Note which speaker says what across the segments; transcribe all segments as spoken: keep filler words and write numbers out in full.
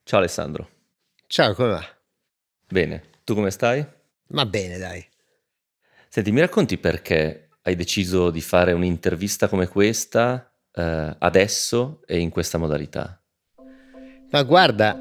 Speaker 1: Ciao Alessandro.
Speaker 2: Ciao, come va?
Speaker 1: Bene, tu come stai?
Speaker 2: Ma bene, dai.
Speaker 1: Senti, mi racconti perché hai deciso di fare un'intervista come questa eh, adesso e in questa modalità?
Speaker 2: Ma guarda,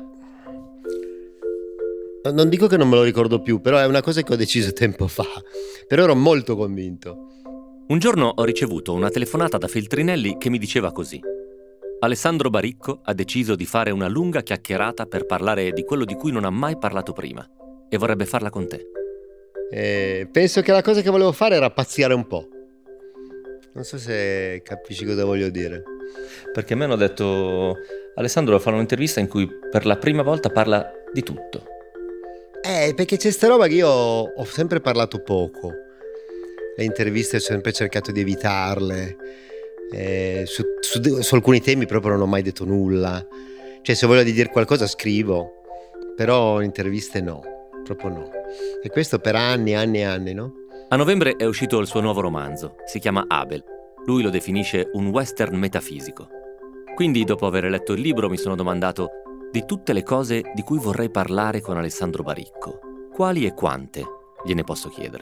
Speaker 2: non dico che non me lo ricordo più, però è una cosa che ho deciso tempo fa. Però ero molto convinto.
Speaker 1: Un giorno ho ricevuto una telefonata da Feltrinelli che mi diceva così: Alessandro Baricco ha deciso di fare una lunga chiacchierata per parlare di quello di cui non ha mai parlato prima e vorrebbe farla con te.
Speaker 2: E penso che la cosa che volevo fare era pazziare un po'. Non so se capisci cosa voglio dire.
Speaker 1: Perché a me hanno detto: Alessandro vuole fare un'intervista in cui per la prima volta parla di tutto.
Speaker 2: Eh, perché c'è sta roba che io ho sempre parlato poco. Le interviste ho sempre cercato di evitarle. Eh, su, su, su alcuni temi proprio non ho mai detto nulla. Cioè, se voglio di dire qualcosa scrivo, però interviste no, proprio no. E questo per anni, anni e anni, no?
Speaker 1: A novembre è uscito il suo nuovo romanzo, si chiama Abel. Lui lo definisce un western metafisico. Quindi, dopo aver letto il libro, mi sono domandato: di tutte le cose di cui vorrei parlare con Alessandro Baricco, quali e quante gliene posso chiedere?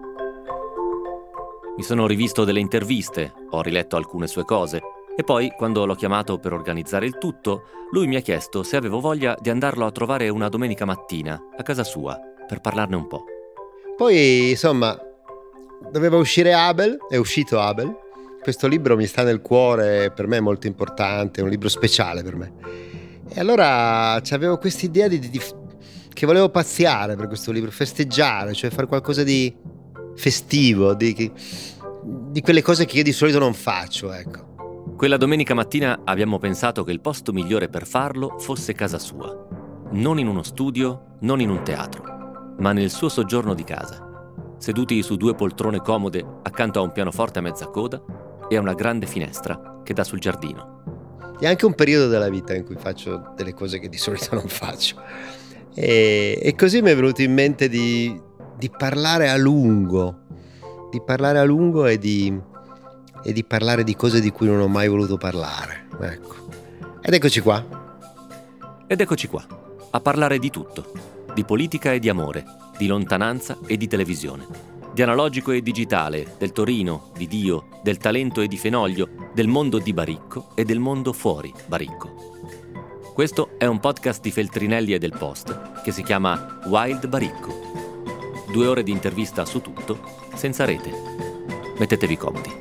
Speaker 1: Mi sono rivisto delle interviste, ho riletto alcune sue cose e poi, quando l'ho chiamato per organizzare il tutto, lui mi ha chiesto se avevo voglia di andarlo a trovare una domenica mattina a casa sua per parlarne un po'.
Speaker 2: Poi, insomma, doveva uscire Abel, è uscito Abel. Questo libro mi sta nel cuore, per me è molto importante, è un libro speciale per me. E allora avevo questa idea di, di, che volevo pazziare per questo libro, festeggiare, cioè fare qualcosa di festivo, di, di quelle cose che io di solito non faccio, ecco.
Speaker 1: Quella domenica mattina abbiamo pensato che il posto migliore per farlo fosse casa sua. Non in uno studio, non in un teatro, ma nel suo soggiorno di casa, seduti su due poltrone comode accanto a un pianoforte a mezza coda e a una grande finestra che dà sul giardino.
Speaker 2: È anche un periodo della vita in cui faccio delle cose che di solito non faccio. E, e così mi è venuto in mente di, di parlare a lungo, di parlare a lungo e di, e di parlare di cose di cui non ho mai voluto parlare. Ecco. Ed eccoci qua.
Speaker 1: Ed eccoci qua, a parlare di tutto, di politica e di amore, di lontananza e di televisione, di analogico e digitale, del Torino, di Dio, del talento e di Fenoglio, del mondo di Baricco e del mondo fuori Baricco. Questo è un podcast di Feltrinelli e del Post che si chiama Wild Baricco. Due ore di intervista su tutto, senza rete. Mettetevi comodi.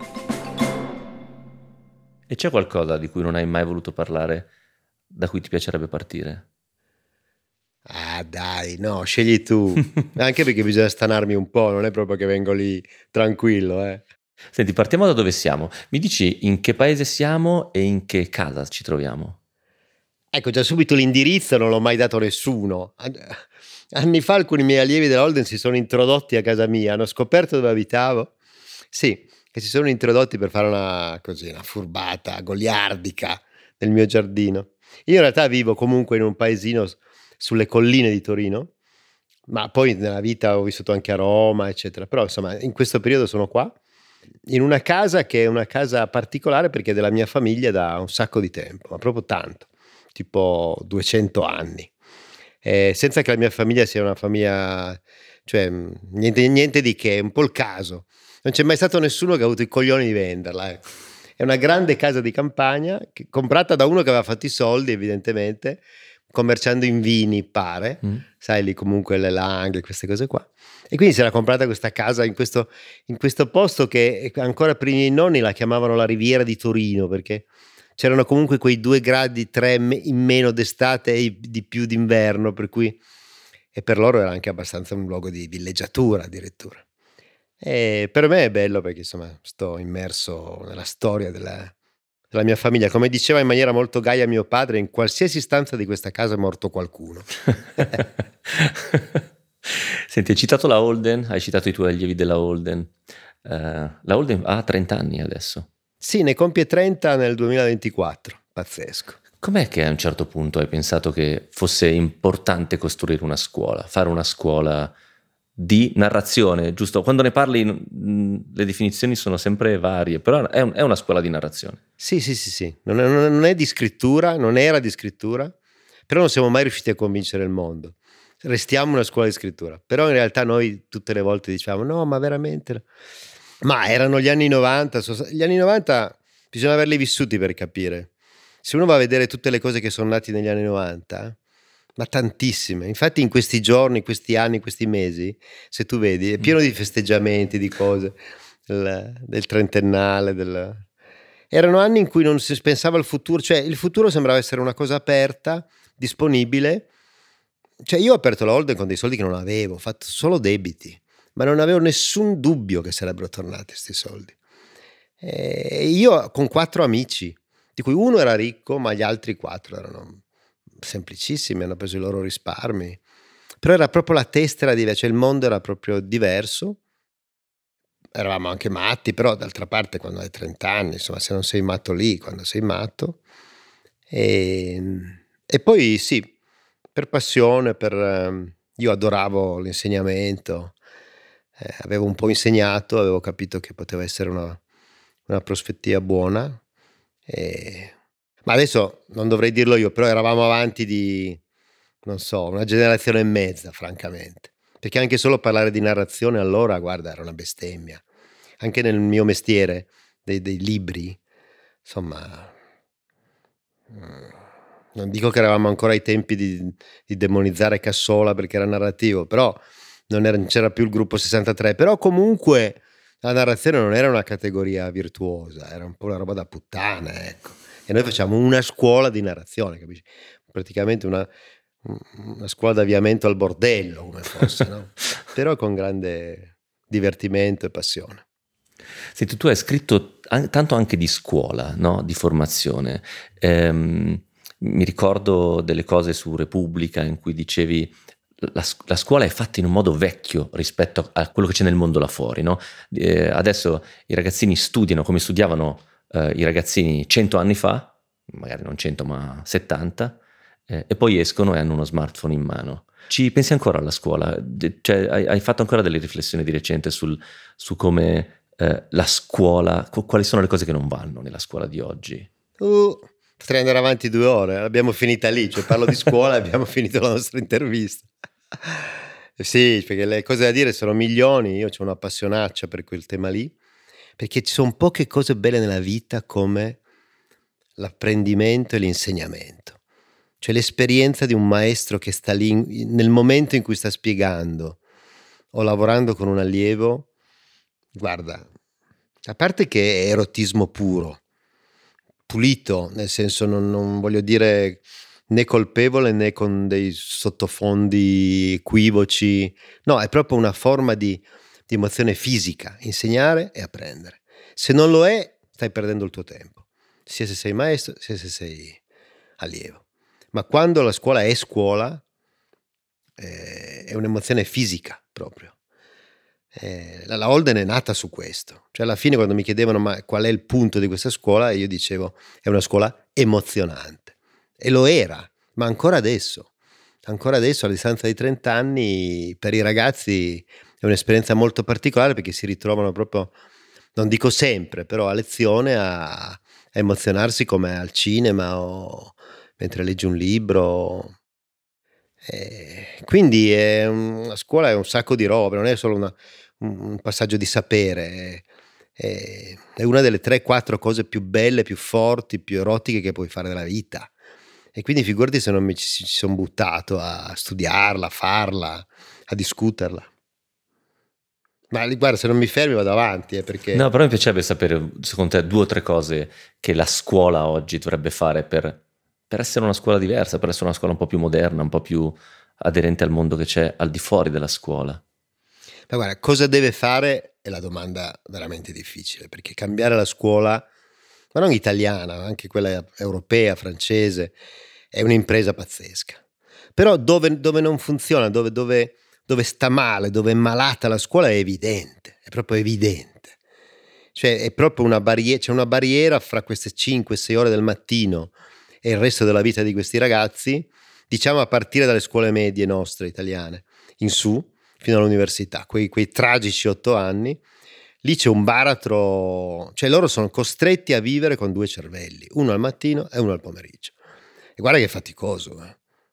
Speaker 1: E c'è qualcosa di cui non hai mai voluto parlare, da cui ti piacerebbe partire?
Speaker 2: Ah dai, no, scegli tu. Anche perché bisogna stanarmi un po', non è proprio che vengo lì tranquillo, eh.
Speaker 1: Senti, partiamo da dove siamo. Mi dici in che paese siamo e in che casa ci troviamo?
Speaker 2: Ecco, già subito l'indirizzo non l'ho mai dato a nessuno. Anni fa alcuni miei allievi dell'Holden si sono introdotti a casa mia, hanno scoperto dove abitavo. Sì, che si sono introdotti per fare una, così, una furbata goliardica nel mio giardino. Io in realtà vivo comunque in un paesino sulle colline di Torino, ma poi nella vita ho vissuto anche a Roma, eccetera. Però insomma, in questo periodo sono qua, in una casa che è una casa particolare perché è della mia famiglia da un sacco di tempo, ma proprio tanto, tipo duecento anni. Eh, senza che la mia famiglia sia una famiglia, cioè niente, niente di che, è un po' il caso. Non c'è mai stato nessuno che ha avuto i coglioni di venderla. Ecco. È una grande casa di campagna che, comprata da uno che aveva fatto i soldi, evidentemente, commerciando in vini, pare, mm. sai, lì comunque le langhe, queste cose qua. E quindi si era comprata questa casa in questo, in questo posto che ancora prima i miei nonni la chiamavano la Riviera di Torino, perché c'erano comunque quei due gradi, tre in meno d'estate e di più d'inverno, per cui, e per loro era anche abbastanza un luogo di villeggiatura addirittura. E per me è bello perché insomma sto immerso nella storia della, della mia famiglia. Come diceva in maniera molto gaia mio padre, in qualsiasi stanza di questa casa è morto qualcuno.
Speaker 1: Senti, hai citato la Holden, hai citato i tuoi allievi della Holden. Uh, la Holden ha trenta anni adesso.
Speaker 2: Sì, ne compie trenta nel duemilaventiquattro, pazzesco.
Speaker 1: Com'è che a un certo punto hai pensato che fosse importante costruire una scuola, fare una scuola di narrazione, giusto? Quando ne parli mh, le definizioni sono sempre varie, però è, un, è una scuola di narrazione.
Speaker 2: Sì, sì, sì, sì. Non è, non è di scrittura, non era di scrittura, però non siamo mai riusciti a convincere il mondo. Restiamo una scuola di scrittura, però in realtà noi tutte le volte diciamo no, ma veramente, ma erano gli anni novanta. Gli anni novanta bisogna averli vissuti per capire. Se uno va a vedere tutte le cose che sono nate negli anni novanta, ma tantissime, infatti in questi giorni, in questi anni, in questi mesi, se tu vedi, è pieno di festeggiamenti, di cose del, del trentennale, del... erano anni in cui non si pensava al futuro, cioè il futuro sembrava essere una cosa aperta, disponibile. Cioè io ho aperto la Holden con dei soldi che non avevo, ho fatto solo debiti, ma non avevo nessun dubbio che sarebbero tornati questi soldi. E io con quattro amici, di cui uno era ricco, ma gli altri quattro erano semplicissimi, hanno preso i loro risparmi, però era proprio la testa era diversa, cioè il mondo era proprio diverso. Eravamo anche matti, però d'altra parte quando hai trenta anni, insomma, se non sei matto lì, quando sei matto. E, e poi sì, per passione, per, io adoravo l'insegnamento, eh, avevo un po' insegnato, avevo capito che poteva essere una, una prospettiva buona. E, ma adesso non dovrei dirlo io, però eravamo avanti di, non so, una generazione e mezza, francamente. Perché anche solo parlare di narrazione allora, guarda, era una bestemmia. Anche nel mio mestiere, dei, dei libri, insomma, non dico che eravamo ancora ai tempi di, di demonizzare Cassola perché era narrativo, però non, era, non c'era più il gruppo sessantatré, però comunque la narrazione non era una categoria virtuosa, era un po' una roba da puttana, ecco. E noi facciamo una scuola di narrazione, capisci? Praticamente una, una scuola d'avviamento al bordello, come fosse, no? Però con grande divertimento e passione.
Speaker 1: Senti, tu hai scritto an- tanto anche di scuola, no? Di formazione. Ehm, mi ricordo delle cose su Repubblica in cui dicevi la, la scuola è fatta in un modo vecchio rispetto a quello che c'è nel mondo là fuori, no? Eh, adesso i ragazzini studiano come studiavano eh, i ragazzini cento anni fa, magari non cento ma settanta, eh, e poi escono e hanno uno smartphone in mano. Ci pensi ancora alla scuola? Cioè, hai, hai fatto ancora delle riflessioni di recente sul, su come eh, la scuola, quali sono le cose che non vanno nella scuola di oggi?
Speaker 2: Uh, potrei andare avanti due ore, l'abbiamo finita lì, cioè parlo di scuola e abbiamo finito la nostra intervista. Sì, perché le cose da dire sono milioni, io ho una passionaccia per quel tema lì, perché ci sono poche cose belle nella vita come l'apprendimento e l'insegnamento. Cioè l'esperienza di un maestro che sta lì nel momento in cui sta spiegando o lavorando con un allievo, guarda, a parte che è erotismo puro, pulito, nel senso non, non voglio dire né colpevole né con dei sottofondi equivoci, no, è proprio una forma di, di emozione fisica, insegnare e apprendere. Se non lo è, stai perdendo il tuo tempo, sia se sei maestro sia se sei allievo. Ma quando la scuola è scuola, eh, è un'emozione fisica proprio. Eh, la, la Holden è nata su questo, cioè alla fine quando mi chiedevano ma qual è il punto di questa scuola, io dicevo è una scuola emozionante, e lo era, ma ancora adesso ancora adesso a distanza di trenta anni per i ragazzi è un'esperienza molto particolare, perché si ritrovano proprio, non dico sempre, però a lezione a, a emozionarsi come al cinema o mentre leggi un libro. Eh, quindi è un, la scuola è un sacco di roba, non è solo una, un passaggio di sapere, è, è una delle tre quattro cose più belle, più forti, più erotiche che puoi fare nella vita. E quindi figurati se non mi ci, ci sono buttato a studiarla, a farla, a discuterla. Ma guarda, se non mi fermi vado avanti, eh, perché...
Speaker 1: No, però mi piacerebbe sapere, secondo te, due o tre cose che la scuola oggi dovrebbe fare per, per essere una scuola diversa, per essere una scuola un po' più moderna, un po' più aderente al mondo che c'è al di fuori della scuola.
Speaker 2: Ma guarda, cosa deve fare è la domanda veramente difficile, perché cambiare la scuola, ma non italiana, anche quella europea, francese, è un'impresa pazzesca. Però dove, dove non funziona, dove, dove, dove sta male, dove è malata la scuola è evidente, è proprio evidente. Cioè è proprio una barriera, c'è una barriera fra queste cinque sei ore del mattino e il resto della vita di questi ragazzi, diciamo a partire dalle scuole medie nostre italiane, in su, fino all'università, quei, quei tragici otto anni. Lì c'è un baratro, cioè loro sono costretti a vivere con due cervelli, uno al mattino e uno al pomeriggio. E guarda che è faticoso, eh.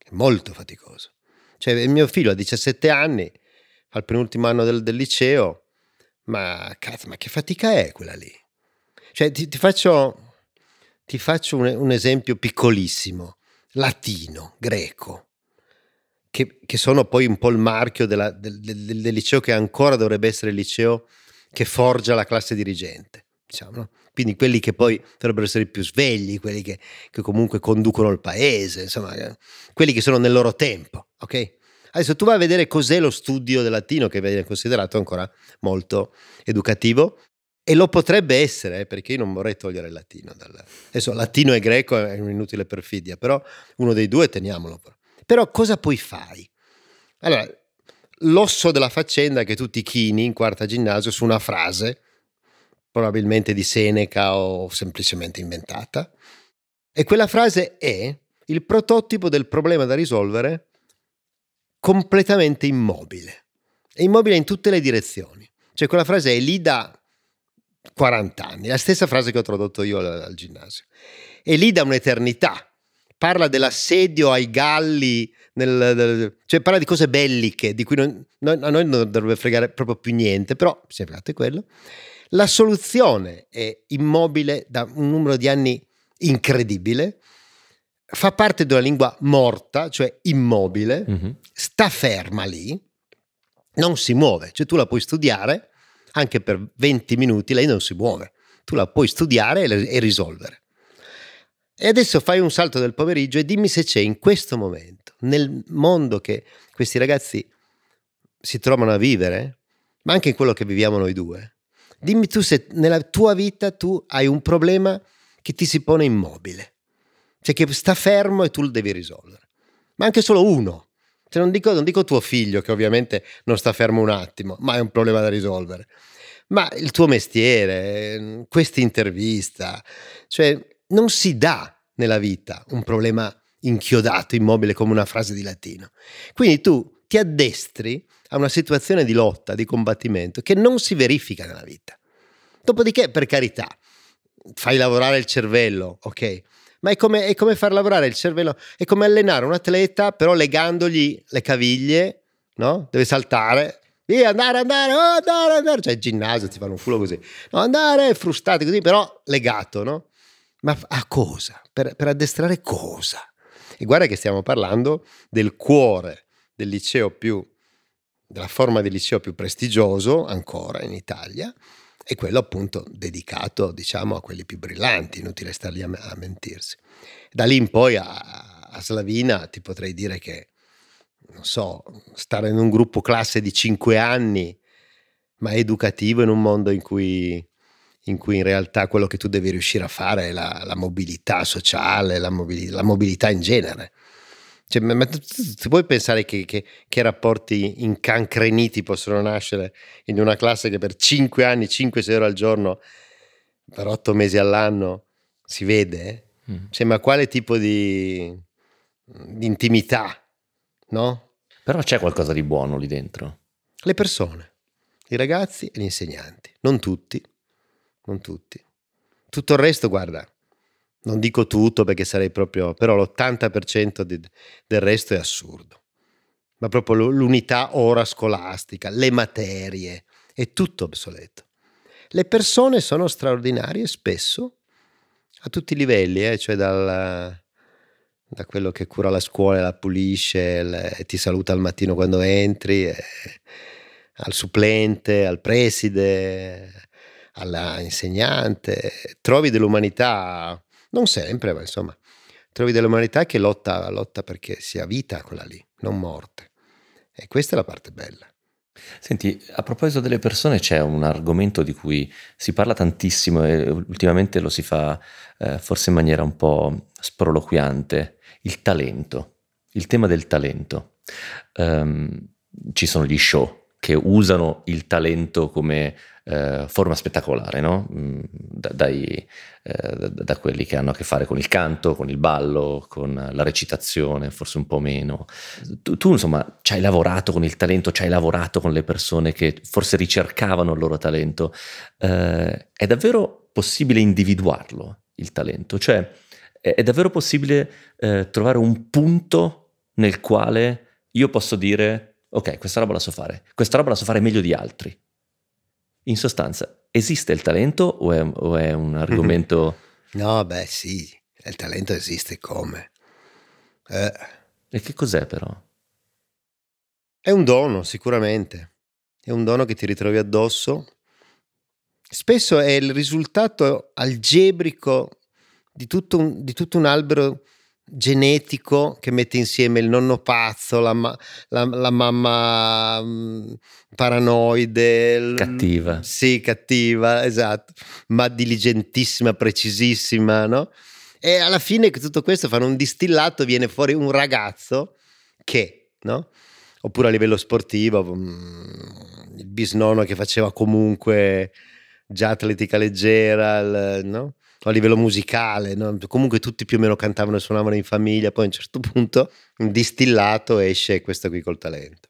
Speaker 2: è molto faticoso. Cioè, mio figlio ha diciassette anni, fa il penultimo anno del, del liceo, ma cazzo, ma che fatica è quella lì? Cioè, ti, ti faccio, ti faccio un, un esempio piccolissimo: latino, greco, che, che sono poi un po' il marchio della, del, del, del liceo che ancora dovrebbe essere il liceo che forgia la classe dirigente, diciamo, no? Quindi quelli che poi dovrebbero essere i più svegli, quelli che, che comunque conducono il paese, insomma, quelli che sono nel loro tempo, ok? Adesso tu vai a vedere cos'è lo studio del latino, che viene considerato ancora molto educativo, e lo potrebbe essere, eh, perché io non vorrei togliere il latino dal... Adesso latino e greco è un'inutile perfidia, però uno dei due teniamolo. Però cosa poi fai? Allora, l'osso della faccenda è che tu ti chini in quarta ginnasio su una frase, probabilmente di Seneca o semplicemente inventata, e quella frase è il prototipo del problema da risolvere completamente immobile. È immobile in tutte le direzioni. Cioè quella frase è lì da quaranta anni, la stessa frase che ho tradotto io al, al ginnasio. È lì da un'eternità. Parla dell'assedio ai Galli, nel, del, cioè parla di cose belliche, di cui non, non, a noi non dovrebbe fregare proprio più niente, però se fate quello. La soluzione è immobile da un numero di anni incredibile, fa parte di una lingua morta, cioè immobile, mm-hmm. sta ferma lì, non si muove, cioè tu la puoi studiare anche per venti minuti, lei non si muove, tu la puoi studiare e, e risolvere. E adesso fai un salto del pomeriggio e dimmi se c'è in questo momento, nel mondo che questi ragazzi si trovano a vivere, ma anche in quello che viviamo noi due, dimmi tu se nella tua vita tu hai un problema che ti si pone immobile, cioè che sta fermo e tu lo devi risolvere, ma anche solo uno. Cioè non dico, non dico tuo figlio, che ovviamente non sta fermo un attimo, ma è un problema da risolvere, ma il tuo mestiere, questa intervista, cioè non si dà nella vita un problema inchiodato, immobile come una frase di latino. Quindi tu ti addestri a una situazione di lotta, di combattimento che non si verifica nella vita. Dopodiché, per carità, fai lavorare il cervello, ok? Ma è come, è come far lavorare il cervello, è come allenare un atleta però legandogli le caviglie, no? Deve saltare, via, andare, andare, oh, andare, andare, cioè il ginnasio ti fanno un culo così, no, andare, frustati così, però legato, no? Ma a cosa? Per, per addestrare cosa? E guarda che stiamo parlando del cuore del liceo più, della forma di liceo più prestigioso ancora in Italia, e quello appunto dedicato, diciamo, a quelli più brillanti, inutile star lì a, a mentirsi. Da lì in poi a, a Slavina ti potrei dire che, non so, stare in un gruppo classe di cinque anni, ma educativo in un mondo in cui, in cui in realtà quello che tu devi riuscire a fare è la, la mobilità sociale, la, mobili, la mobilità in genere. Cioè, ma tu, tu puoi pensare che, che, che rapporti incancreniti possono nascere in una classe che per cinque anni, cinque sei ore al giorno, per otto mesi all'anno si vede? Mm. Cioè, ma quale tipo di, di intimità, no?
Speaker 1: Però c'è qualcosa di buono lì dentro.
Speaker 2: Le persone, i ragazzi e gli insegnanti, non tutti, non tutti. Tutto il resto, guarda, non dico tutto perché sarei proprio, però l'ottanta per cento di, del resto è assurdo. Ma proprio l'unità ora scolastica, le materie, è tutto obsoleto. Le persone sono straordinarie spesso, a tutti i livelli, eh, cioè dal, da quello che cura la scuola, la pulisce, le, ti saluta al mattino quando entri, eh, al supplente, al preside, alla insegnante. Trovi dell'umanità. Non sempre, ma insomma, trovi dell'umanità che lotta, lotta perché sia vita quella lì, non morte. E questa è la parte bella.
Speaker 1: Senti, a proposito delle persone, c'è un argomento di cui si parla tantissimo e ultimamente lo si fa eh, forse in maniera un po' sproloquiante, il talento, il tema del talento. Um, ci sono gli show che usano il talento come eh, forma spettacolare, no? Da, dai, eh, da, da quelli che hanno a che fare con il canto, con il ballo, con la recitazione, forse un po' meno. Tu, tu insomma, ci hai lavorato con il talento, ci hai lavorato con le persone che forse ricercavano il loro talento. Eh, è davvero possibile individuarlo, il talento? Cioè, è, è davvero possibile eh, trovare un punto nel quale io posso dire ok, questa roba la so fare, questa roba la so fare meglio di altri. In sostanza, esiste il talento o è, o è un argomento...
Speaker 2: No, beh sì, il talento esiste come? Eh.
Speaker 1: E che cos'è però?
Speaker 2: È un dono, sicuramente. È un dono che ti ritrovi addosso. Spesso è il risultato algebrico di tutto un, di tutto un albero genetico che mette insieme il nonno pazzo, la, ma, la, la mamma mh, paranoide,
Speaker 1: Cattiva.
Speaker 2: L, sì, cattiva, esatto, ma diligentissima, precisissima, no? E alla fine tutto questo fanno un distillato, viene fuori un ragazzo che, no? Oppure a livello sportivo, mh, il bisnonno che faceva comunque già atletica leggera, il, no? O a livello musicale, no? Comunque tutti più o meno cantavano e suonavano in famiglia, poi a un certo punto un distillato esce questo qui col talento.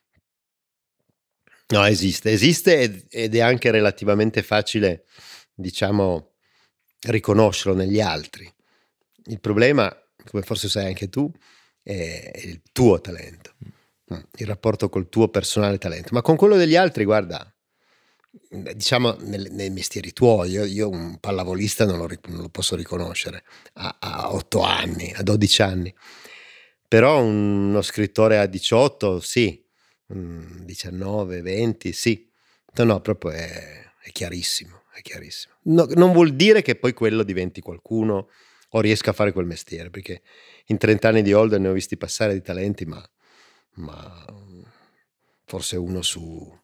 Speaker 2: No, esiste, esiste ed, ed è anche relativamente facile, diciamo, riconoscerlo negli altri. Il problema, come forse sai anche tu, è il tuo talento, il rapporto col tuo personale talento, ma con quello degli altri, guarda, diciamo nel, nei mestieri tuoi, io, io un pallavolista non lo, non lo posso riconoscere a, a otto anni, a dodici anni, però uno scrittore a diciotto sì, diciannove, venti sì, no no, proprio è, è chiarissimo, è chiarissimo. No, non vuol dire che poi quello diventi qualcuno o riesca a fare quel mestiere, perché in trenta anni di Holden ne ho visti passare di talenti, ma, ma forse uno su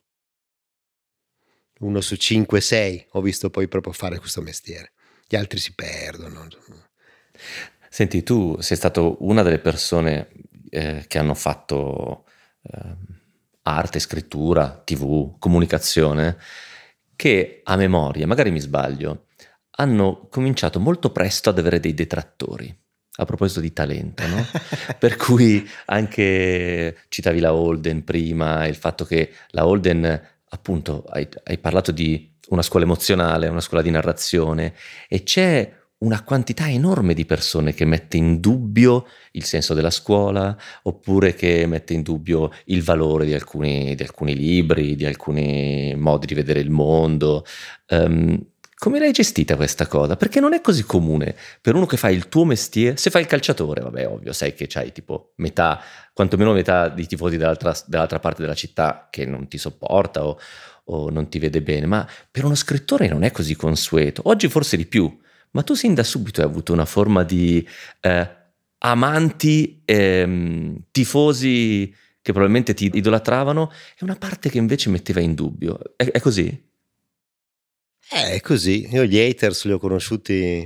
Speaker 2: uno su cinque sei ho visto poi proprio fare questo mestiere, gli altri si perdono.
Speaker 1: Senti, tu sei stato una delle persone eh, che hanno fatto eh, arte, scrittura, tv, comunicazione, che a memoria, magari mi sbaglio, hanno cominciato molto presto ad avere dei detrattori. A proposito di talento, no? Per cui anche citavi la Holden prima, il fatto che la Holden, appunto, hai, hai parlato di una scuola emozionale, una scuola di narrazione, e c'è una quantità enorme di persone che mette in dubbio il senso della scuola, oppure che mette in dubbio il valore di alcuni, di alcuni libri, di alcuni modi di vedere il mondo. Um, Come l'hai gestita questa cosa? Perché non è così comune per uno che fa il tuo mestiere. Se fai il calciatore, vabbè, ovvio, sai che c'hai tipo metà, quantomeno metà di tifosi dall'altra, dall'altra parte della città che non ti sopporta o, o non ti vede bene, ma per uno scrittore non è così consueto. Oggi forse di più, ma tu sin da subito hai avuto una forma di eh, amanti, ehm, tifosi che probabilmente ti idolatravano e una parte che invece metteva in dubbio. È, è così?
Speaker 2: Eh, è così. Io gli haters li ho conosciuti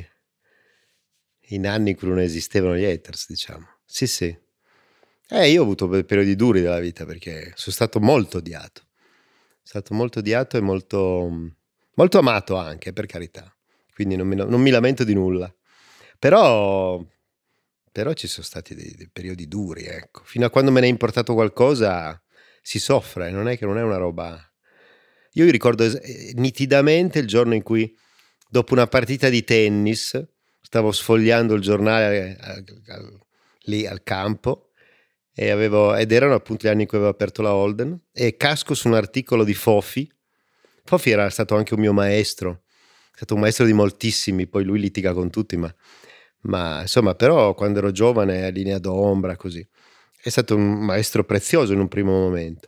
Speaker 2: in anni in cui non esistevano gli haters, diciamo. Sì, sì. Eh, io ho avuto periodi duri della vita perché sono stato molto odiato. Sono stato molto odiato e molto, molto amato anche, per carità. Quindi non mi, non mi lamento di nulla. Però, però ci sono stati dei, dei periodi duri, ecco. Fino a quando me ne è importato qualcosa si soffre, non è che non è una roba... Io ricordo es- nitidamente il giorno in cui, dopo una partita di tennis, stavo sfogliando il giornale al, al, lì al campo e avevo, ed erano appunto gli anni in cui avevo aperto la Holden, e casco su un articolo di Fofi. Fofi era stato anche un mio maestro, è stato un maestro di moltissimi, poi lui litiga con tutti, ma, ma insomma, però quando ero giovane a Linea d'Ombra, così, è stato un maestro prezioso in un primo momento.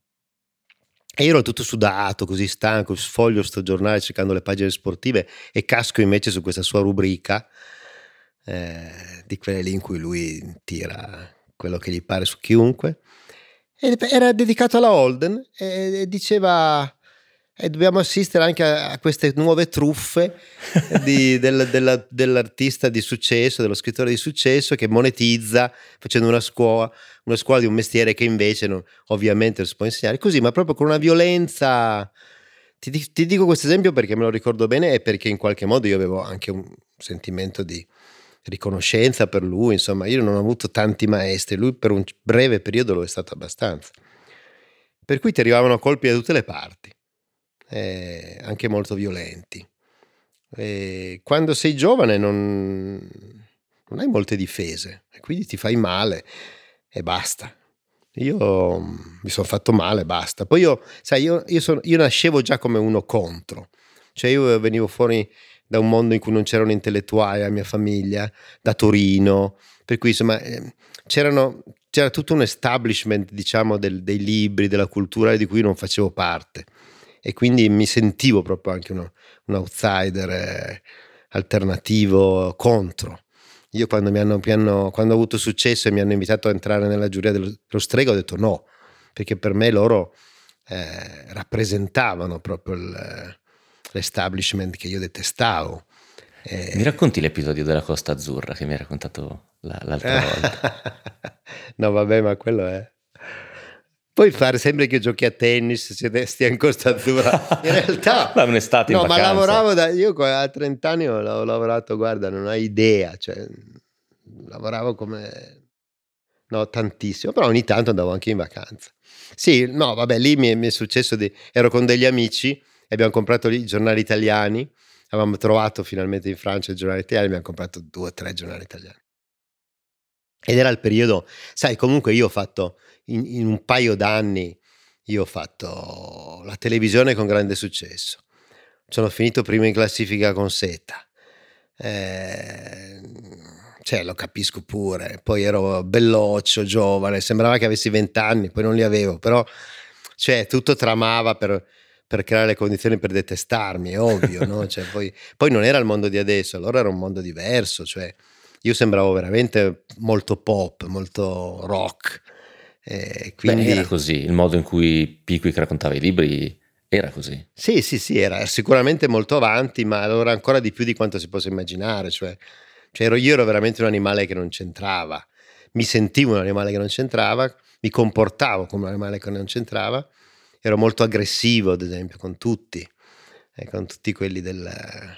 Speaker 2: E io ero tutto sudato, così stanco, sfoglio sto giornale cercando le pagine sportive e casco invece su questa sua rubrica eh, di quelle lì in cui lui tira quello che gli pare su chiunque. E era dedicato alla Holden e diceva e dobbiamo assistere anche a, a queste nuove truffe di, del, della, dell'artista di successo, dello scrittore di successo che monetizza facendo una scuola, una scuola di un mestiere che invece non, ovviamente non si può insegnare così, ma proprio con una violenza. Ti, ti dico questo esempio perché me lo ricordo bene e perché in qualche modo io avevo anche un sentimento di riconoscenza per lui, insomma io non ho avuto tanti maestri, lui per un breve periodo lo è stato abbastanza, per cui ti arrivavano colpi da tutte le parti. Eh, anche molto violenti. E quando sei giovane non, non hai molte difese e quindi ti fai male. e basta. Io mi sono fatto male, basta. Poi io, sai, io, io, sono, io nascevo già come uno contro, cioè io venivo fuori da un mondo in cui non c'erano intellettuali, la mia famiglia, da Torino, per cui insomma eh, c'erano, c'era tutto un establishment, diciamo, del, dei libri, della cultura di cui non facevo parte, e quindi mi sentivo proprio anche uno, un outsider eh, alternativo, contro. Io quando, mi hanno, mi hanno, quando ho avuto successo e mi hanno invitato a entrare nella giuria dello, dello Strega, ho detto no, perché per me loro eh, rappresentavano proprio il, l'establishment che io detestavo.
Speaker 1: Eh, mi racconti l'episodio della Costa Azzurra che mi hai raccontato la, l'altra volta?
Speaker 2: No vabbè, ma quello è... Puoi fare sempre che giochi a tennis, se stia in Costa Azzurra. In realtà
Speaker 1: ma un'estate
Speaker 2: no,
Speaker 1: in
Speaker 2: ma
Speaker 1: vacanza.
Speaker 2: lavoravo da, io a trenta anni ho lavorato, guarda, non hai idea, cioè lavoravo come no, tantissimo, però ogni tanto andavo anche in vacanza. Sì, no, vabbè, lì mi è, mi è successo di ero con degli amici e abbiamo comprato lì i giornali italiani. Avevamo trovato finalmente in Francia i giornali italiani, abbiamo comprato due o tre giornali italiani. Ed era il periodo, sai, comunque io ho fatto in, in un paio d'anni, io ho fatto la televisione con grande successo. Sono finito primo in classifica con Seta. Eh, cioè, lo capisco pure. Poi ero belloccio, giovane, sembrava che avessi vent'anni, poi non li avevo, però cioè, tutto tramava per, per creare le condizioni per detestarmi, è ovvio, no? Cioè, poi, poi non era il mondo di adesso, allora era un mondo diverso, cioè io sembravo veramente molto pop, molto rock. Eh, quindi...
Speaker 1: Beh, era così, il modo in cui Pickwick raccontava i libri era così.
Speaker 2: Sì, sì, sì, era sicuramente molto avanti, ma allora ancora di più di quanto si possa immaginare, cioè, cioè ero, io ero veramente un animale che non c'entrava, mi sentivo un animale che non c'entrava, mi comportavo come un animale che non c'entrava, ero molto aggressivo ad esempio con tutti, eh, con tutti quelli del,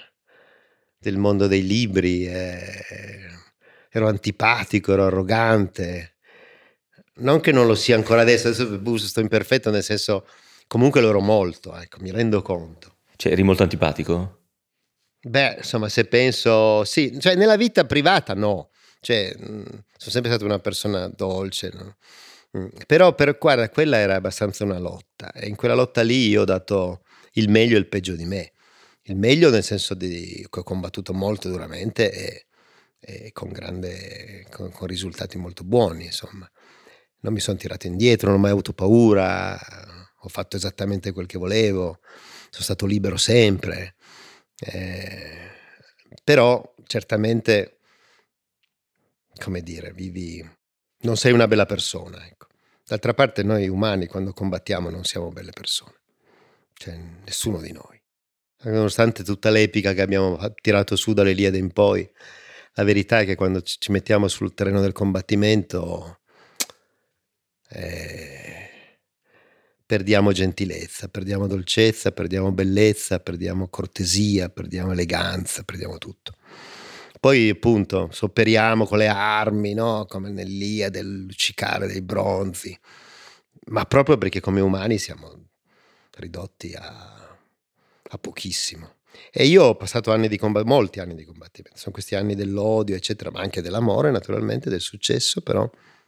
Speaker 2: del mondo dei libri, eh, ero antipatico, ero arrogante, non che non lo sia ancora adesso, adesso sto imperfetto nel senso... Comunque lo ero molto, ecco, mi rendo conto.
Speaker 1: Cioè, eri molto antipatico?
Speaker 2: Beh, insomma, se penso... Sì, cioè nella vita privata no. Cioè, mh, sono sempre stata una persona dolce, no? Mh, però, per, guarda, quella era abbastanza una lotta. E in quella lotta lì io ho dato il meglio e il peggio di me. Il meglio nel senso di che ho combattuto molto duramente e, e con, grande, con, con risultati molto buoni, insomma. Non mi sono tirato indietro, non ho mai avuto paura... Ho fatto esattamente quel che volevo, sono stato libero sempre, eh, però certamente, come dire, vivi, non sei una bella persona, ecco. D'altra parte noi umani quando combattiamo non siamo belle persone, cioè nessuno di noi. Nonostante tutta l'epica che abbiamo tirato su dall'Iliade in poi, la verità è che quando ci mettiamo sul terreno del combattimento... Eh, perdiamo gentilezza, perdiamo dolcezza, perdiamo bellezza, perdiamo cortesia, perdiamo eleganza, perdiamo tutto. Poi appunto sopperiamo con le armi, no? Come nell'Iliade, del luccicare dei bronzi, ma proprio perché come umani siamo ridotti a, a pochissimo. E io ho passato anni di comb- molti anni di combattimento, sono questi anni dell'odio eccetera, ma anche dell'amore naturalmente, del successo però.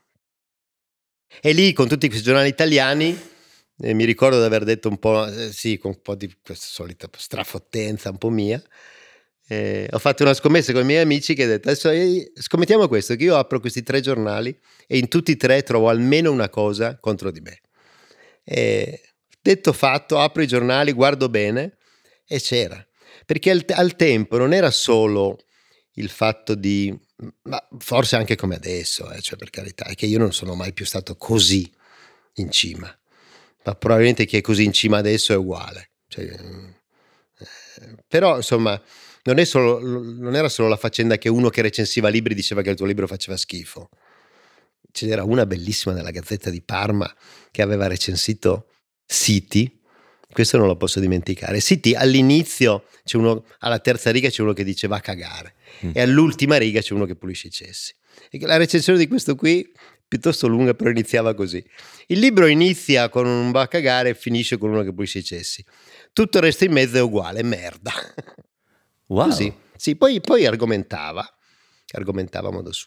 Speaker 2: E lì con tutti questi giornali italiani eh, mi ricordo di aver detto un po', eh, sì, con un po' di questa solita strafottenza un po' mia, eh, ho fatto una scommessa con i miei amici che ho detto adesso eh, scommettiamo questo, che io apro questi tre giornali e in tutti e tre trovo almeno una cosa contro di me. E, detto fatto, apro i giornali, guardo bene e c'era, perché al, al tempo non era solo il fatto di, ma forse anche come adesso, eh, cioè per carità, è che io non sono mai più stato così in cima, ma probabilmente chi è così in cima adesso è uguale, cioè, eh, però insomma non, è solo, non era solo la faccenda che uno che recensiva libri diceva che il tuo libro faceva schifo. Ce n'era una bellissima nella Gazzetta di Parma che aveva recensito City, questo non lo posso dimenticare. City all'inizio c'è uno, alla terza riga c'è uno che dice va a cagare mm. e all'ultima riga c'è uno che pulisce i cessi. E la recensione di questo qui piuttosto lunga, però iniziava così. Il libro inizia con un va a cagare e finisce con uno che pulisce i cessi. Tutto il resto in mezzo è uguale, merda.
Speaker 1: Wow.
Speaker 2: Così. Sì, poi, poi argomentava, argomentava a modo suo.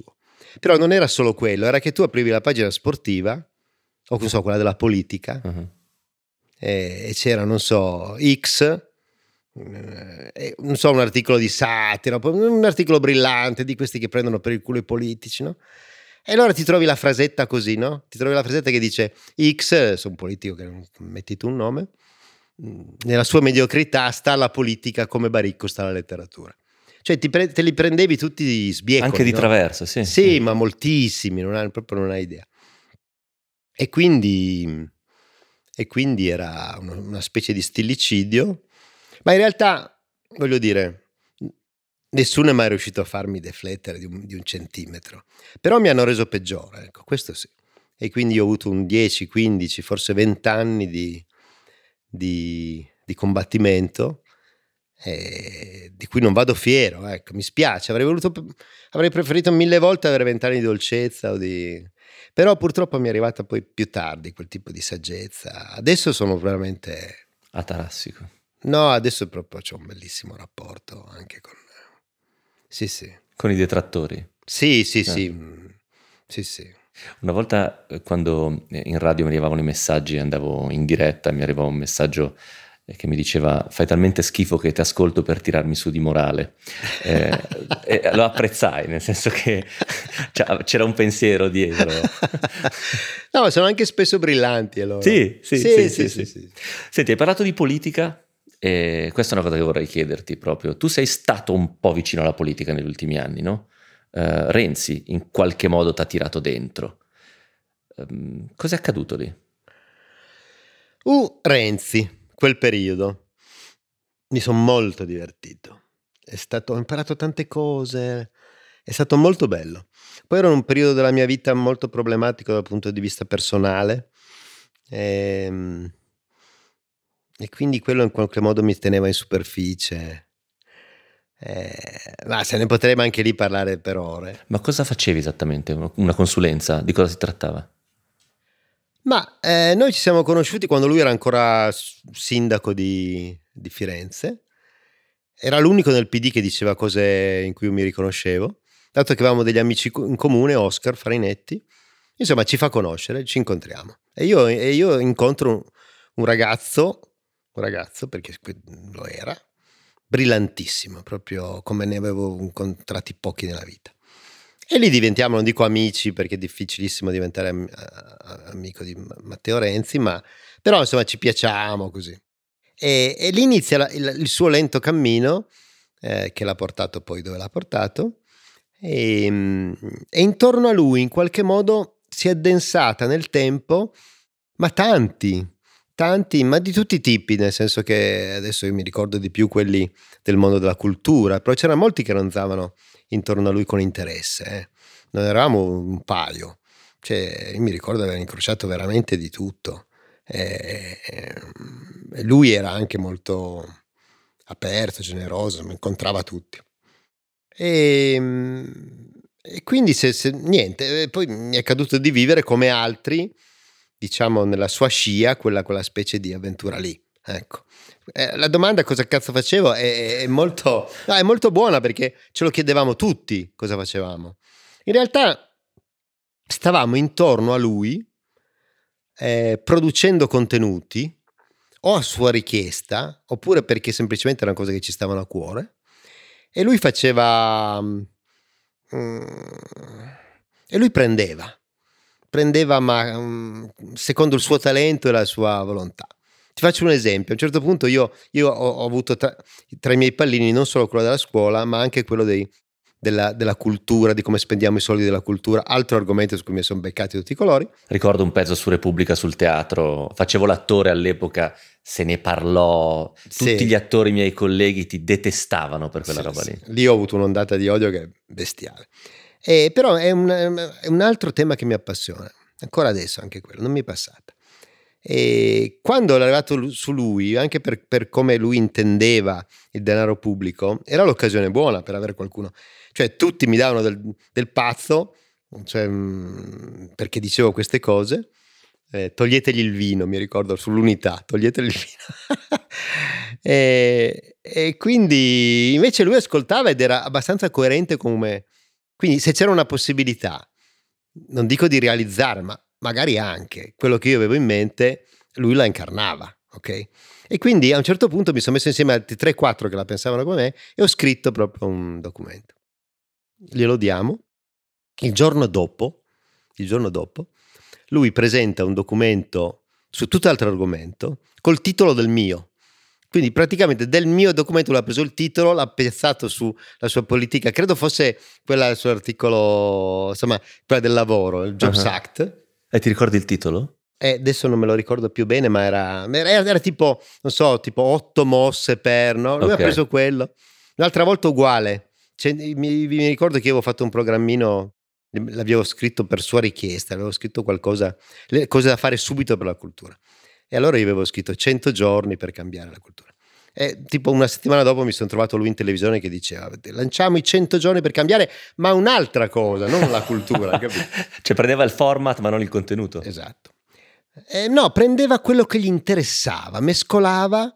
Speaker 2: Però non era solo quello, era che tu aprivi la pagina sportiva, o non so, quella della politica, uh-huh. e, e c'era, non so, X, eh, non so, un articolo di satira, un articolo brillante di questi che prendono per il culo i politici, no? E allora ti trovi la frasetta così, no? Ti trovi la frasetta che dice X, sono un politico che non metti tu un nome, nella sua mediocrità sta la politica come Baricco sta la letteratura. Cioè ti pre- te li prendevi tutti sbiecoli.
Speaker 3: Anche di
Speaker 2: no?
Speaker 3: traverso, sì.
Speaker 2: Sì, sì, ma moltissimi, non hai, proprio non hai idea. E quindi, e quindi era una, una specie di stillicidio, ma in realtà, voglio dire, nessuno è mai riuscito a farmi deflettere di un, di un centimetro, però mi hanno reso peggiore, ecco, questo sì. E quindi ho avuto un dieci, quindici, forse venti anni di, di, di combattimento, eh, di cui non vado fiero, ecco, mi spiace, avrei voluto, avrei preferito mille volte avere vent'anni di dolcezza o di... però purtroppo mi è arrivata poi più tardi quel tipo di saggezza. Adesso sono veramente
Speaker 3: atarassico.
Speaker 2: No, adesso proprio c'ho un bellissimo rapporto anche con sì sì
Speaker 3: con i detrattori.
Speaker 2: Sì sì
Speaker 3: eh.
Speaker 2: sì sì sì.
Speaker 3: Una volta quando in radio mi arrivavano i messaggi, andavo in diretta, mi arrivava un messaggio che mi diceva: fai talmente schifo che ti ascolto per tirarmi su di morale. eh, e lo apprezzai, nel senso che cioè, c'era un pensiero dietro.
Speaker 2: No, sono anche spesso brillanti allora.
Speaker 3: Sì sì sì, sì, sì,
Speaker 2: sì,
Speaker 3: sì.
Speaker 2: sì.
Speaker 3: Senti, hai parlato di politica e questa è una cosa che vorrei chiederti proprio. Tu sei stato un po' vicino alla politica negli ultimi anni, no? Uh, Renzi in qualche modo ti ha tirato dentro. Um, cos'è accaduto lì?
Speaker 2: Uh, Renzi, quel periodo mi sono molto divertito, è stato, ho imparato tante cose, è stato molto bello. Poi era un periodo della mia vita molto problematico dal punto di vista personale e, e quindi quello in qualche modo mi teneva in superficie. Eh, ma se ne potrebbe anche lì parlare per ore.
Speaker 3: Ma cosa facevi esattamente? Una consulenza? Di cosa si trattava?
Speaker 2: Ma eh, noi ci siamo conosciuti quando lui era ancora sindaco di, di Firenze. Era l'unico nel P D che diceva cose in cui io mi riconoscevo, dato che avevamo degli amici in comune, Oscar Farinetti. Insomma, ci fa conoscere, ci incontriamo e io, e io incontro un, un ragazzo un ragazzo perché lo era, brillantissimo, proprio come ne avevo incontrati pochi nella vita. E lì diventiamo, non dico amici perché è difficilissimo diventare am- amico di Matteo Renzi, ma però insomma ci piacciamo così. E, e lì inizia la, il, il suo lento cammino eh, che l'ha portato poi dove l'ha portato e, e intorno a lui in qualche modo si è addensata nel tempo, ma tanti, tanti, ma di tutti i tipi, nel senso che adesso io mi ricordo di più quelli del mondo della cultura, però c'erano molti che ronzavano intorno a lui con interesse, eh. Non eravamo un paio, cioè io mi ricordo di aver incrociato veramente di tutto. E, e lui era anche molto aperto, generoso, mi incontrava tutti e, e quindi se, se, niente, poi mi è accaduto di vivere come altri, diciamo nella sua scia, quella, quella specie di avventura lì, ecco. Eh, la domanda cosa cazzo facevo è, è, molto, no, è molto buona perché ce lo chiedevamo tutti cosa facevamo. In realtà stavamo intorno a lui eh, producendo contenuti o a sua richiesta oppure perché semplicemente erano cose che ci stavano a cuore e lui faceva mm, e lui prendeva prendeva ma mm, secondo il suo talento e la sua volontà. Ti faccio un esempio: a un certo punto io, io ho, ho avuto tra, tra i miei pallini non solo quello della scuola ma anche quello dei, della, della cultura, di come spendiamo i soldi della cultura, altro argomento su cui mi sono beccati tutti i colori.
Speaker 3: Ricordo un pezzo su Repubblica sul teatro, facevo l'attore all'epoca, se ne parlò, tutti
Speaker 2: sì.
Speaker 3: Gli attori miei colleghi ti detestavano per quella sì, roba lì.
Speaker 2: Sì. Lì ho avuto un'ondata di odio che è bestiale. E però è un, è un altro tema che mi appassiona, ancora adesso anche quello, non mi è passata. E quando è arrivato su lui, anche per, per come lui intendeva il denaro pubblico, era l'occasione buona per avere qualcuno. Cioè tutti mi davano del, del pazzo, cioè, perché dicevo queste cose. Eh, toglietegli il vino, mi ricordo, sull'Unità, toglietegli il vino. e, e quindi invece lui ascoltava ed era abbastanza coerente come, Quindi se c'era una possibilità, non dico di realizzare, ma magari anche quello che io avevo in mente, lui la incarnava, ok? E quindi a un certo punto mi sono messo insieme a altri tre quattro che la pensavano come me e ho scritto proprio un documento. Glielo diamo. Il giorno dopo, il giorno dopo, lui presenta un documento su tutt'altro argomento col titolo del mio. Quindi praticamente del mio documento lui ha preso il titolo, l'ha piazzato sulla sua politica, credo fosse quella del suo articolo, insomma, quella del lavoro, il Jobs uh-huh. Act.
Speaker 3: E ti ricordi il titolo?
Speaker 2: Eh, adesso non me lo ricordo più bene, ma era, era, era tipo, non so, tipo otto mosse per, no? Lui okay. ha preso quello. L'altra volta uguale. Cioè, mi, mi ricordo che avevo fatto un programmino, l'avevo scritto per sua richiesta, avevo scritto qualcosa, le cose da fare subito per la cultura. E allora io avevo scritto cento giorni per cambiare la cultura. E tipo una settimana dopo mi sono trovato lui in televisione che diceva lanciamo i cento giorni per cambiare, ma un'altra cosa, non la cultura. Capito?
Speaker 3: Cioè prendeva il format ma non il contenuto.
Speaker 2: Esatto. Eh, no, prendeva quello che gli interessava, mescolava,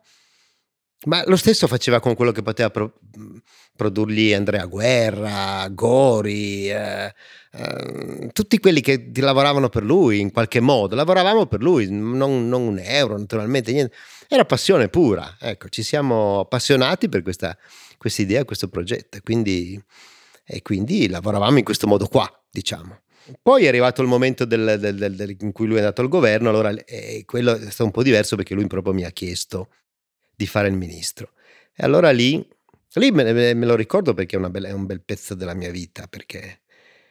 Speaker 2: ma lo stesso faceva con quello che poteva pro- produrli Andrea Guerra, Gori, eh, eh, tutti quelli che lavoravano per lui in qualche modo, lavoravamo per lui, non, non un euro naturalmente, niente. Era passione pura, ecco, ci siamo appassionati per questa questa idea, questo progetto e quindi, e quindi lavoravamo in questo modo qua, diciamo. Poi è arrivato il momento del, del, del, del, in cui lui è andato al governo, allora eh, quello è stato un po' diverso perché lui proprio mi ha chiesto di fare il ministro. E allora lì, lì me, me lo ricordo perché è, una bella, è un bel pezzo della mia vita, perché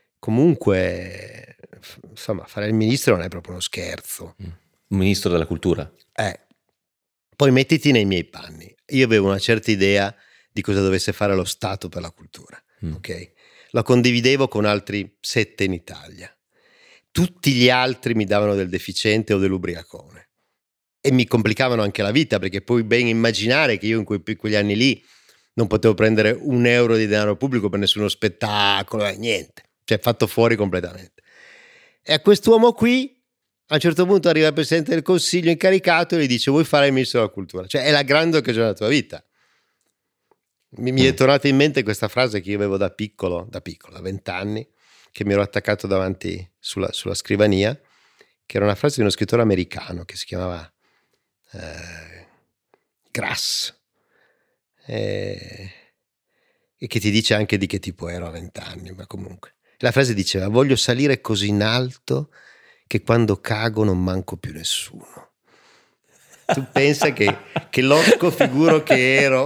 Speaker 2: comunque, insomma, fare il ministro non è proprio uno scherzo.
Speaker 3: Un ministro della cultura.
Speaker 2: Eh, poi mettiti nei miei panni. Io avevo una certa idea di cosa dovesse fare lo Stato per la cultura, mm. ok? Lo condividevo con altri sette in Italia. Tutti gli altri mi davano del deficiente o dell'ubriacone e mi complicavano anche la vita, perché puoi ben immaginare che io in quei piccoli anni lì non potevo prendere un euro di denaro pubblico per nessuno spettacolo, eh, niente, cioè fatto fuori completamente. E a quest'uomo qui a un certo punto arriva il Presidente del Consiglio incaricato e gli dice vuoi fare il Ministro della Cultura? Cioè è la grande occasione della tua vita. Mi, mi è tornata in mente questa frase che io avevo da piccolo, da piccolo, a vent'anni, che mi ero attaccato davanti sulla, sulla scrivania, che era una frase di uno scrittore americano che si chiamava eh, Grass eh, e che ti dice anche di che tipo ero a vent'anni, ma comunque. La frase diceva voglio salire così in alto che quando cago non manco più nessuno. Tu pensa che, che losco figuro che ero.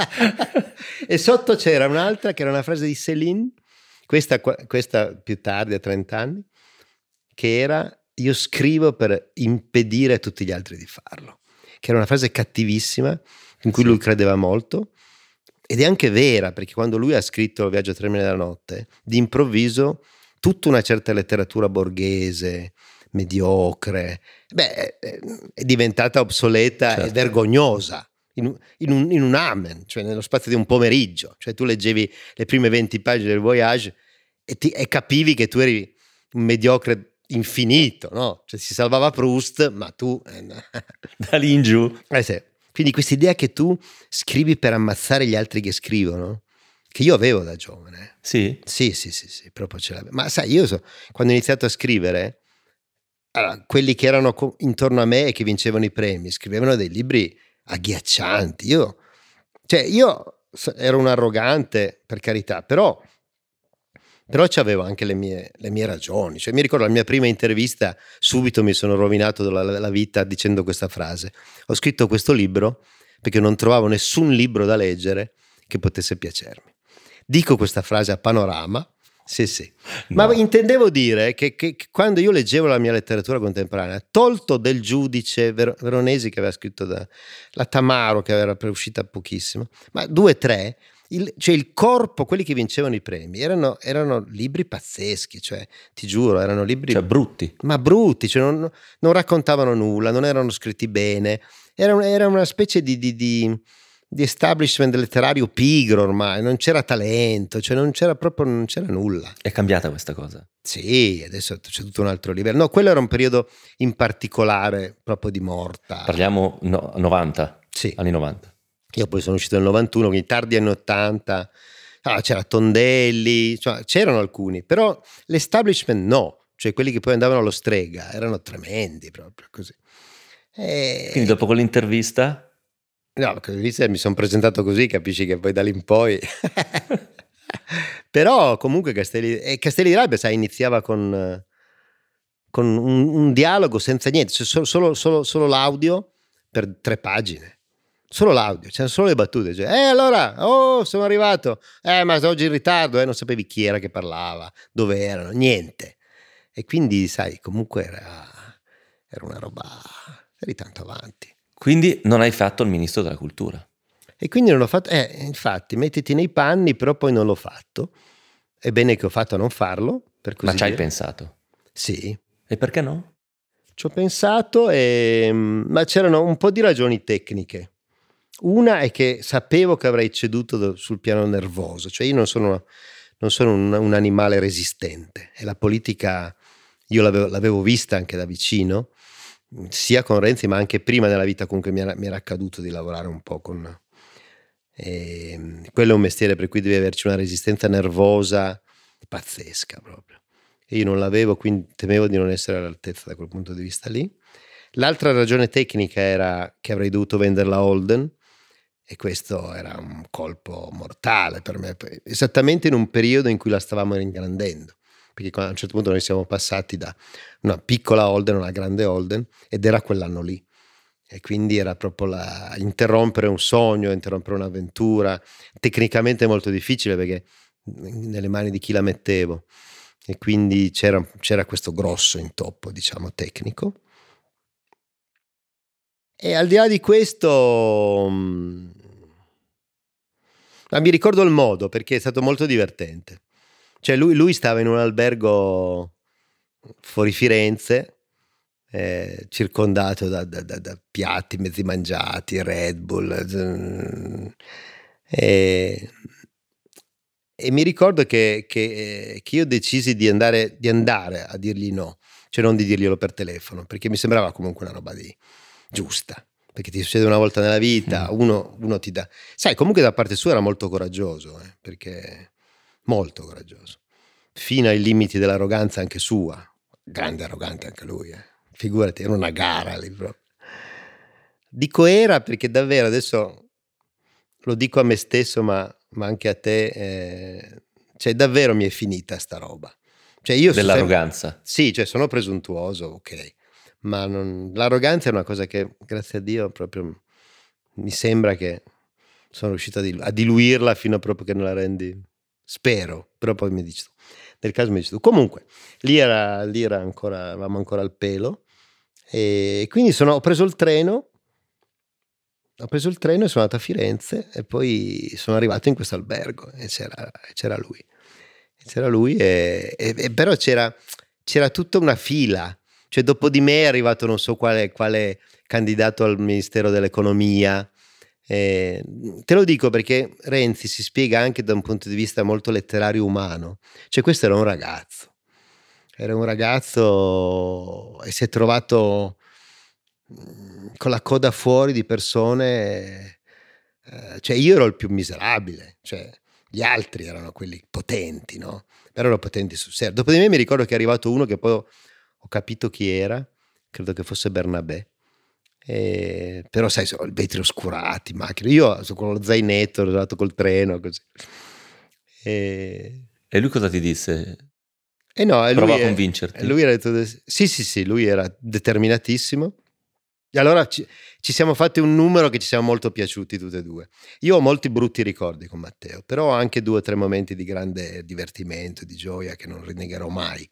Speaker 2: E sotto c'era un'altra che era una frase di Céline, questa, questa più tardi a trenta anni, che era io scrivo per impedire a tutti gli altri di farlo, che era una frase cattivissima in cui sì. lui credeva molto ed è anche vera, perché quando lui ha scritto Il viaggio a tre miglia della notte, d'improvviso tutta una certa letteratura borghese mediocre, beh, è diventata obsoleta certo. e vergognosa in, in, un, in un amen, cioè nello spazio di un pomeriggio. Cioè tu leggevi le prime venti pagine del Voyage e, ti, e capivi che tu eri un mediocre infinito, no? Cioè si salvava Proust, ma tu eh,
Speaker 3: da lì in giù.
Speaker 2: Eh sì. Quindi questa idea che tu scrivi per ammazzare gli altri che scrivono, che io avevo da giovane.
Speaker 3: Sì?
Speaker 2: Sì, sì, sì, sì, proprio ce l'avevo. Ma sai, io so, quando ho iniziato a scrivere, allora, quelli che erano co- intorno a me e che vincevano i premi scrivevano dei libri agghiaccianti. Io, cioè, io ero un arrogante, per carità, però, però c'avevo anche le mie, le mie ragioni. Cioè, mi ricordo la mia prima intervista, subito mi sono rovinato la, la vita dicendo questa frase. Ho scritto questo libro perché non trovavo nessun libro da leggere che potesse piacermi. Dico questa frase a Panorama. Sì, sì. No. Ma intendevo dire che, che, che quando io leggevo la mia letteratura contemporanea, tolto del giudice Ver- Veronesi che aveva scritto da, la Tamaro che era uscita pochissimo, ma due tre, il, cioè il corpo, quelli che vincevano i premi erano, erano libri pazzeschi, cioè ti giuro, erano libri
Speaker 3: cioè brutti,
Speaker 2: ma brutti, cioè non, non raccontavano nulla, non erano scritti bene, era, un, era una specie di, di, di di establishment letterario pigro ormai, non c'era talento, cioè non c'era proprio, non c'era nulla.
Speaker 3: È cambiata questa cosa?
Speaker 2: Sì, adesso c'è tutto un altro livello. No, quello era un periodo in particolare proprio di morta.
Speaker 3: Parliamo no, novanta?
Speaker 2: Sì.
Speaker 3: Anni novanta.
Speaker 2: Io poi sono uscito nel novantuno, quindi tardi anni ottanta, Allora, c'era Tondelli, cioè, c'erano alcuni, però l'establishment no, cioè quelli che poi andavano allo Strega erano tremendi proprio così. E...
Speaker 3: Quindi dopo quell'intervista?
Speaker 2: No, mi sono presentato così, capisci che poi da lì in poi... Però comunque Castelli, e Castelli di Rabbia, sai, iniziava con, con un, un dialogo senza niente, cioè solo, solo, solo, solo l'audio per tre pagine, solo l'audio, c'erano solo le battute, cioè, eh allora, oh sono arrivato, eh ma oggi in ritardo, eh, non sapevi chi era che parlava, dove erano, niente. E quindi sai, comunque era, era una roba, eri tanto avanti.
Speaker 3: Quindi non hai fatto il ministro della cultura?
Speaker 2: E quindi non l'ho fatto, eh, infatti, mettiti nei panni, però poi non l'ho fatto. È bene che ho fatto a non farlo, per così
Speaker 3: Ma ci hai
Speaker 2: dire.
Speaker 3: pensato?
Speaker 2: Sì.
Speaker 3: E perché no?
Speaker 2: Ci ho pensato, e, ma c'erano un po' di ragioni tecniche. Una è che sapevo che avrei ceduto sul piano nervoso, cioè io non sono, non sono un, un animale resistente, e la politica io l'avevo, l'avevo vista anche da vicino, sia con Renzi ma anche prima nella vita. Comunque mi era, mi era accaduto di lavorare un po' con... E quello è un mestiere per cui devi averci una resistenza nervosa pazzesca proprio, e io non l'avevo, quindi temevo di non essere all'altezza da quel punto di vista lì. L'altra ragione tecnica era che avrei dovuto vendere la Holden, e questo era un colpo mortale per me, esattamente in un periodo in cui la stavamo ingrandendo, perché a un certo punto noi siamo passati da una piccola Holden a una grande Holden, ed era quell'anno lì. E quindi era proprio la, interrompere un sogno, interrompere un'avventura, tecnicamente molto difficile perché nelle mani di chi la mettevo, e quindi c'era, c'era questo grosso intoppo, diciamo, tecnico. E al di là di questo, ma mi ricordo il modo, perché è stato molto divertente. Cioè lui, lui stava in un albergo fuori Firenze, Eh, circondato da, da, da, da piatti mezzi mangiati, Red Bull, e, e mi ricordo che, che, che io decisi di andare, di andare a dirgli no, cioè non di dirglielo per telefono, perché mi sembrava comunque una roba di giusta, perché ti succede una volta nella vita, mm. uno, uno ti dà, sai, comunque da parte sua era molto coraggioso, eh, perché molto coraggioso, fino ai limiti dell'arroganza anche sua, grande arrogante anche lui, eh. Figurati, era una gara lì proprio. Dico era perché davvero adesso lo dico a me stesso, ma, ma anche a te, eh, cioè davvero mi è finita sta roba. Cioè io
Speaker 3: dell'arroganza.
Speaker 2: Sempre, sì, cioè sono presuntuoso, ok, ma non, l'arroganza è una cosa che grazie a Dio proprio mi sembra che sono riuscito a, dil- a diluirla fino a proprio che non la rendi, spero, però poi mi dici tu. Nel caso mi dici tu. Comunque lì era, lì era ancora, avevamo ancora il pelo. E quindi sono, ho preso il treno ho preso il treno e sono andato a Firenze, e poi sono arrivato in questo albergo e c'era, c'era lui c'era lui e, e, e però c'era, c'era tutta una fila, cioè dopo di me è arrivato non so quale, quale candidato al Ministero dell'Economia. Eh, te lo dico perché Renzi si spiega anche da un punto di vista molto letterario umano, cioè questo era un ragazzo Era un ragazzo e si è trovato con la coda fuori di persone, eh, cioè io ero il più miserabile, cioè gli altri erano quelli potenti, no? Però erano potenti sul serio. Dopo di me mi ricordo che è arrivato uno che poi ho, ho capito chi era, credo che fosse Bernabé, e, però sai, sono i vetri oscurati, macchine, io sono con lo zainetto, sono andato col treno così. E,
Speaker 3: e lui cosa ti disse?
Speaker 2: Eh no,
Speaker 3: Prova
Speaker 2: lui
Speaker 3: a convincerti.
Speaker 2: È, lui era detto, sì, sì, sì, lui era determinatissimo. E allora ci, ci siamo fatti un numero che ci siamo molto piaciuti tutti e due. Io ho molti brutti ricordi con Matteo, però ho anche due o tre momenti di grande divertimento, di gioia che non rinnegherò mai.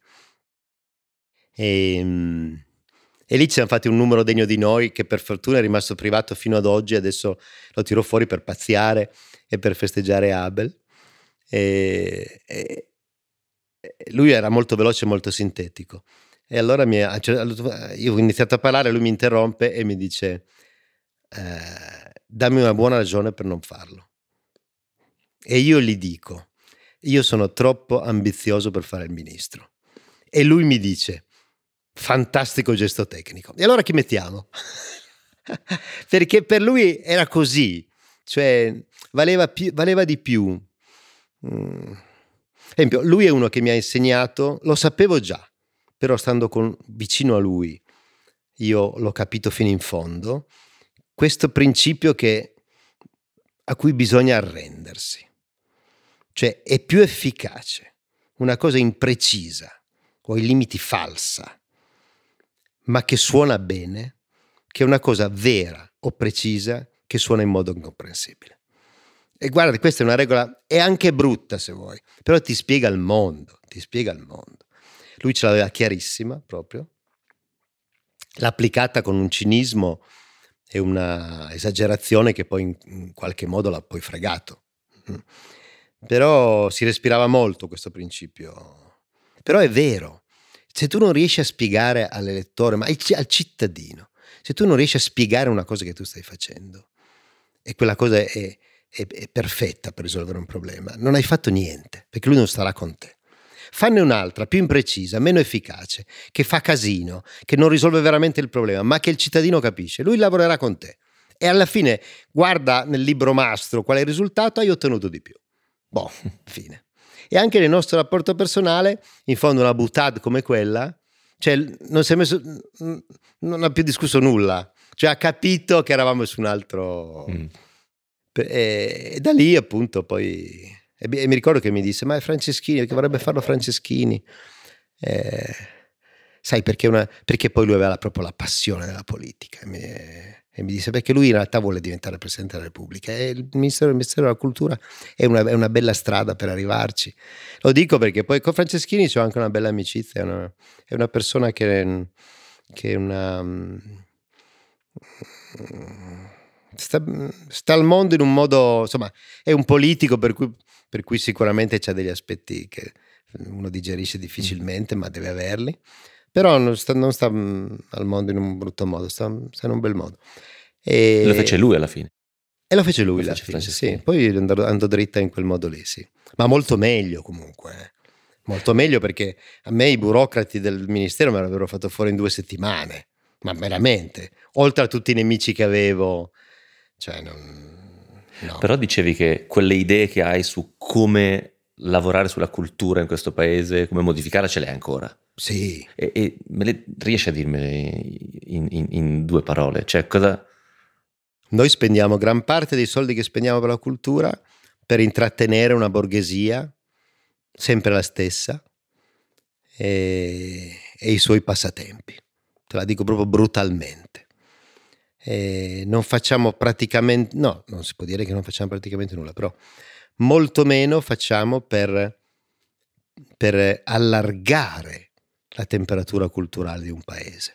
Speaker 2: E, e lì ci siamo fatti un numero degno di noi, che per fortuna è rimasto privato fino ad oggi. Adesso lo tiro fuori per pazziare e per festeggiare Abel. E, e lui era molto veloce e molto sintetico, e allora mi ha, io ho iniziato a parlare, lui mi interrompe e mi dice eh, dammi una buona ragione per non farlo, e io gli dico io sono troppo ambizioso per fare il ministro, e lui mi dice fantastico gesto tecnico, e allora chi mettiamo? Perché per lui era così, cioè valeva, più, valeva di più Mm. Esempio, lui è uno che mi ha insegnato, lo sapevo già, però stando con, vicino a lui, io l'ho capito fino in fondo, questo principio che, a cui bisogna arrendersi. Cioè è più efficace una cosa imprecisa o ai limiti falsa, ma che suona bene, che una cosa vera o precisa che suona in modo incomprensibile. E guarda, questa è una regola, è anche brutta se vuoi, però ti spiega il mondo, ti spiega il mondo. Lui ce l'aveva chiarissima proprio, l'ha applicata con un cinismo e una esagerazione che poi in, in qualche modo l'ha poi fregato. Però si respirava molto questo principio. Però è vero, se tu non riesci a spiegare all'elettore, ma al cittadino, se tu non riesci a spiegare una cosa che tu stai facendo e quella cosa è, è, è perfetta per risolvere un problema, non hai fatto niente, perché lui non starà con te. Fanne un'altra, più imprecisa, meno efficace, che fa casino, che non risolve veramente il problema, ma che il cittadino capisce. Lui lavorerà con te e alla fine guarda nel libro mastro qual è il risultato, hai ottenuto di più. Boh, fine. E anche nel nostro rapporto personale, in fondo una boutade come quella, cioè non si è messo, non ha più discusso nulla, cioè ha capito che eravamo su un altro... Mm. E, e da lì appunto poi... E, e mi ricordo che mi disse, ma è Franceschini, perché vorrebbe farlo Franceschini. Eh, sai, perché, una, perché poi lui aveva la, proprio la passione della politica. E mi, e mi disse, perché lui in realtà vuole diventare Presidente della Repubblica. E il Ministero, il Ministero della Cultura è una, è una bella strada per arrivarci. Lo dico perché poi con Franceschini c'ho anche una bella amicizia. È una, è una persona che, che è una... Sta, sta al mondo in un modo, insomma, è un politico per cui... per cui sicuramente c'ha degli aspetti che uno digerisce difficilmente, ma deve averli, però non sta, non sta al mondo in un brutto modo, sta, sta in un bel modo. E
Speaker 3: lo fece lui alla fine.
Speaker 2: E lo fece lui
Speaker 3: lo
Speaker 2: alla
Speaker 3: fece
Speaker 2: fine, sì. Poi andò, andò dritta in quel modo lì, sì. Ma molto meglio comunque, eh. Molto meglio, perché a me i burocrati del ministero me l'avrebbero fatto fuori in due settimane, ma veramente, oltre a tutti i nemici che avevo, cioè non... No.
Speaker 3: Però dicevi che quelle idee che hai su come lavorare sulla cultura in questo paese, come modificarla, ce le hai ancora.
Speaker 2: Sì.
Speaker 3: E, e me le riesci a dirmele in, in, in due parole? Cioè, cosa...
Speaker 2: Noi spendiamo gran parte dei soldi che spendiamo per la cultura per intrattenere una borghesia sempre la stessa e, e i suoi passatempi. Te la dico proprio brutalmente. E non facciamo praticamente, no, non si può dire che non facciamo praticamente nulla, però molto meno facciamo per, per allargare la temperatura culturale di un paese.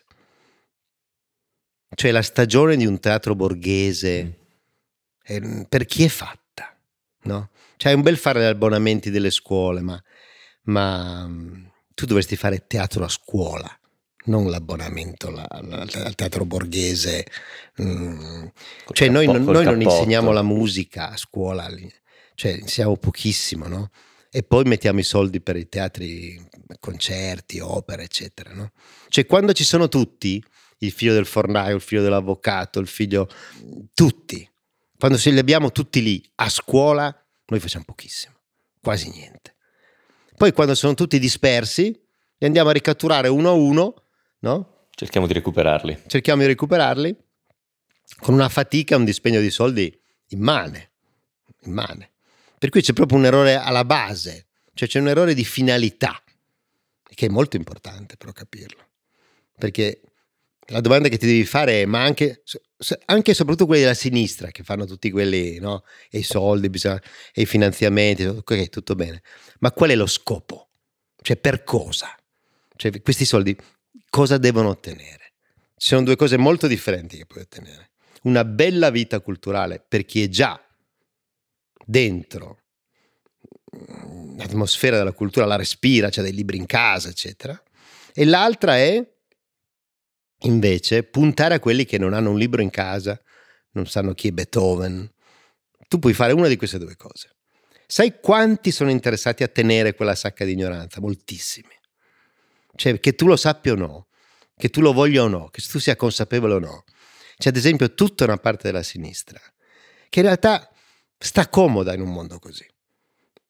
Speaker 2: Cioè la stagione di un teatro borghese, mm. è, per chi è fatta, no? Cioè è un bel fare gli abbonamenti delle scuole, ma, ma tu dovresti fare teatro a scuola, non l'abbonamento la, la, al teatro borghese. Mm. Cioè noi, non, noi non insegniamo la musica a scuola, cioè insegniamo pochissimo, no? E poi mettiamo i soldi per i teatri, concerti, opere, eccetera, no? Cioè quando ci sono tutti, il figlio del fornaio, il figlio dell'avvocato, il figlio... tutti, quando ce li abbiamo tutti lì a scuola, noi facciamo pochissimo, quasi niente. Poi quando sono tutti dispersi, li andiamo a ricatturare uno a uno, no?
Speaker 3: Cerchiamo di recuperarli.
Speaker 2: Cerchiamo di recuperarli con una fatica e un dispendio di soldi immane, immane. Per cui c'è proprio un errore alla base, cioè c'è un errore di finalità, che è molto importante però capirlo. Perché la domanda che ti devi fare è, ma anche, anche e soprattutto quelli della sinistra che fanno tutti quelli, no? E i soldi, bisogna, e i finanziamenti, ok, tutto bene. Ma qual è lo scopo? Cioè per cosa? Cioè questi soldi cosa devono ottenere? Ci sono due cose molto differenti che puoi ottenere. Una bella vita culturale per chi è già dentro l'atmosfera della cultura, la respira, c'ha dei libri in casa, eccetera. E l'altra è invece puntare a quelli che non hanno un libro in casa, non sanno chi è Beethoven. Tu puoi fare una di queste due cose. Sai quanti sono interessati a tenere quella sacca di ignoranza? Moltissimi. Cioè, che tu lo sappia o no, che tu lo voglia o no, che tu sia consapevole o no. C'è ad esempio tutta una parte della sinistra che in realtà sta comoda in un mondo così,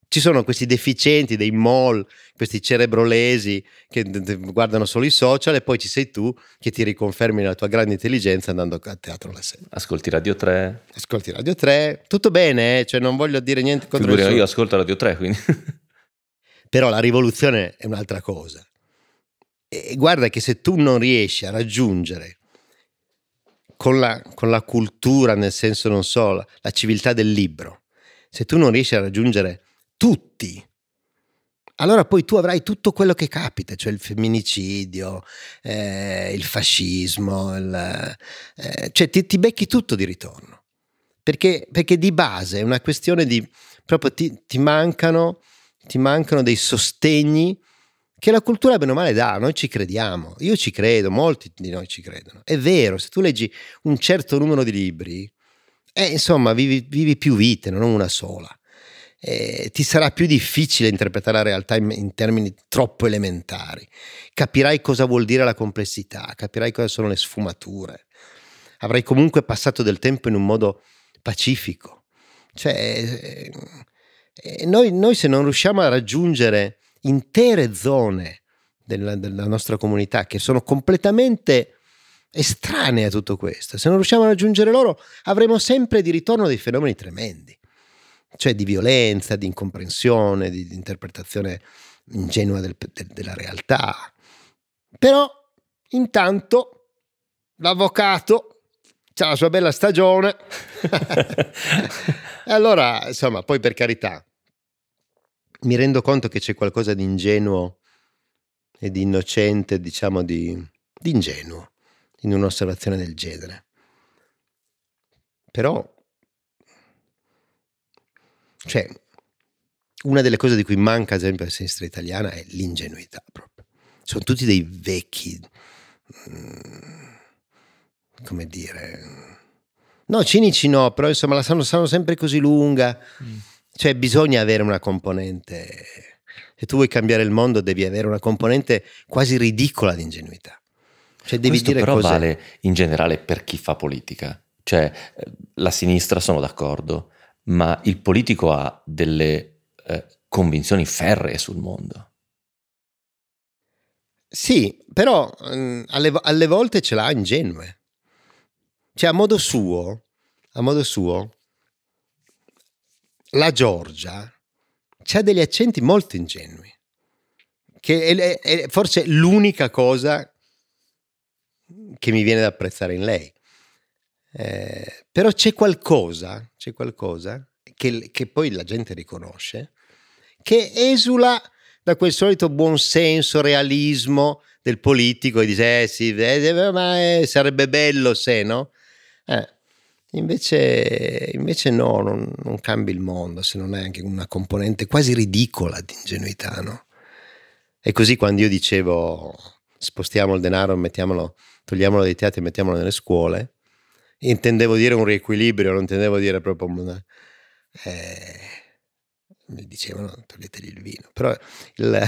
Speaker 2: Ci sono questi deficienti dei mall, questi cerebrolesi che guardano solo i social, e poi ci sei tu che ti riconfermi la tua grande intelligenza andando a teatro la sera.
Speaker 3: Ascolti Radio tre.
Speaker 2: Ascolti Radio tre, tutto bene, eh? Cioè non voglio dire niente contro
Speaker 3: Figurino,
Speaker 2: nessuno.
Speaker 3: io ascolto Radio tre, quindi.
Speaker 2: Però la rivoluzione è un'altra cosa. E guarda che se tu non riesci a raggiungere con la, con la cultura, nel senso non so, la, la civiltà del libro, se tu non riesci a raggiungere tutti, allora poi tu avrai tutto quello che capita, cioè il femminicidio, eh, il fascismo, il, eh, cioè ti, ti becchi tutto di ritorno, perché, perché di base è una questione di proprio ti, ti mancano ti mancano dei sostegni che la cultura bene o male dà. Noi ci crediamo, io ci credo, molti di noi ci credono, è vero. Se tu leggi un certo numero di libri, eh, insomma vivi, vivi più vite, non una sola. Eh, ti sarà più difficile interpretare la realtà in, in termini troppo elementari, capirai cosa vuol dire la complessità, capirai cosa sono le sfumature, avrai comunque passato del tempo in un modo pacifico. Cioè eh, eh, noi, noi se non riusciamo a raggiungere intere zone della, della nostra comunità che sono completamente estranee a tutto questo, se non riusciamo a raggiungere loro, avremo sempre di ritorno dei fenomeni tremendi, cioè di violenza, di incomprensione, di, di interpretazione ingenua del, de, della realtà. Però intanto l'avvocato c'ha la sua bella stagione e allora insomma, poi per carità, mi rendo conto che c'è qualcosa di ingenuo e di innocente, diciamo di, di ingenuo in un'osservazione del genere, però cioè una delle cose di cui manca ad esempio la sinistra italiana è l'ingenuità proprio. Sono tutti dei vecchi, come dire, no, cinici no, però insomma la sanno, sanno sempre così lunga. Mm. Cioè bisogna avere una componente, se tu vuoi cambiare il mondo devi avere una componente quasi ridicola di ingenuità. Cioè devi
Speaker 3: Questo
Speaker 2: dire
Speaker 3: però
Speaker 2: cose...
Speaker 3: vale in generale per chi fa politica. Cioè la sinistra sono d'accordo, ma il politico ha delle eh, convinzioni ferree sul mondo.
Speaker 2: Sì, però mh, alle, alle volte ce l'ha ingenue. Cioè a modo suo, a modo suo, la Giorgia c'ha degli accenti molto ingenui, che è, è forse l'unica cosa che mi viene da apprezzare in lei. Eh, però c'è qualcosa, c'è qualcosa che, che poi la gente riconosce, che esula da quel solito buonsenso, realismo del politico, e dice eh sì, eh, ma eh, sarebbe bello se, no? Eh, invece, invece no, non, non cambi il mondo se non è anche una componente quasi ridicola di ingenuità, no? E così quando io dicevo spostiamo il denaro, mettiamolo, togliamolo dai teatri e mettiamolo nelle scuole, intendevo dire un riequilibrio, non intendevo dire proprio una, eh, mi dicevano toglietegli il vino, però il...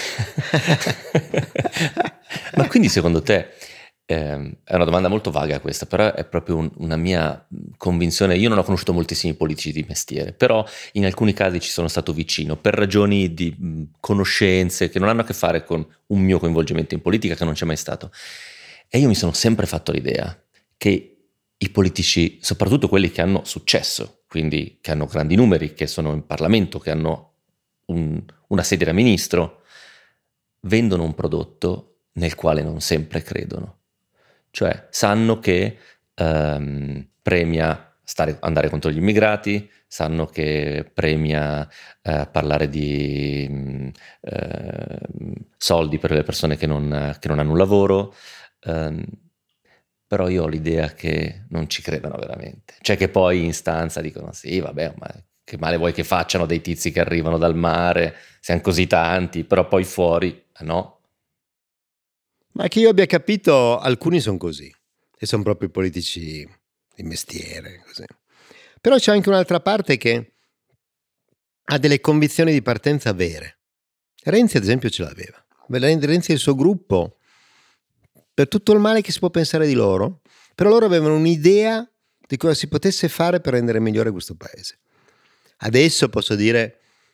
Speaker 3: Ma quindi secondo te eh, è una domanda molto vaga questa, però è proprio un, una mia convinzione. Io non ho conosciuto moltissimi politici di mestiere, però in alcuni casi ci sono stato vicino per ragioni di mh, conoscenze che non hanno a che fare con un mio coinvolgimento in politica, che non c'è mai stato, e io mi sono sempre fatto l'idea che i politici, soprattutto quelli che hanno successo, quindi che hanno grandi numeri, che sono in Parlamento, che hanno un, una sede da ministro, vendono un prodotto nel quale non sempre credono. Cioè sanno che ehm, premia stare, andare contro gli immigrati, sanno che premia eh, parlare di eh, soldi per le persone che non, che non hanno un lavoro, ehm, però io ho l'idea che non ci credano veramente. Cioè che poi in stanza dicono sì, vabbè, ma che male vuoi che facciano dei tizi che arrivano dal mare, siamo così tanti, però poi fuori, no?
Speaker 2: Ma che io abbia capito, alcuni sono così, e sono proprio politici di mestiere, così. Però c'è anche un'altra parte che ha delle convinzioni di partenza vere. Renzi ad esempio ce l'aveva. Renzi e il suo gruppo, per tutto il male che si può pensare di loro, però loro avevano un'idea di cosa si potesse fare per rendere migliore questo paese. Adesso posso dire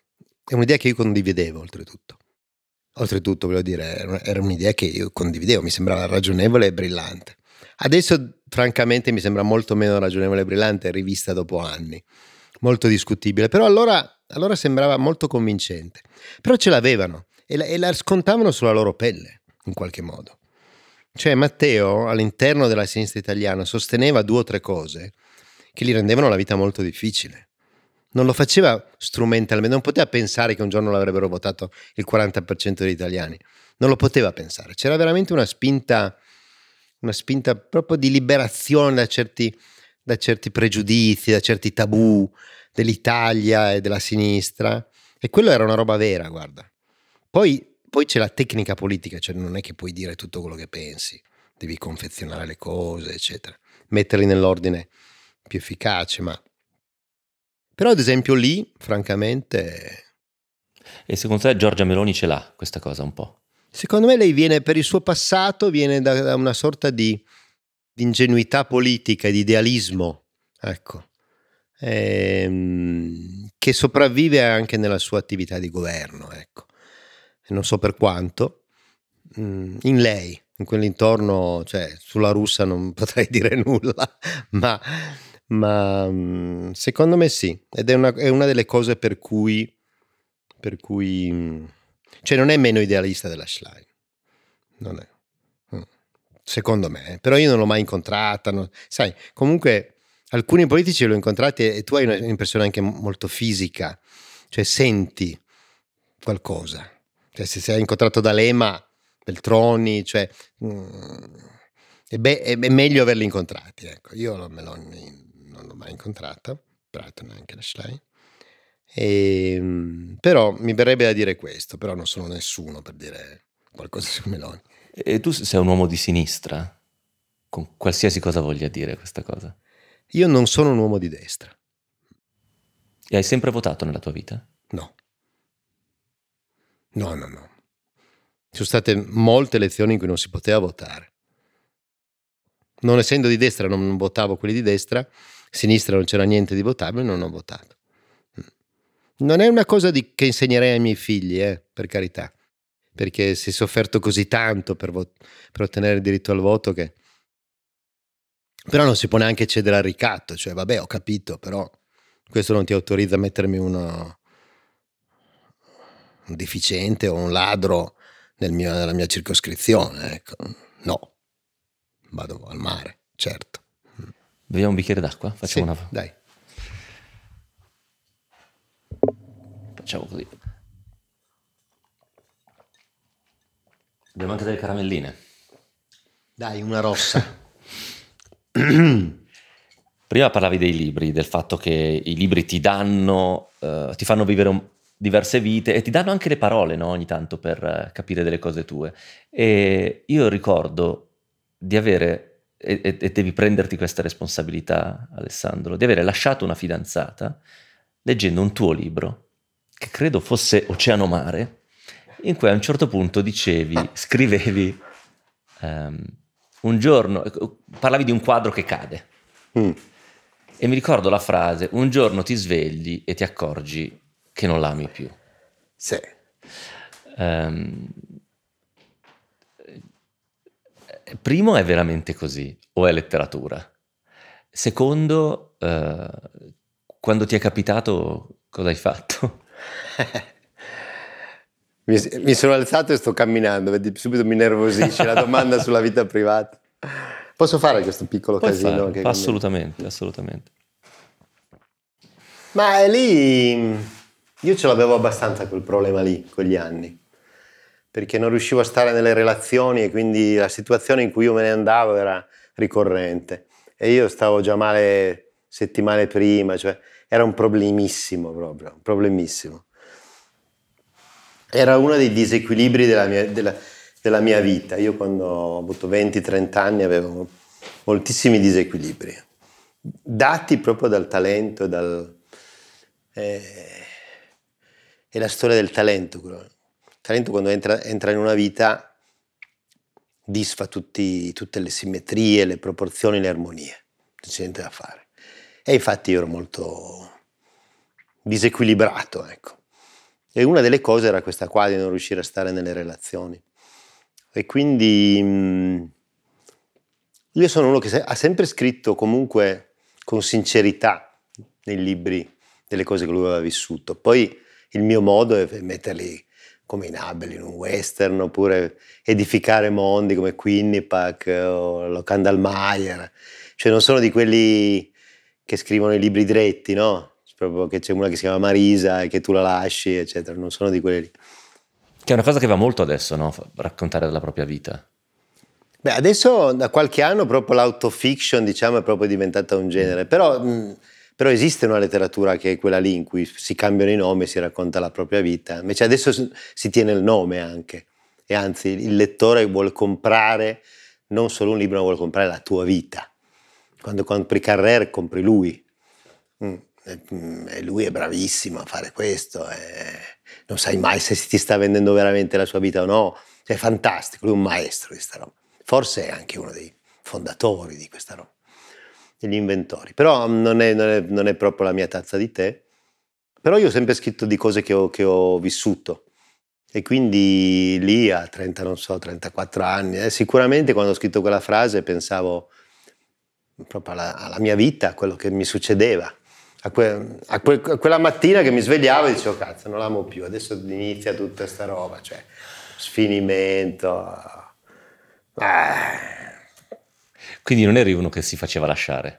Speaker 2: È un'idea che io condividevo, oltretutto. Oltretutto, voglio dire, era un'idea che io condividevo, mi sembrava ragionevole e brillante. Adesso, francamente, mi sembra molto meno ragionevole e brillante, rivista dopo anni. Molto discutibile. Però allora, allora sembrava molto convincente. Però ce l'avevano e la, e la scontavano sulla loro pelle, in qualche modo. Cioè, Matteo, all'interno della sinistra italiana, sosteneva due o tre cose che gli rendevano la vita molto difficile. Non lo faceva strumentalmente, non poteva pensare che un giorno l'avrebbero votato il quaranta per cento degli italiani. Non lo poteva pensare. C'era veramente una spinta, una spinta proprio di liberazione da certi, da certi pregiudizi, da certi tabù dell'Italia e della sinistra. E quello era una roba vera, guarda. Poi, poi c'è la tecnica politica, cioè non è che puoi dire tutto quello che pensi, devi confezionare le cose, eccetera, metterli nell'ordine più efficace, ma... Però ad esempio lì, francamente...
Speaker 3: E secondo te Giorgia Meloni ce l'ha questa cosa un po'?
Speaker 2: Secondo me lei viene, per il suo passato, viene da, da una sorta di, di ingenuità politica, di idealismo, ecco, ehm, che sopravvive anche nella sua attività di governo, ecco. Non so per quanto, mh, in lei, in quell'intorno, cioè sulla russa non potrei dire nulla, ma... ma secondo me sì, ed è una, è una delle cose per cui per cui cioè non è meno idealista della Schlein, non è, secondo me, però io non l'ho mai incontrata, no? Sai, comunque alcuni politici l'ho incontrati e tu hai un'impressione anche molto fisica, cioè senti qualcosa, cioè se sei incontrato D'Alema, Veltroni, cioè è, be- è meglio averli incontrati, ecco. Io la Meloni non l'ho mai incontrata, peraltro neanche la Schlein, e, però mi verrebbe da dire questo, però non sono nessuno per dire qualcosa su Meloni.
Speaker 3: E tu sei un uomo di sinistra, con qualsiasi cosa voglia dire questa cosa?
Speaker 2: Io non sono un uomo di destra.
Speaker 3: E hai sempre votato nella tua vita?
Speaker 2: No. No, no, no. Ci sono state molte elezioni in cui non si poteva votare. Non essendo di destra non votavo quelli di destra, sinistra non c'era niente di votabile, non ho votato. Non è una cosa di, che insegnerei ai miei figli, eh, per carità, perché si è sofferto così tanto per, vo- per ottenere il diritto al voto che... Però non si può neanche cedere al ricatto, cioè vabbè, ho capito, però questo non ti autorizza a mettermi uno, un deficiente o un ladro nel mio, nella mia circoscrizione, ecco. No, vado al mare, certo.
Speaker 3: Beviamo un bicchiere d'acqua? Facciamo
Speaker 2: sì,
Speaker 3: una...
Speaker 2: dai.
Speaker 3: Facciamo così. Abbiamo anche delle caramelline.
Speaker 2: Dai, una rossa.
Speaker 3: Prima parlavi dei libri, del fatto che i libri ti danno, uh, ti fanno vivere un, diverse vite e ti danno anche le parole, no? Ogni tanto per uh, capire delle cose tue. E io ricordo di avere, e, e, e devi prenderti questa responsabilità, Alessandro, di avere lasciato una fidanzata leggendo un tuo libro, che credo fosse Oceano Mare, in cui a un certo punto dicevi, scrivevi, um, un giorno, parlavi di un quadro che cade.
Speaker 2: Mm.
Speaker 3: E mi ricordo la frase: un giorno ti svegli e ti accorgi che non l'ami più.
Speaker 2: Sì.
Speaker 3: Um, primo, è veramente così o è letteratura? Secondo, uh, quando ti è capitato, cosa hai fatto?
Speaker 2: mi, mi sono alzato e sto camminando, vedi, subito mi nervosisce la domanda sulla vita privata. Posso fare questo piccolo
Speaker 3: Puoi
Speaker 2: casino?
Speaker 3: Farlo,
Speaker 2: che
Speaker 3: assolutamente, assolutamente.
Speaker 2: Ma è lì, io ce l'avevo abbastanza quel problema lì, quegli anni, perché non riuscivo a stare nelle relazioni e quindi la situazione in cui io me ne andavo era ricorrente e io stavo già male settimane prima, cioè era un problemissimo proprio, un problemissimo. Era uno dei disequilibri della mia, della, della mia vita. Io quando ho avuto venti trenta anni avevo moltissimi disequilibri, dati proprio dal talento e dal... Eh, è la storia del talento. Il talento quando entra, entra in una vita disfa tutti, tutte le simmetrie, le proporzioni, le armonie, non c'è niente da fare. E infatti io ero molto disequilibrato, ecco. E una delle cose era questa qua di non riuscire a stare nelle relazioni. E quindi mh, io sono uno che se- ha sempre scritto comunque con sincerità nei libri delle cose che lui aveva vissuto. Poi il mio modo è metterli come in Abel, in un western, oppure edificare mondi come Quinnipiac o lo Kandalmayer. Cioè non sono di quelli che scrivono i libri diretti, no? Proprio che c'è una che si chiama Marisa e che tu la lasci, eccetera. Non sono di quelli lì.
Speaker 3: Che è una cosa che va molto adesso, no? Raccontare della propria vita.
Speaker 2: Beh, adesso da qualche anno proprio l'autofiction, diciamo, è proprio diventata un genere, però, mh, però esiste una letteratura che è quella lì in cui si cambiano i nomi e si racconta la propria vita, invece adesso si tiene il nome anche, e anzi il lettore vuole comprare non solo un libro, ma vuole comprare la tua vita. Quando compri Carrère compri lui, mm, e, mm, e lui è bravissimo a fare questo, e non sai mai se ti sta vendendo veramente la sua vita o no, è fantastico, lui è un maestro di sta roba. Forse è anche uno dei fondatori di questa roba, degli inventori, però non è, non è, non è proprio la mia tazza di tè. Però io ho sempre scritto di cose che ho, che ho vissuto, e quindi lì a trenta, non so, trentaquattro anni, eh, sicuramente quando ho scritto quella frase pensavo proprio alla, alla mia vita, a quello che mi succedeva, a, que, a, que, a quella mattina che mi svegliavo e dicevo cazzo non l'amo più, adesso inizia tutta sta roba, cioè sfinimento. Ah.
Speaker 3: Quindi non eri uno che si faceva lasciare?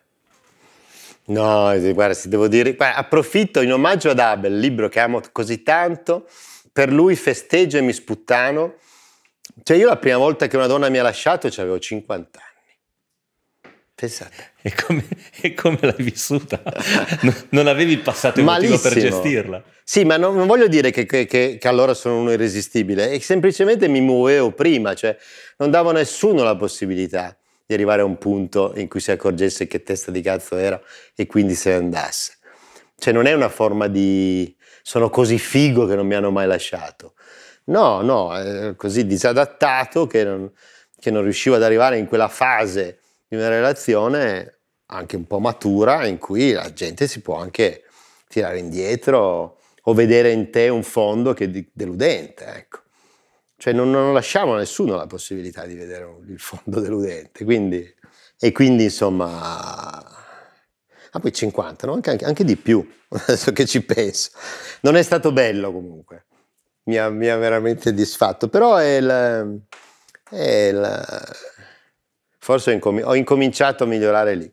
Speaker 2: No, guarda, se devo dire, guarda, approfitto in omaggio ad Abel, il libro che amo così tanto, per lui festeggio e mi sputtano. Cioè io la prima volta che una donna mi ha lasciato avevo cinquanta anni. Pensate.
Speaker 3: E come, e come l'hai vissuta? Non avevi il passato emotivo per gestirla?
Speaker 2: Sì, ma non, non voglio dire che, che, che, che allora sono uno irresistibile, e semplicemente mi muovevo prima, cioè non davo a nessuno la possibilità di arrivare a un punto in cui si accorgesse che testa di cazzo era e quindi se ne andasse. Cioè non è una forma di sono così figo che non mi hanno mai lasciato. No, no, è così disadattato che non, che non riuscivo ad arrivare in quella fase di una relazione anche un po' matura in cui la gente si può anche tirare indietro o vedere in te un fondo che è deludente, ecco. Cioè non, non lasciamo a nessuno la possibilità di vedere il fondo deludente, quindi, e quindi insomma, ah, poi cinquanta, no? anche, anche, anche di più, adesso che ci penso. Non è stato bello comunque, mi ha, mi ha veramente disfatto, però è il, è il, forse ho, incomi- ho incominciato a migliorare lì.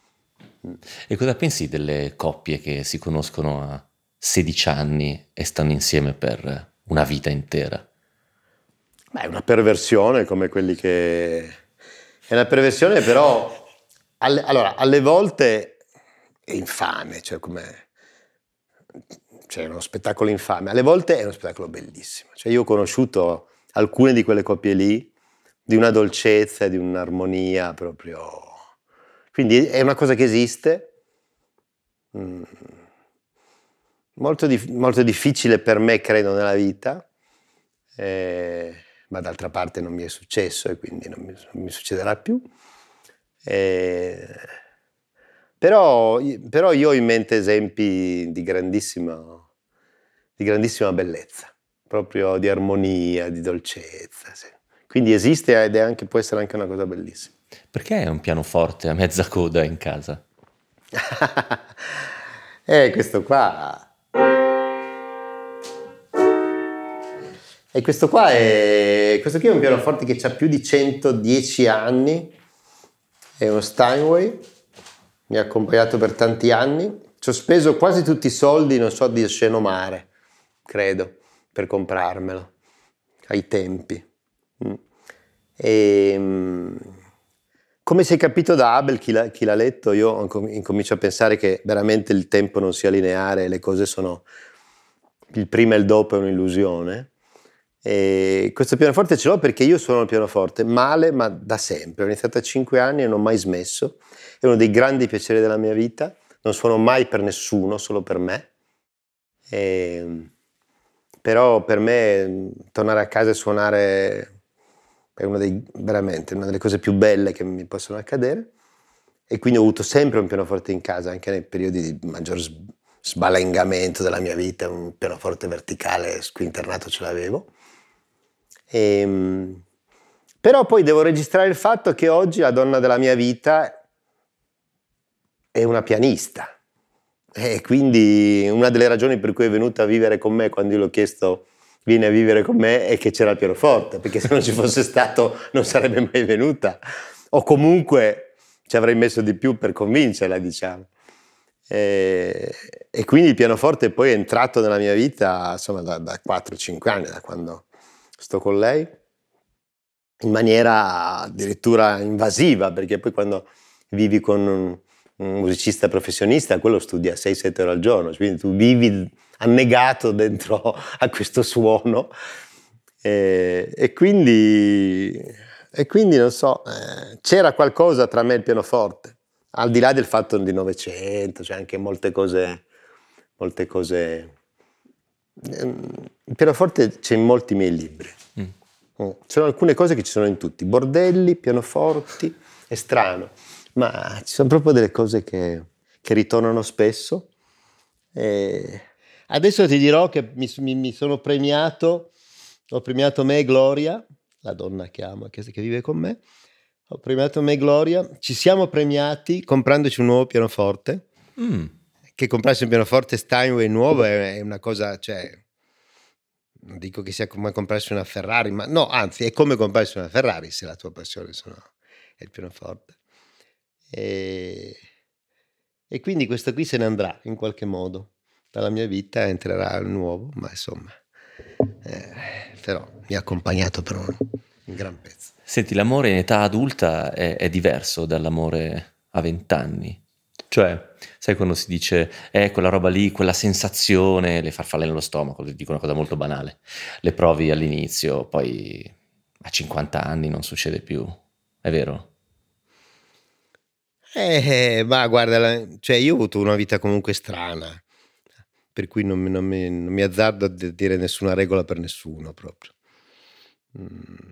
Speaker 3: E cosa pensi delle coppie che si conoscono a sedici anni e stanno insieme per una vita intera?
Speaker 2: Beh, è una perversione come quelli che... È una perversione però, alle, allora, alle volte è infame, cioè come... Cioè è uno spettacolo infame, alle volte è uno spettacolo bellissimo. Cioè io ho conosciuto alcune di quelle coppie lì, di una dolcezza, di un'armonia proprio... Quindi è una cosa che esiste, mm. molto, dif- molto difficile per me, credo, nella vita, eh, ma d'altra parte non mi è successo e quindi non mi, non mi succederà più. Eh, però, però io ho in mente esempi di grandissima, di grandissima bellezza, proprio di armonia, di dolcezza. Sì. Quindi esiste ed è anche, può essere anche una cosa bellissima.
Speaker 3: Perché hai un pianoforte a mezza coda in casa?
Speaker 2: eh, questo qua... E questo qua è, questo qui è un pianoforte che ha più di centodieci anni, è uno Steinway, mi ha accompagnato per tanti anni, ci ho speso quasi tutti i soldi, non so, di Scenomare, credo, per comprarmelo, ai tempi. E, come si è capito da Abel, chi l'ha, chi l'ha letto, io incomincio a pensare che veramente il tempo non sia lineare, le cose sono, il prima e il dopo è un'illusione. E questo pianoforte ce l'ho perché io suono il pianoforte male, ma da sempre. Ho iniziato a cinque anni e non ho mai smesso. È uno dei grandi piaceri della mia vita. Non suono mai per nessuno, solo per me. E, però per me tornare a casa e suonare è una dei, veramente una delle cose più belle che mi possono accadere. E quindi ho avuto sempre un pianoforte in casa, anche nei periodi di maggior sbalengamento della mia vita, un pianoforte verticale squinternato ce l'avevo. E, però poi devo registrare il fatto che oggi la donna della mia vita è una pianista, e quindi una delle ragioni per cui è venuta a vivere con me quando io l'ho chiesto vieni a vivere con me è che c'era il pianoforte, perché se non ci fosse stato non sarebbe mai venuta, o comunque ci avrei messo di più per convincerla, diciamo. E, e quindi il pianoforte poi è entrato nella mia vita insomma da, da quattro cinque anni, da quando sto con lei, in maniera addirittura invasiva, perché poi quando vivi con un, un musicista professionista quello studia sei sette ore al giorno, quindi tu vivi annegato dentro a questo suono, e, e quindi e quindi non so, eh, c'era qualcosa tra me e il pianoforte, al di là del fatto di Novecento, c'è anche molte cose molte cose il pianoforte c'è in molti miei libri. mm. Mm. Ci sono alcune cose che ci sono in tutti, bordelli, pianoforti, è strano, ma ci sono proprio delle cose che, che ritornano spesso. E adesso ti dirò che mi, mi, mi sono premiato, ho premiato me e Gloria, la donna che amo, che, che vive con me, ho premiato me e Gloria, ci siamo premiati comprandoci un nuovo pianoforte, mm. che comprarsi un pianoforte Steinway nuovo è, è una cosa, cioè, non dico che sia come comprarsi una Ferrari, ma no, anzi è come comprarsi una Ferrari se la tua passione sono, è il pianoforte. E, e quindi questo qui se ne andrà in qualche modo dalla mia vita, entrerà il nuovo, ma insomma, eh, però mi ha accompagnato per un, un gran pezzo.
Speaker 3: Senti, l'amore in età adulta è, è diverso dall'amore a vent'anni. Cioè, sai quando si dice, eh, quella roba lì, quella sensazione, le farfalle nello stomaco, ti dico una cosa molto banale, le provi all'inizio, poi a cinquanta anni non succede più, è vero?
Speaker 2: Eh, ma guarda, cioè io ho avuto una vita comunque strana, per cui non mi, non mi, non mi azzardo a dire nessuna regola per nessuno proprio. Mm.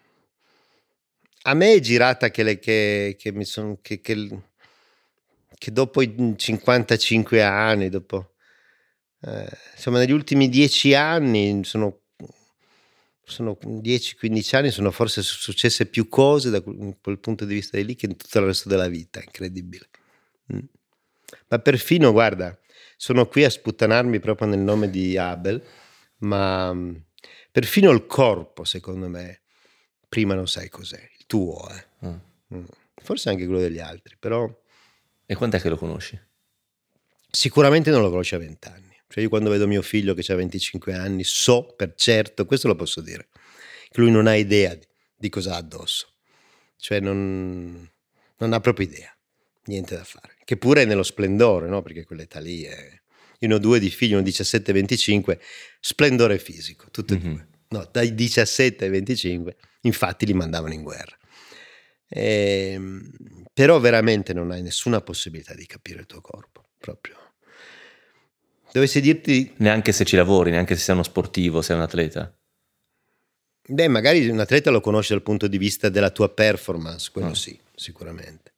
Speaker 2: A me è girata che, le, che, che mi sono... Che, che, che dopo i cinquantacinque anni, dopo eh, insomma negli ultimi dieci anni, sono, sono dieci quindici anni, sono forse successe più cose da quel, quel punto di vista di lì che in tutto il resto della vita, incredibile. Mm. Ma perfino, guarda, sono qui a sputtanarmi proprio nel nome di Abel, ma perfino il corpo, secondo me, prima non sai cos'è, il tuo, eh. Mm. Forse anche quello degli altri, però...
Speaker 3: E quant'è che lo conosci?
Speaker 2: Sicuramente non lo conosci a vent'anni. Cioè io quando vedo mio figlio che ha venticinque anni so per certo, questo lo posso dire, che lui non ha idea di, di cosa ha addosso. Cioè non, non ha proprio idea, niente da fare. Che pure è nello splendore, no? Perché quell'età lì è... Io ne ho due di figli, uno diciassette e venticinque, splendore fisico, tutti e mm-hmm. due. No, dai diciassette ai venticinque, infatti li mandavano in guerra. Eh, però veramente non hai nessuna possibilità di capire il tuo corpo, proprio. Dovessi dirti,
Speaker 3: neanche se ci lavori, neanche se sei uno sportivo, sei un atleta.
Speaker 2: Beh, magari un atleta lo conosci dal punto di vista della tua performance, quello oh. sì, sicuramente.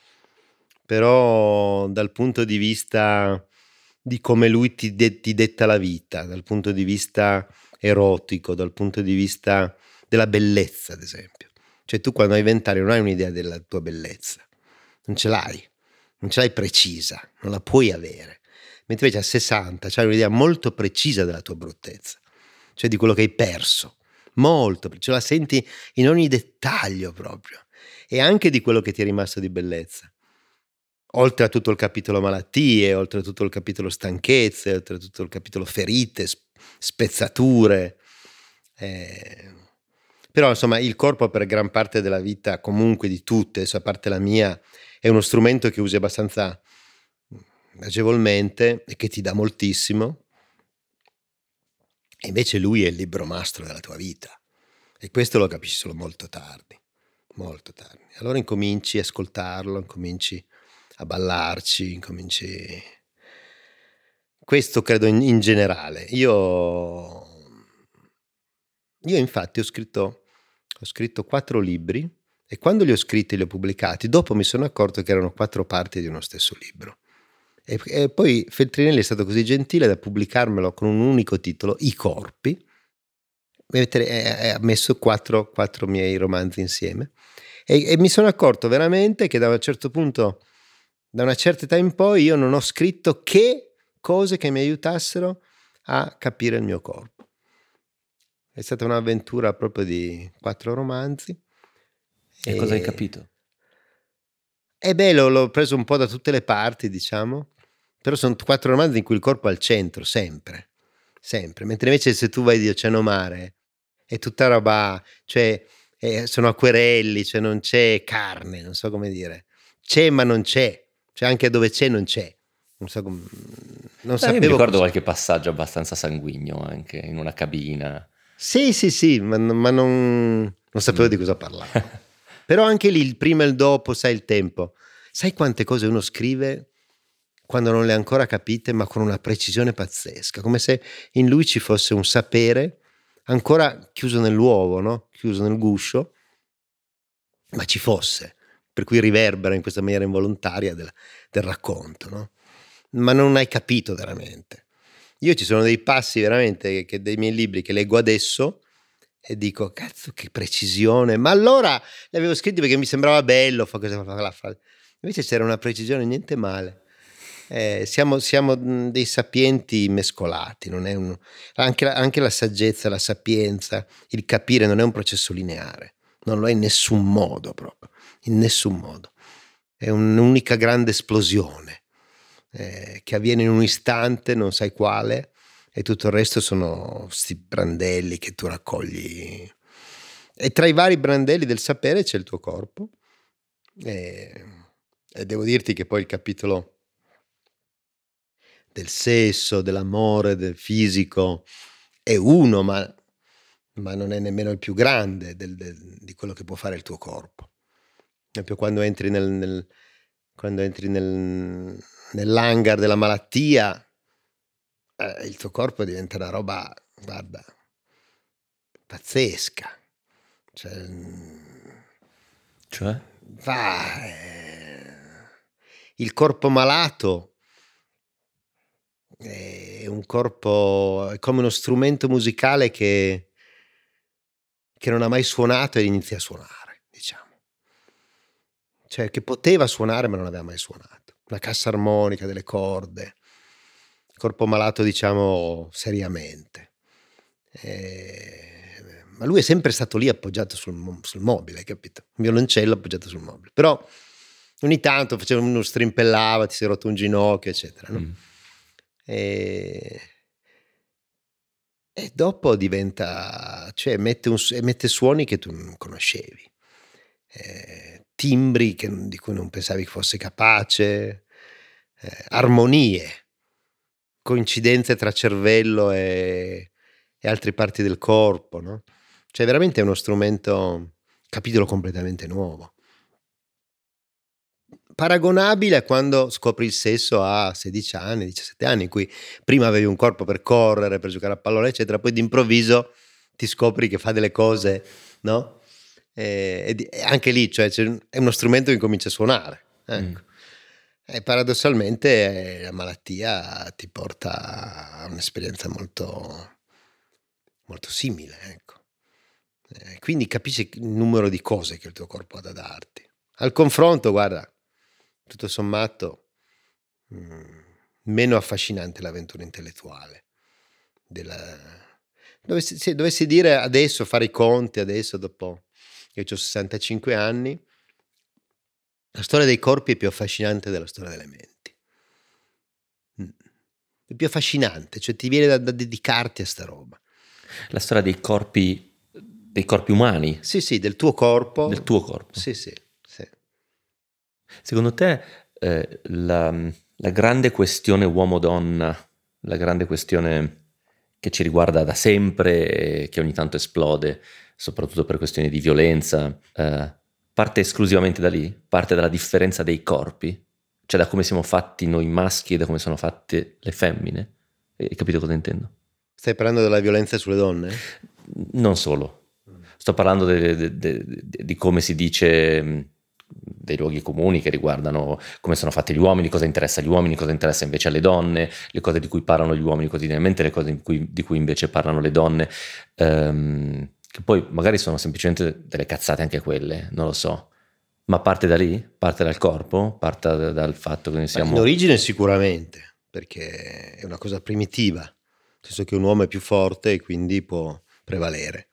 Speaker 2: Però dal punto di vista di come lui ti, de- ti detta la vita, dal punto di vista erotico, dal punto di vista della bellezza, ad esempio. Cioè tu quando hai vent'anni non hai un'idea della tua bellezza, non ce l'hai, non ce l'hai precisa, non la puoi avere. Mentre invece a sessanta c'hai un'idea molto precisa della tua bruttezza, cioè di quello che hai perso, molto, ce la senti in ogni dettaglio proprio, e anche di quello che ti è rimasto di bellezza. Oltre a tutto il capitolo malattie, oltre a tutto il capitolo stanchezze, oltre a tutto il capitolo ferite, spezzature, eh... Però insomma il corpo per gran parte della vita, comunque di tutte, a parte la mia, è uno strumento che usi abbastanza agevolmente e che ti dà moltissimo, e invece lui è il libro mastro della tua vita, e questo lo capisci solo molto tardi, molto tardi. Allora incominci a ascoltarlo, incominci a ballarci, incominci... Questo credo in, in generale. Io, io infatti ho scritto... Ho scritto quattro libri e quando li ho scritti e li ho pubblicati, dopo mi sono accorto che erano quattro parti di uno stesso libro. E, e poi Feltrinelli è stato così gentile da pubblicarmelo con un unico titolo, I corpi, e ha messo quattro, quattro miei romanzi insieme. E, e mi sono accorto veramente che da un certo punto, da una certa età in poi, io non ho scritto che cose che mi aiutassero a capire il mio corpo. È stata un'avventura proprio di quattro romanzi.
Speaker 3: E, e cosa hai capito?
Speaker 2: È bello, l'ho preso un po' da tutte le parti, diciamo, però sono quattro romanzi in cui il corpo è al centro, sempre, sempre. Mentre invece se tu vai di Oceano Mare è tutta roba, cioè eh, sono acquerelli, cioè non c'è carne, non so come dire. C'è ma non c'è, cioè anche dove c'è non c'è. Non so come... Non
Speaker 3: Beh, io mi ricordo
Speaker 2: cosa...
Speaker 3: qualche passaggio abbastanza sanguigno anche in una cabina.
Speaker 2: Sì, sì, sì, ma, ma non, non sapevo mm. di cosa parlavo. Però anche lì il prima e il dopo, sai il tempo. Sai quante cose uno scrive quando non le ha ancora capite, ma con una precisione pazzesca, come se in lui ci fosse un sapere ancora chiuso nell'uovo, no? Chiuso nel guscio, ma ci fosse, per cui riverbera in questa maniera involontaria del, del racconto, no? Ma non hai capito veramente. Io ci sono dei passi veramente che dei miei libri che leggo adesso e dico, cazzo che precisione, ma allora li avevo scritti perché mi sembrava bello, fa cosa fa la frase. Invece c'era una precisione, niente male. Eh, siamo, siamo dei sapienti mescolati, non è un, anche, anche la saggezza, la sapienza, il capire non è un processo lineare, non lo è in nessun modo proprio, in nessun modo. È un'unica grande esplosione eh, che avviene in un istante, non sai quale, e tutto il resto sono sti brandelli che tu raccogli. E tra i vari brandelli del sapere c'è il tuo corpo. E, e devo dirti che poi il capitolo del sesso, dell'amore, del fisico è uno, ma, ma non è nemmeno il più grande del, del, di quello che può fare il tuo corpo. Proprio quando entri nel, nel quando entri nel, nell'hangar della malattia, eh, il tuo corpo diventa una roba, guarda, pazzesca. Cioè,
Speaker 3: cioè?
Speaker 2: Va, eh, il corpo malato è un corpo, è come uno strumento musicale che, che non ha mai suonato e inizia a suonare, diciamo. Cioè che poteva suonare ma non aveva mai suonato. Una cassa armonica, delle corde. Il corpo malato, diciamo, seriamente. Eh, ma lui è sempre stato lì appoggiato sul, sul mobile, capito? Un violoncello appoggiato sul mobile. Però ogni tanto faceva uno strimpellava, ti si è rotto un ginocchio, eccetera, no? Mm. E, e dopo diventa, cioè mette, un, mette suoni che tu non conoscevi, eh, timbri che, di cui non pensavi che fosse capace, eh, armonie, coincidenze tra cervello e, e altre parti del corpo, no? Cioè veramente è uno strumento, capitolo completamente nuovo. Paragonabile a quando scopri il sesso a sedici anni, diciassette anni, in cui prima avevi un corpo per correre, per giocare a pallone, eccetera, poi d'improvviso ti scopri che fa delle cose, no? E, e anche lì, cioè, è uno strumento che comincia a suonare. Ecco. Mm. E paradossalmente la malattia ti porta a un'esperienza molto, molto simile, ecco. E quindi capisci il numero di cose che il tuo corpo ha da darti. Al confronto, guarda, tutto sommato mh, meno affascinante l'avventura intellettuale della... dovessi, se dovessi dire adesso, fare i conti adesso, dopo che ho sessantacinque anni, la storia dei corpi è più affascinante della storia delle menti. È più affascinante, cioè ti viene da, da dedicarti a sta roba.
Speaker 3: La storia dei corpi, dei corpi umani?
Speaker 2: Sì, sì, del tuo corpo.
Speaker 3: Del tuo corpo.
Speaker 2: Sì, sì. Sì.
Speaker 3: Secondo te eh, la, la grande questione uomo-donna, la grande questione che ci riguarda da sempre e che ogni tanto esplode, soprattutto per questioni di violenza, eh, parte esclusivamente da lì? Parte dalla differenza dei corpi? Cioè da come siamo fatti noi maschi e da come sono fatte le femmine? Hai capito cosa intendo?
Speaker 2: Stai parlando della violenza sulle donne?
Speaker 3: Non solo. Sto parlando de, de, de, de, di come si dice dei luoghi comuni che riguardano come sono fatti gli uomini, cosa interessa agli uomini, cosa interessa invece alle donne, le cose di cui parlano gli uomini quotidianamente, le cose di cui, di cui invece parlano le donne, ehm, che poi magari sono semplicemente delle cazzate anche quelle, non lo so. Ma parte da lì? Parte dal corpo? Parte da, dal fatto che noi siamo...
Speaker 2: In origine sicuramente, perché è una cosa primitiva, nel senso che un uomo è più forte e quindi può prevalere.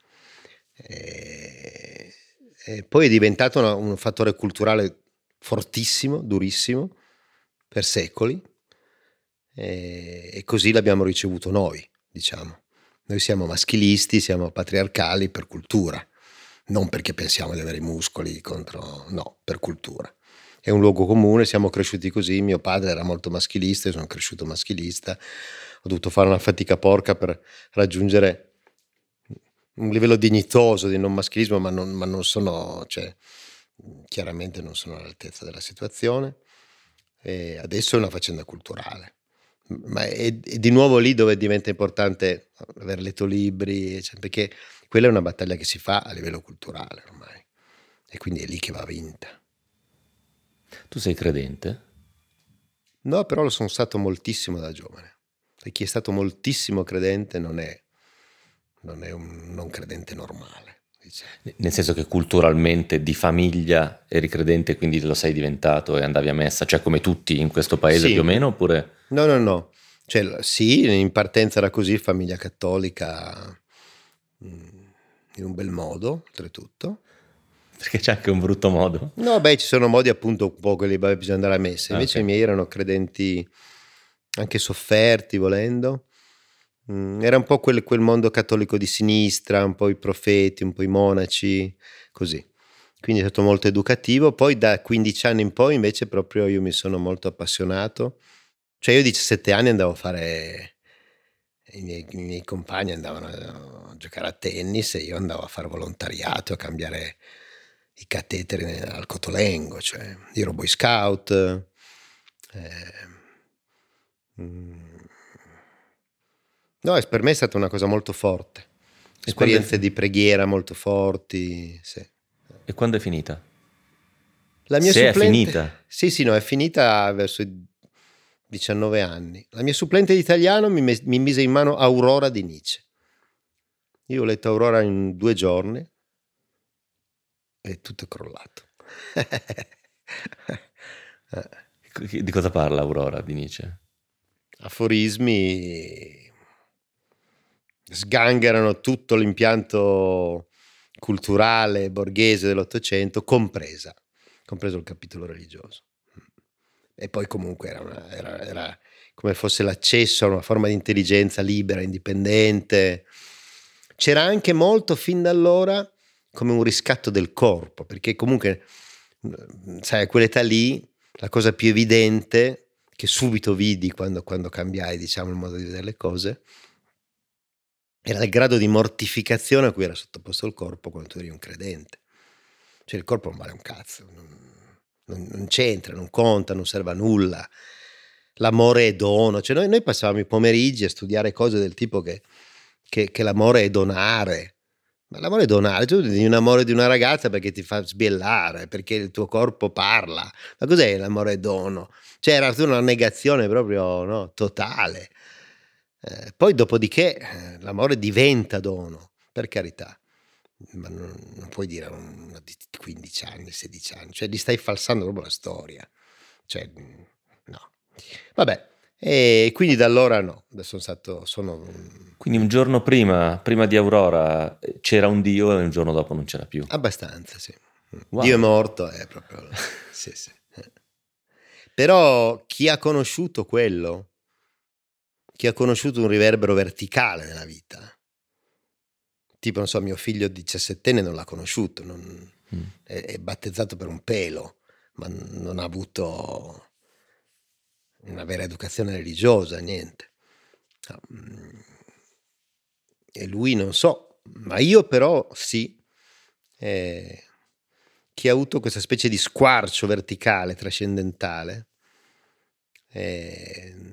Speaker 2: E, e poi è diventato una, un fattore culturale fortissimo, durissimo, per secoli, e, e così l'abbiamo ricevuto noi, diciamo. Noi siamo maschilisti, siamo patriarcali per cultura, non perché pensiamo di avere i muscoli contro, no, per cultura. È un luogo comune, siamo cresciuti così, mio padre era molto maschilista, io sono cresciuto maschilista, ho dovuto fare una fatica porca per raggiungere un livello dignitoso di non maschilismo, ma non, ma non sono, cioè, chiaramente non sono all'altezza della situazione, e adesso è una faccenda culturale. Ma è, è di nuovo lì dove diventa importante aver letto libri, cioè, perché quella è una battaglia che si fa a livello culturale ormai, e quindi è lì che va vinta.
Speaker 3: Tu sei credente?
Speaker 2: No, però lo sono stato moltissimo da giovane, e chi è stato moltissimo credente non è, non è un non credente normale, diciamo.
Speaker 3: Nel senso che culturalmente di famiglia eri credente, quindi lo sei diventato e andavi a messa, cioè come tutti in questo paese, sì, più o meno, oppure?
Speaker 2: No, no, no. Cioè, sì, in partenza era così, famiglia cattolica, in un bel modo, oltretutto.
Speaker 3: Perché c'è anche un brutto modo?
Speaker 2: No, beh, ci sono modi appunto un po' quelli, beh, bisogna andare a messa. Invece okay. I miei erano credenti anche sofferti, volendo. Era un po' quel, quel mondo cattolico di sinistra, un po' i profeti, un po' i monaci, così. Quindi è stato molto educativo. Poi da quindici anni in poi invece proprio io mi sono molto appassionato. Cioè io a diciassette anni andavo a fare, i miei, i miei compagni andavano a giocare a tennis e io andavo a fare volontariato, a cambiare i cateteri al Cotolengo, cioè io ero boy scout. Eh, mm, no, per me è stata una cosa molto forte, esperienze di preghiera molto forti, sì.
Speaker 3: E quando è finita?
Speaker 2: La mia
Speaker 3: Se
Speaker 2: supplente,
Speaker 3: è finita?
Speaker 2: Sì, sì, no, è finita verso i diciannove anni. La mia supplente di italiano mi, mes- mi mise in mano Aurora di Nietzsche. Io ho letto Aurora in due giorni e tutto è crollato.
Speaker 3: Di cosa parla Aurora di Nietzsche?
Speaker 2: Aforismi sgangherano tutto l'impianto culturale borghese dell'Ottocento, compresa, compreso il capitolo religioso. E poi comunque era, una, era, era come fosse l'accesso a una forma di intelligenza libera, indipendente. C'era anche molto fin da allora come un riscatto del corpo, perché comunque, sai, a quell'età lì la cosa più evidente che subito vidi quando, quando cambiai, diciamo, il modo di vedere le cose era il grado di mortificazione a cui era sottoposto il corpo quando tu eri un credente. Cioè il corpo non vale un cazzo, non, non, non c'entra, non conta, non serve a nulla. L'amore è dono. Cioè noi, noi passavamo i pomeriggi a studiare cose del tipo che, che, che l'amore è donare. Ma l'amore è donare. Tu devi un amore di una ragazza perché ti fa sbiellare, perché il tuo corpo parla. Ma cos'è l'amore dono? Cioè era una negazione proprio, no, totale. Eh, poi dopodiché eh, l'amore diventa dono, per carità, ma non, non puoi dire a uno di quindici anni, sedici anni, cioè gli stai falsando proprio la storia, cioè no, vabbè, e quindi da allora no, adesso sono stato, sono...
Speaker 3: Quindi un giorno prima, prima di Aurora c'era un Dio e un giorno dopo non c'era più?
Speaker 2: Abbastanza, sì.
Speaker 3: Wow.
Speaker 2: Dio è morto, è proprio... sì, sì. Però chi ha conosciuto quello, chi ha conosciuto un riverbero verticale nella vita, tipo non so, mio figlio diciassettenne non l'ha conosciuto, non, mm. è, è battezzato per un pelo, ma non ha avuto una vera educazione religiosa, niente. E lui non so, ma io però sì, eh, chi ha avuto questa specie di squarcio verticale, trascendentale, eh,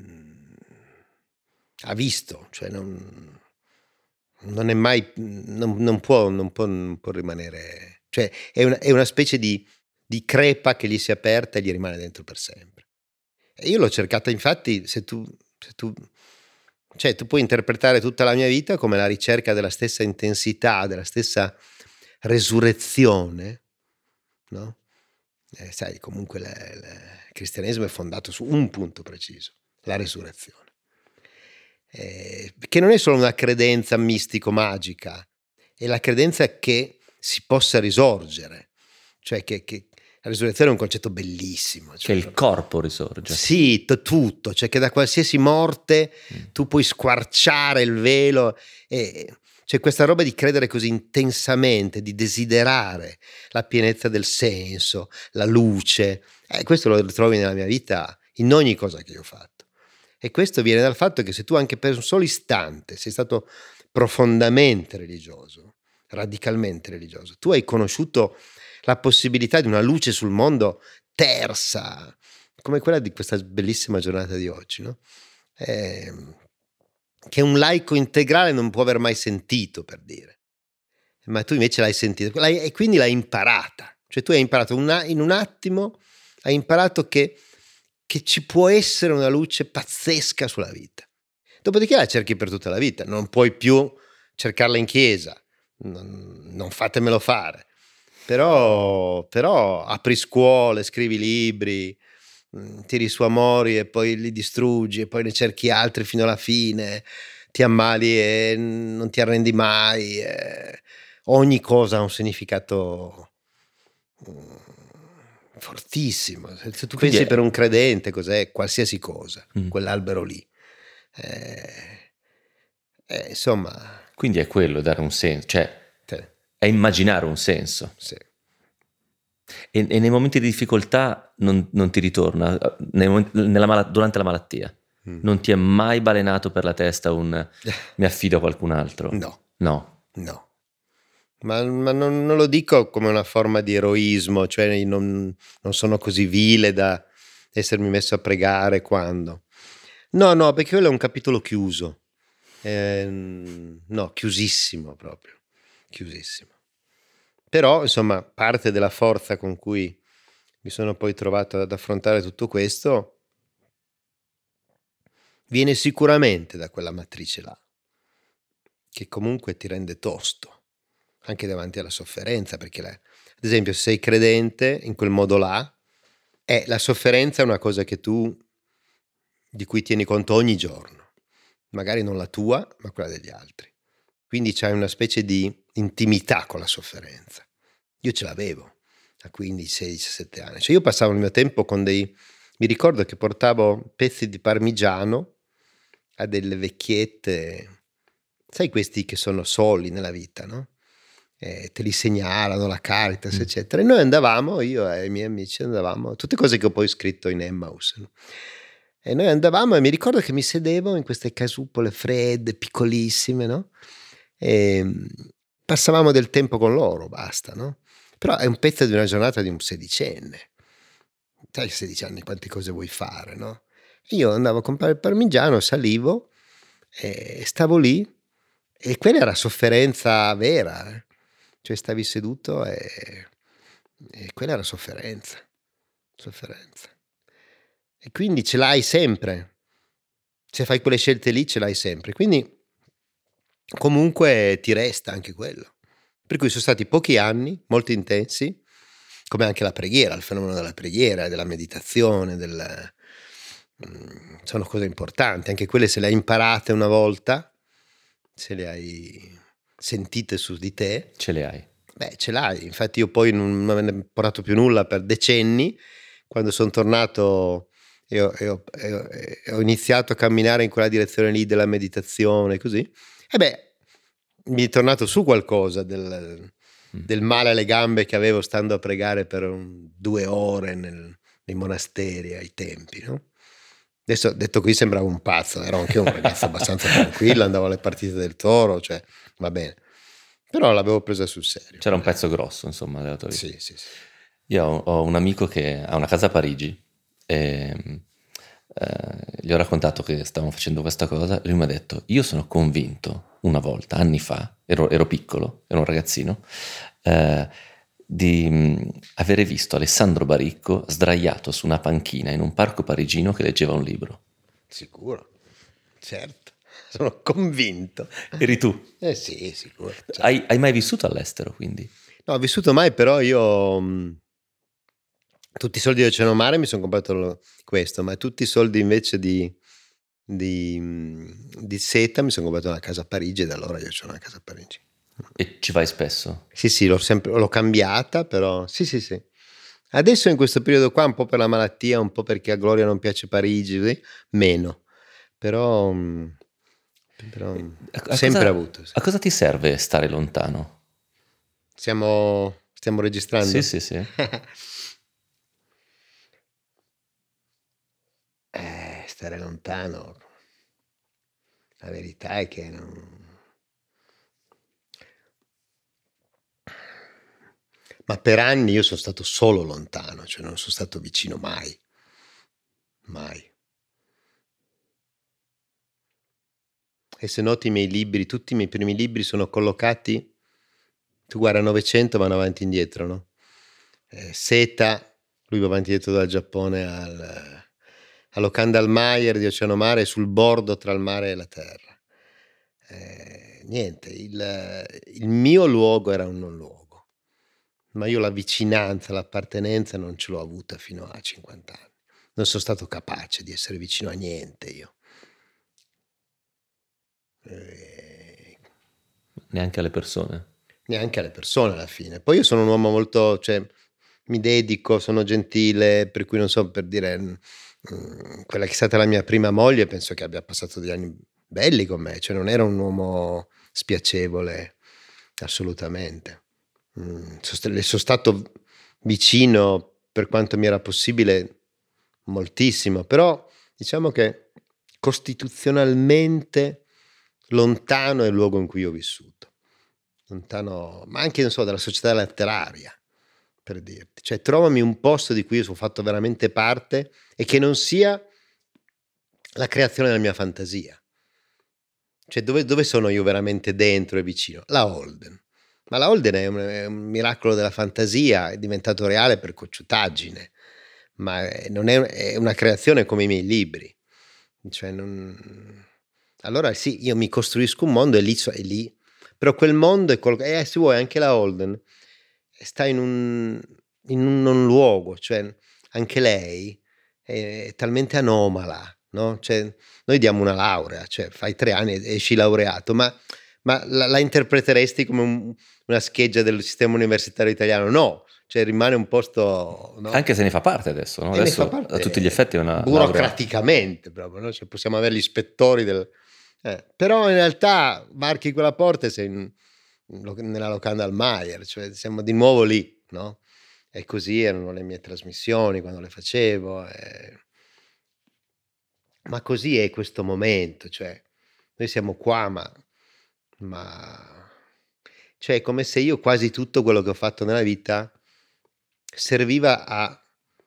Speaker 2: ha visto, cioè non, non è mai, non, non, può, non, può, non può rimanere, cioè è una, è una specie di, di crepa che gli si è aperta e gli rimane dentro per sempre. E io l'ho cercata, infatti, se tu, se tu, cioè tu puoi interpretare tutta la mia vita come la ricerca della stessa intensità, della stessa resurrezione, no? Eh, sai, comunque le, le, il cristianesimo è fondato su un punto preciso, la resurrezione. Eh, che non è solo una credenza mistico-magica, è la credenza che si possa risorgere, cioè che, che la risurrezione è un concetto bellissimo, cioè,
Speaker 3: che il corpo risorge.
Speaker 2: Sì, t- tutto, cioè che da qualsiasi morte mm. tu puoi squarciare il velo, e c'è questa roba di credere così intensamente, di desiderare la pienezza del senso, la luce, eh, questo lo trovi nella mia vita in ogni cosa che io ho fatto. E questo viene dal fatto che se tu anche per un solo istante sei stato profondamente religioso, radicalmente religioso, tu hai conosciuto la possibilità di una luce sul mondo tersa, come quella di questa bellissima giornata di oggi, no? Eh, che un laico integrale non può aver mai sentito, per dire. Ma tu invece l'hai sentita l'hai, e quindi l'hai imparata. Cioè tu hai imparato una, in un attimo, hai imparato che che ci può essere una luce pazzesca sulla vita. Dopodiché la cerchi per tutta la vita, non puoi più cercarla in chiesa, non, non fatemelo fare. Però, però apri scuole, scrivi libri, tiri su amori e poi li distruggi e poi ne cerchi altri fino alla fine, ti ammali e non ti arrendi mai. E ogni cosa ha un significato fortissimo. Se tu Quindi pensi è... per un credente cos'è qualsiasi cosa, mm. quell'albero lì, eh, eh, insomma.
Speaker 3: Quindi è quello, dare un senso, cioè sì. è immaginare un senso.
Speaker 2: Sì.
Speaker 3: E, e nei momenti di difficoltà non, non ti ritorna, nei momenti, nella mal- durante la malattia, mm. non ti è mai balenato per la testa un mi affido a qualcun altro?
Speaker 2: No.
Speaker 3: No.
Speaker 2: No. Ma, ma non, non lo dico come una forma di eroismo, cioè non, non sono così vile da essermi messo a pregare quando. No, no, perché quello è un capitolo chiuso. Eh, no, chiusissimo proprio, chiusissimo. Però, insomma, parte della forza con cui mi sono poi trovato ad affrontare tutto questo viene sicuramente da quella matrice là, che comunque ti rende tosto anche davanti alla sofferenza, perché la, ad esempio se sei credente in quel modo là, è la sofferenza è una cosa che tu di cui tieni conto ogni giorno, magari non la tua ma quella degli altri, quindi c'hai una specie di intimità con la sofferenza. Io ce l'avevo a quindici, sedici, diciassette anni, cioè io passavo il mio tempo con dei, mi ricordo che portavo pezzi di parmigiano a delle vecchiette, sai questi che sono soli nella vita, no? Eh, te li segnalano la Caritas, mm. eccetera. E noi andavamo, io e i miei amici andavamo, tutte cose che ho poi scritto in Emmaus, no? E noi andavamo e mi ricordo che mi sedevo in queste casupole fredde, piccolissime, no? E passavamo del tempo con loro, basta, no? Però è un pezzo di una giornata di un sedicenne. Sai, sedici anni quante cose vuoi fare, no? Io andavo a comprare il parmigiano, salivo e stavo lì e quella era sofferenza vera, eh? Cioè stavi seduto e, e quella era sofferenza, sofferenza. E quindi ce l'hai sempre, se fai quelle scelte lì ce l'hai sempre, quindi comunque ti resta anche quello. Per cui sono stati pochi anni, molto intensi, come anche la preghiera, il fenomeno della preghiera, della meditazione, del, sono cose importanti, anche quelle se le hai imparate una volta, se le hai sentite su di te,
Speaker 3: ce le hai.
Speaker 2: Beh, ce l'hai. Infatti io poi non, non me ne ho portato più nulla per decenni. Quando sono tornato e ho, e, ho, e, ho, e ho iniziato a camminare in quella direzione lì della meditazione, così, e beh, mi è tornato su qualcosa del, mm. del male alle gambe che avevo stando a pregare per un, due ore nel, nei monasteri ai tempi, no? Adesso detto qui sembravo un pazzo, ero anche un ragazzo abbastanza tranquillo, andavo alle partite del Toro, cioè va bene, però l'avevo presa sul serio.
Speaker 3: C'era un pezzo grosso, insomma, della tua vita.
Speaker 2: Sì, sì, sì.
Speaker 3: Io ho, ho un amico che ha una casa a Parigi e eh, gli ho raccontato che stavamo facendo questa cosa e lui mi ha detto: io sono convinto una volta, anni fa, ero, ero piccolo, ero un ragazzino, eh, di mh, avere visto Alessandro Baricco sdraiato su una panchina in un parco parigino che leggeva un libro.
Speaker 2: Sicuro, certo, sono convinto.
Speaker 3: Eri tu?
Speaker 2: Eh sì, sicuro. Certo.
Speaker 3: Hai, hai mai vissuto all'estero, quindi?
Speaker 2: No, ho vissuto mai, però io mh, tutti i soldi del Oceano Mare mi sono comprato lo- questo, ma tutti i soldi invece di, di, mh, di seta mi sono comprato una casa a Parigi, e da allora io ho una casa a Parigi.
Speaker 3: E ci vai spesso?
Speaker 2: Sì, sì, l'ho sempre l'ho cambiata, però sì, sì, sì. Adesso in questo periodo qua, un po' per la malattia, un po' perché a Gloria non piace Parigi, così, meno. Però, mh, però
Speaker 3: E A,
Speaker 2: ho
Speaker 3: a
Speaker 2: sempre
Speaker 3: cosa,
Speaker 2: avuto. Sì.
Speaker 3: a cosa ti serve stare lontano?
Speaker 2: Stiamo, stiamo registrando?
Speaker 3: Sì, sì, sì.
Speaker 2: Eh, stare lontano. La verità è che non... Ma per anni io sono stato solo lontano, cioè non sono stato vicino mai. Mai. E se noti i miei libri, tutti i miei primi libri sono collocati, tu guarda Novecento vanno avanti e indietro, no? Eh, Seta, lui va avanti e indietro dal Giappone al, all'Okandalmaier di Oceano Mare, sul bordo tra il mare e la terra. Eh, niente, il, il mio luogo era un non luogo, ma io la vicinanza, l'appartenenza non ce l'ho avuta fino a cinquanta anni. Non sono stato capace di essere vicino a niente io. Eh,
Speaker 3: Neanche alle persone?
Speaker 2: neanche alle persone alla fine. Poi io sono un uomo molto, cioè, mi dedico, sono gentile, per cui non so, per dire, mh, quella che è stata la mia prima moglie, penso che abbia passato degli anni belli con me, cioè non era un uomo spiacevole, assolutamente. Mm, sono, le sono stato vicino per quanto mi era possibile, moltissimo, però diciamo che costituzionalmente lontano è il luogo in cui ho vissuto. Lontano, ma anche non so, dalla società letteraria, per dirti. Cioè, trovami un posto di cui io sono fatto veramente parte e che non sia la creazione della mia fantasia. Cioè, dove, dove sono io veramente dentro e vicino? La Holden. Ma la Holden è un, è un miracolo della fantasia, è diventato reale per cocciutaggine, ma è, non è, è una creazione come i miei libri. Cioè, non... Allora sì, io mi costruisco un mondo e lì, so- è lì. Però quel mondo è collocato, eh, se vuoi, anche la Holden sta in un, in un non luogo, cioè anche lei è, è talmente anomala, no? Cioè, noi diamo una laurea, cioè fai tre anni e esci laureato, ma, ma la, la interpreteresti come un, una scheggia del sistema universitario italiano? No, cioè rimane un posto... No?
Speaker 3: Anche se ne fa parte adesso, no?
Speaker 2: E ne fa
Speaker 3: Adesso
Speaker 2: parte
Speaker 3: a tutti gli effetti è una laurea.
Speaker 2: burocraticamente proprio, no? Cioè, possiamo avere gli ispettori del... Eh, però in realtà varchi quella porta e sei in, nella locanda al Maier, cioè siamo di nuovo lì, no? E così erano le mie trasmissioni quando le facevo. E... Ma così è questo momento, cioè noi siamo qua, ma, ma... cioè è come se io quasi tutto quello che ho fatto nella vita serviva a...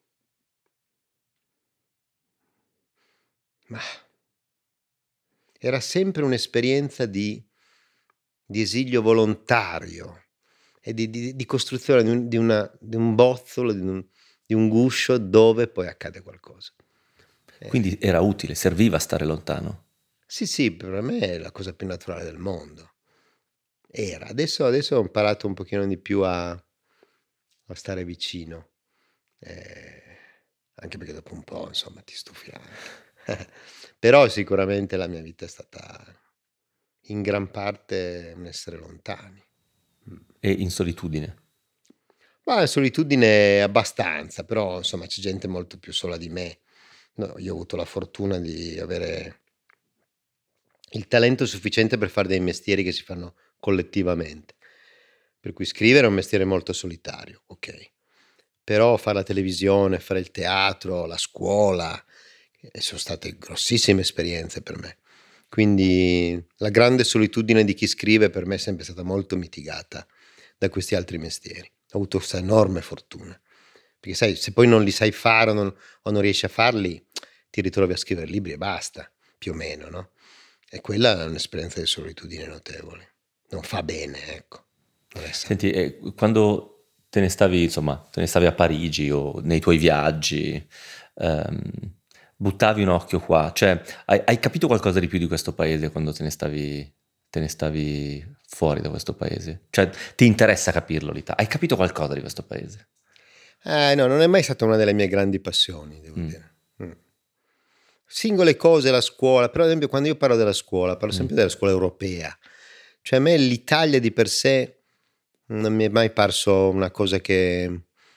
Speaker 2: Ma... era sempre un'esperienza di, di esilio volontario e di, di, di costruzione di un, di, una, di un bozzolo, di un, di un guscio dove poi accade qualcosa.
Speaker 3: Quindi era utile, serviva stare lontano.
Speaker 2: Sì, sì, per me è la cosa più naturale del mondo. Era. Adesso, adesso ho imparato un pochino di più a, a stare vicino. Eh, anche perché dopo un po', insomma, ti stufi anche. Però sicuramente la mia vita è stata in gran parte un essere lontani.
Speaker 3: E in solitudine.
Speaker 2: Ma la solitudine abbastanza, però insomma c'è gente molto più sola di me. No, io ho avuto la fortuna di avere il talento sufficiente per fare dei mestieri che si fanno collettivamente. Per cui scrivere è un mestiere molto solitario, ok. Però fare la televisione, fare il teatro, la scuola, eh, sono state grossissime esperienze per me. Quindi la grande solitudine di chi scrive per me è sempre stata molto mitigata da questi altri mestieri. Ho avuto questa enorme fortuna. Perché sai, se poi non li sai fare o non, o non riesci a farli, ti ritrovi a scrivere libri e basta, più o meno, no? E quella è un'esperienza di solitudine notevole. Non fa bene, ecco. Non è sano.
Speaker 3: Senti, eh, quando te ne stavi, insomma, te ne stavi a Parigi o nei tuoi viaggi, ehm, buttavi un occhio qua, cioè hai, hai capito qualcosa di più di questo paese quando te ne stavi, te ne stavi fuori da questo paese? Cioè ti interessa capirlo l'Italia? Hai capito qualcosa di questo paese?
Speaker 2: Eh, no, non è mai stata una delle mie grandi passioni, devo
Speaker 3: Mm.
Speaker 2: dire. Mm. Singole cose, la scuola, però ad esempio quando io parlo della scuola, parlo
Speaker 3: Mm.
Speaker 2: sempre della scuola europea. Cioè a me l'Italia di per sé non mi è mai parso una cosa che...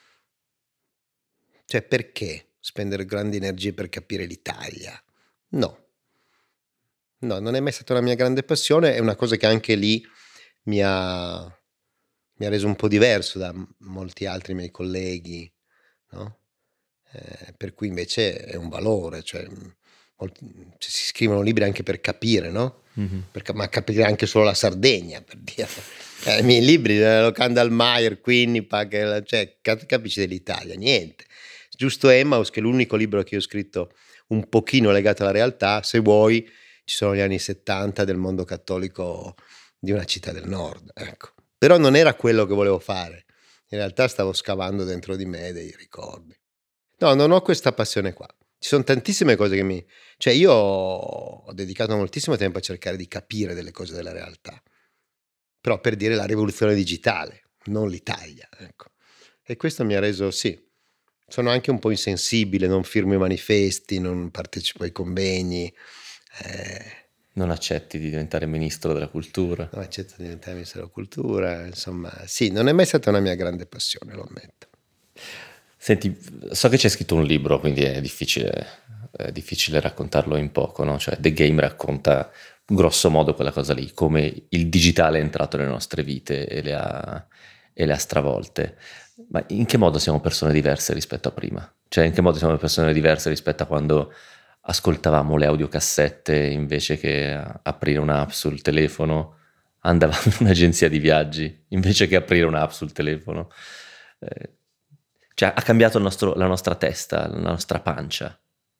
Speaker 2: Cioè perché spendere grandi energie per capire l'Italia? No. No, non è mai stata una mia grande passione, è una cosa che anche lì mi ha, mi ha reso un po' diverso da m- molti altri miei colleghi, no? Eh, per cui invece è un valore, cioè, mh, molti- cioè, si scrivono libri anche per capire, no?
Speaker 3: Mhm.
Speaker 2: Per ca- ma capire anche solo la Sardegna, per dire. Eh, I miei libri, eh, Locandal Meyer, Quinnipiac, eh, cioè, cap- capisci dell'Italia? Niente. Giusto Emmaus, che è l'unico libro che ho scritto un pochino legato alla realtà, se vuoi, ci sono gli anni settanta del mondo cattolico di una città del nord, ecco. Però non era quello che volevo fare, in realtà stavo scavando dentro di me dei ricordi. No, non ho questa passione qua. Ci sono tantissime cose che mi... Cioè io ho dedicato moltissimo tempo a cercare di capire delle cose della realtà, però per dire la rivoluzione digitale, non l'Italia, ecco. E questo mi ha reso, sì, sono anche un po' insensibile, non firmo i manifesti, non partecipo ai convegni, eh,
Speaker 3: Non accetti di diventare ministro della cultura?
Speaker 2: non accetto di diventare ministro della cultura, insomma, sì, non è mai stata una mia grande passione, lo ammetto.
Speaker 3: Senti, so che c'è scritto un libro, quindi è difficile, è difficile raccontarlo in poco, no? Cioè The Game racconta grosso modo quella cosa lì, come il digitale è entrato nelle nostre vite e le ha, e le ha stravolte. Ma in che modo siamo persone diverse rispetto a prima? Cioè in che modo siamo persone diverse rispetto a quando ascoltavamo le audiocassette invece che aprire un'app sul telefono, andavamo in un'agenzia di viaggi invece che aprire un'app sul telefono? Eh, Cioè ha cambiato il nostro- la nostra testa, la nostra pancia.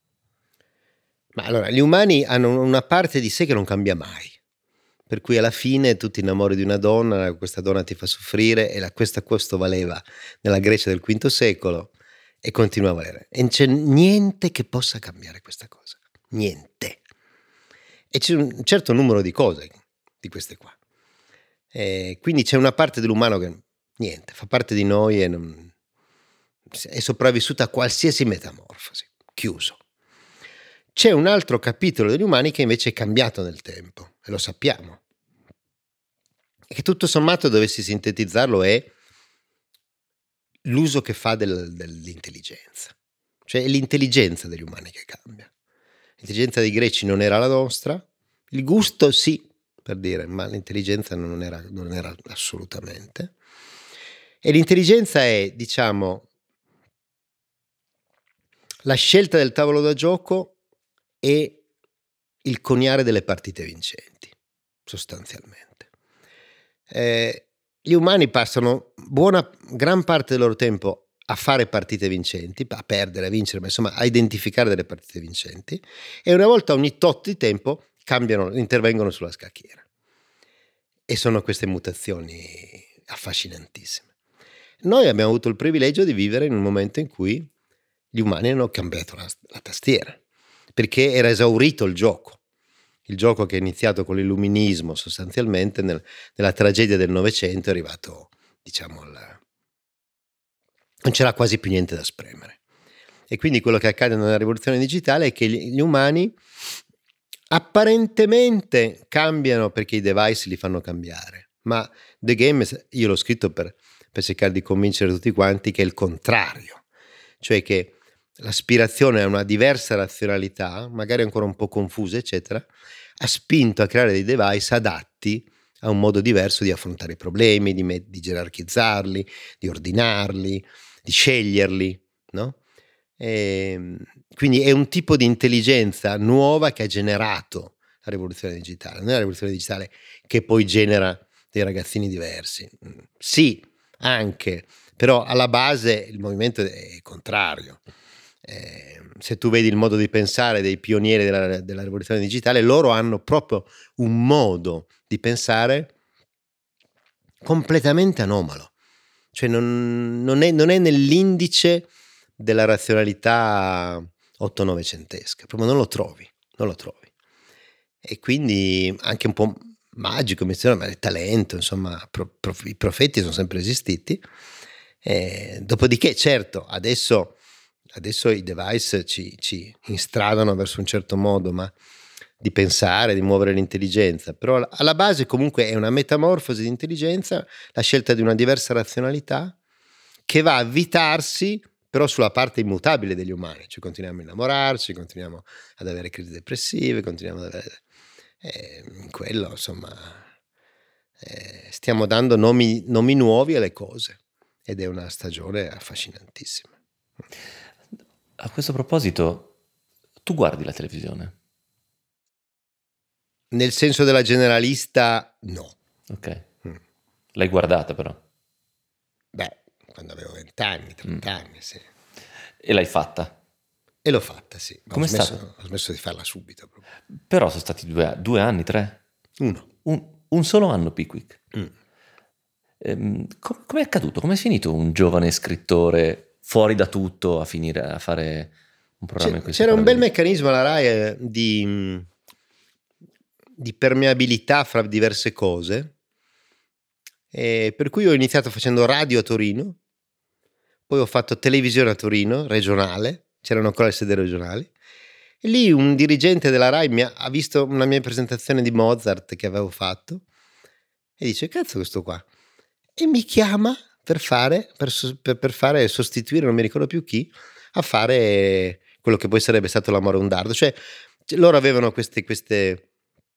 Speaker 2: Ma allora, gli umani hanno una parte di sé che non cambia mai, per cui alla fine tu ti innamori di una donna, questa donna ti fa soffrire e la, questa, questo valeva nella Grecia del quinto secolo e continua a valere. E non c'è niente che possa cambiare questa cosa, niente. E c'è un certo numero di cose di queste qua. E quindi c'è una parte dell'umano che niente, fa parte di noi e non, è sopravvissuta a qualsiasi metamorfosi, chiuso. C'è un altro capitolo degli umani che invece è cambiato nel tempo, e lo sappiamo, e che tutto sommato, dovessi sintetizzarlo, è l'uso che fa del, dell'intelligenza. Cioè è l'intelligenza degli umani che cambia. L'intelligenza dei greci non era la nostra, il gusto sì, per dire, ma l'intelligenza non era, non era assolutamente. E l'intelligenza è, diciamo, la scelta del tavolo da gioco e il coniare delle partite vincenti, sostanzialmente. Eh, gli umani passano buona gran parte del loro tempo a fare partite vincenti, a perdere, a vincere, ma insomma a identificare delle partite vincenti, e una volta ogni tot di tempo cambiano, intervengono sulla scacchiera. E sono queste mutazioni affascinantissime. Noi abbiamo avuto il privilegio di vivere in un momento in cui gli umani hanno cambiato la, la tastiera, perché era esaurito il gioco. Il gioco che è iniziato con l'illuminismo, sostanzialmente nel, nella tragedia del Novecento è arrivato, diciamo, al, non c'era quasi più niente da spremere. E quindi quello che accade nella rivoluzione digitale è che gli, gli umani apparentemente cambiano perché i device li fanno cambiare, ma The Game, io l'ho scritto per, per cercare di convincere tutti quanti che è il contrario, cioè che l'aspirazione a una diversa razionalità, magari ancora un po' confusa, eccetera, ha spinto a creare dei device adatti a un modo diverso di affrontare i problemi, di, met- di gerarchizzarli, di ordinarli, di sceglierli, no? E quindi è un tipo di intelligenza nuova che ha generato la rivoluzione digitale, non è la rivoluzione digitale che poi genera dei ragazzini diversi. Sì, anche, però alla base il movimento è contrario. Eh, se tu vedi il modo di pensare dei pionieri della, della rivoluzione digitale, loro hanno proprio un modo di pensare completamente anomalo. cioè non, non, è, non è nell'indice della razionalità otto-novecentesca, proprio non lo trovi, non lo trovi. E quindi anche un po' magico, ma il talento, insomma, pro, pro, i profeti sono sempre esistiti. E dopodiché, certo, adesso, adesso i device ci, ci instradano verso un certo modo, ma di pensare, di muovere l'intelligenza, però alla base comunque è una metamorfosi di intelligenza, la scelta di una diversa razionalità che va a avvitarsi però sulla parte immutabile degli umani, cioè continuiamo a innamorarci, continuiamo ad avere crisi depressive, continuiamo ad avere eh, quello, insomma, eh, stiamo dando nomi, nomi nuovi alle cose ed è una stagione affascinantissima.
Speaker 3: A questo proposito, tu guardi la televisione?
Speaker 2: Nel senso della generalista, no.
Speaker 3: Ok. Mm. L'hai guardata però?
Speaker 2: Beh, quando avevo vent'anni, trent'anni, mm. sì.
Speaker 3: E l'hai fatta?
Speaker 2: E l'ho fatta, sì.
Speaker 3: Come
Speaker 2: ho,
Speaker 3: stato?
Speaker 2: smesso, ho smesso di farla subito. Proprio.
Speaker 3: Però sono stati due, due anni, tre?
Speaker 2: Uno.
Speaker 3: Un, un solo anno, Pickwick.
Speaker 2: Mm.
Speaker 3: Ehm, com- come è accaduto? Come è finito un giovane scrittore fuori da tutto a finire a fare un programma
Speaker 2: C'è,
Speaker 3: in questo
Speaker 2: C'era un bel
Speaker 3: parallelo?
Speaker 2: meccanismo alla Rai eh, di, di permeabilità fra diverse cose, e per cui ho iniziato facendo radio a Torino, poi ho fatto televisione a Torino, regionale, c'erano ancora le sedi regionali, e lì un dirigente della Rai mi ha, ha visto una mia presentazione di Mozart che avevo fatto e dice: cazzo questo qua, e mi chiama per fare per, per, per fare sostituire, non mi ricordo più chi, a fare quello che poi sarebbe stato L'amore è un dardo. Cioè loro avevano queste, queste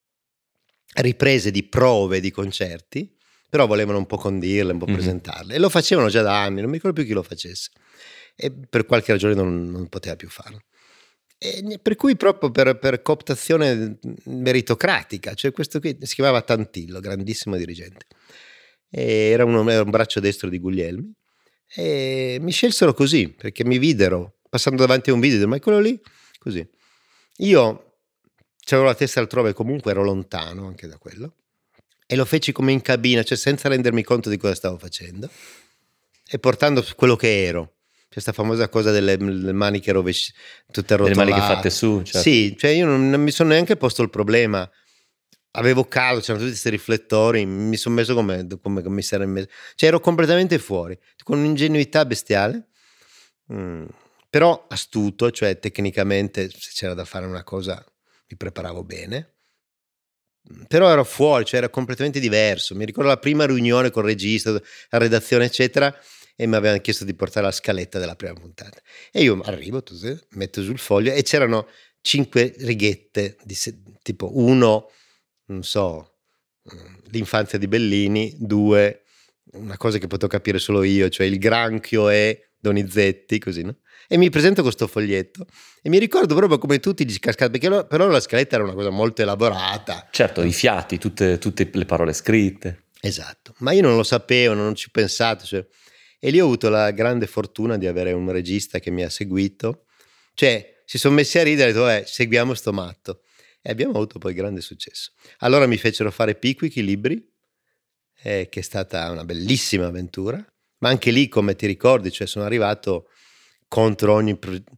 Speaker 2: riprese di prove di concerti, però volevano un po' condirle, un po' mm-hmm. presentarle, e lo facevano già da anni, non mi ricordo più chi lo facesse, e per qualche ragione non, non poteva più farlo. E per cui proprio per, per cooptazione meritocratica, cioè questo qui si chiamava Tantillo, grandissimo dirigente, e era, uno, era un braccio destro di Guglielmi, e mi scelsero così perché mi videro passando davanti a un video, ma è quello lì, così. Io c'avevo la testa altrove, comunque ero lontano anche da quello, e lo feci come in cabina, cioè senza rendermi conto di cosa stavo facendo e portando quello che ero. C'è questa famosa cosa delle, delle maniche rovesciate, tutte arrotolate.
Speaker 3: Le maniche fatte su, certo.
Speaker 2: Sì, cioè io non, non mi sono neanche posto il problema. Avevo caldo, c'erano tutti questi riflettori, mi sono messo come, come, come mi sarei messo. Cioè ero completamente fuori, con un'ingenuità bestiale, mm. però astuto, cioè tecnicamente se c'era da fare una cosa mi preparavo bene. Però ero fuori, cioè era completamente diverso. Mi ricordo la prima riunione col regista, la redazione eccetera, e mi avevano chiesto di portare la scaletta della prima puntata e io arrivo, metto sul foglio e c'erano cinque righette di se- tipo uno, non so, l'infanzia di Bellini, due, una cosa che potevo capire solo io, cioè il granchio e Donizetti, così, no? E mi presento questo foglietto e mi ricordo proprio come tutti gli cascati, perché però la scaletta era una cosa molto elaborata.
Speaker 3: Certo, i fiati, tutte, tutte le parole scritte.
Speaker 2: Esatto, ma io non lo sapevo, non ci ho pensato, cioè. E lì ho avuto la grande fortuna di avere un regista che mi ha seguito, cioè si sono messi a ridere e ho detto, eh, seguiamo sto matto, e abbiamo avuto poi grande successo. Allora mi fecero fare Pickwick, i libri, eh, che è stata una bellissima avventura, ma anche lì, come ti ricordi, cioè sono arrivato contro ogni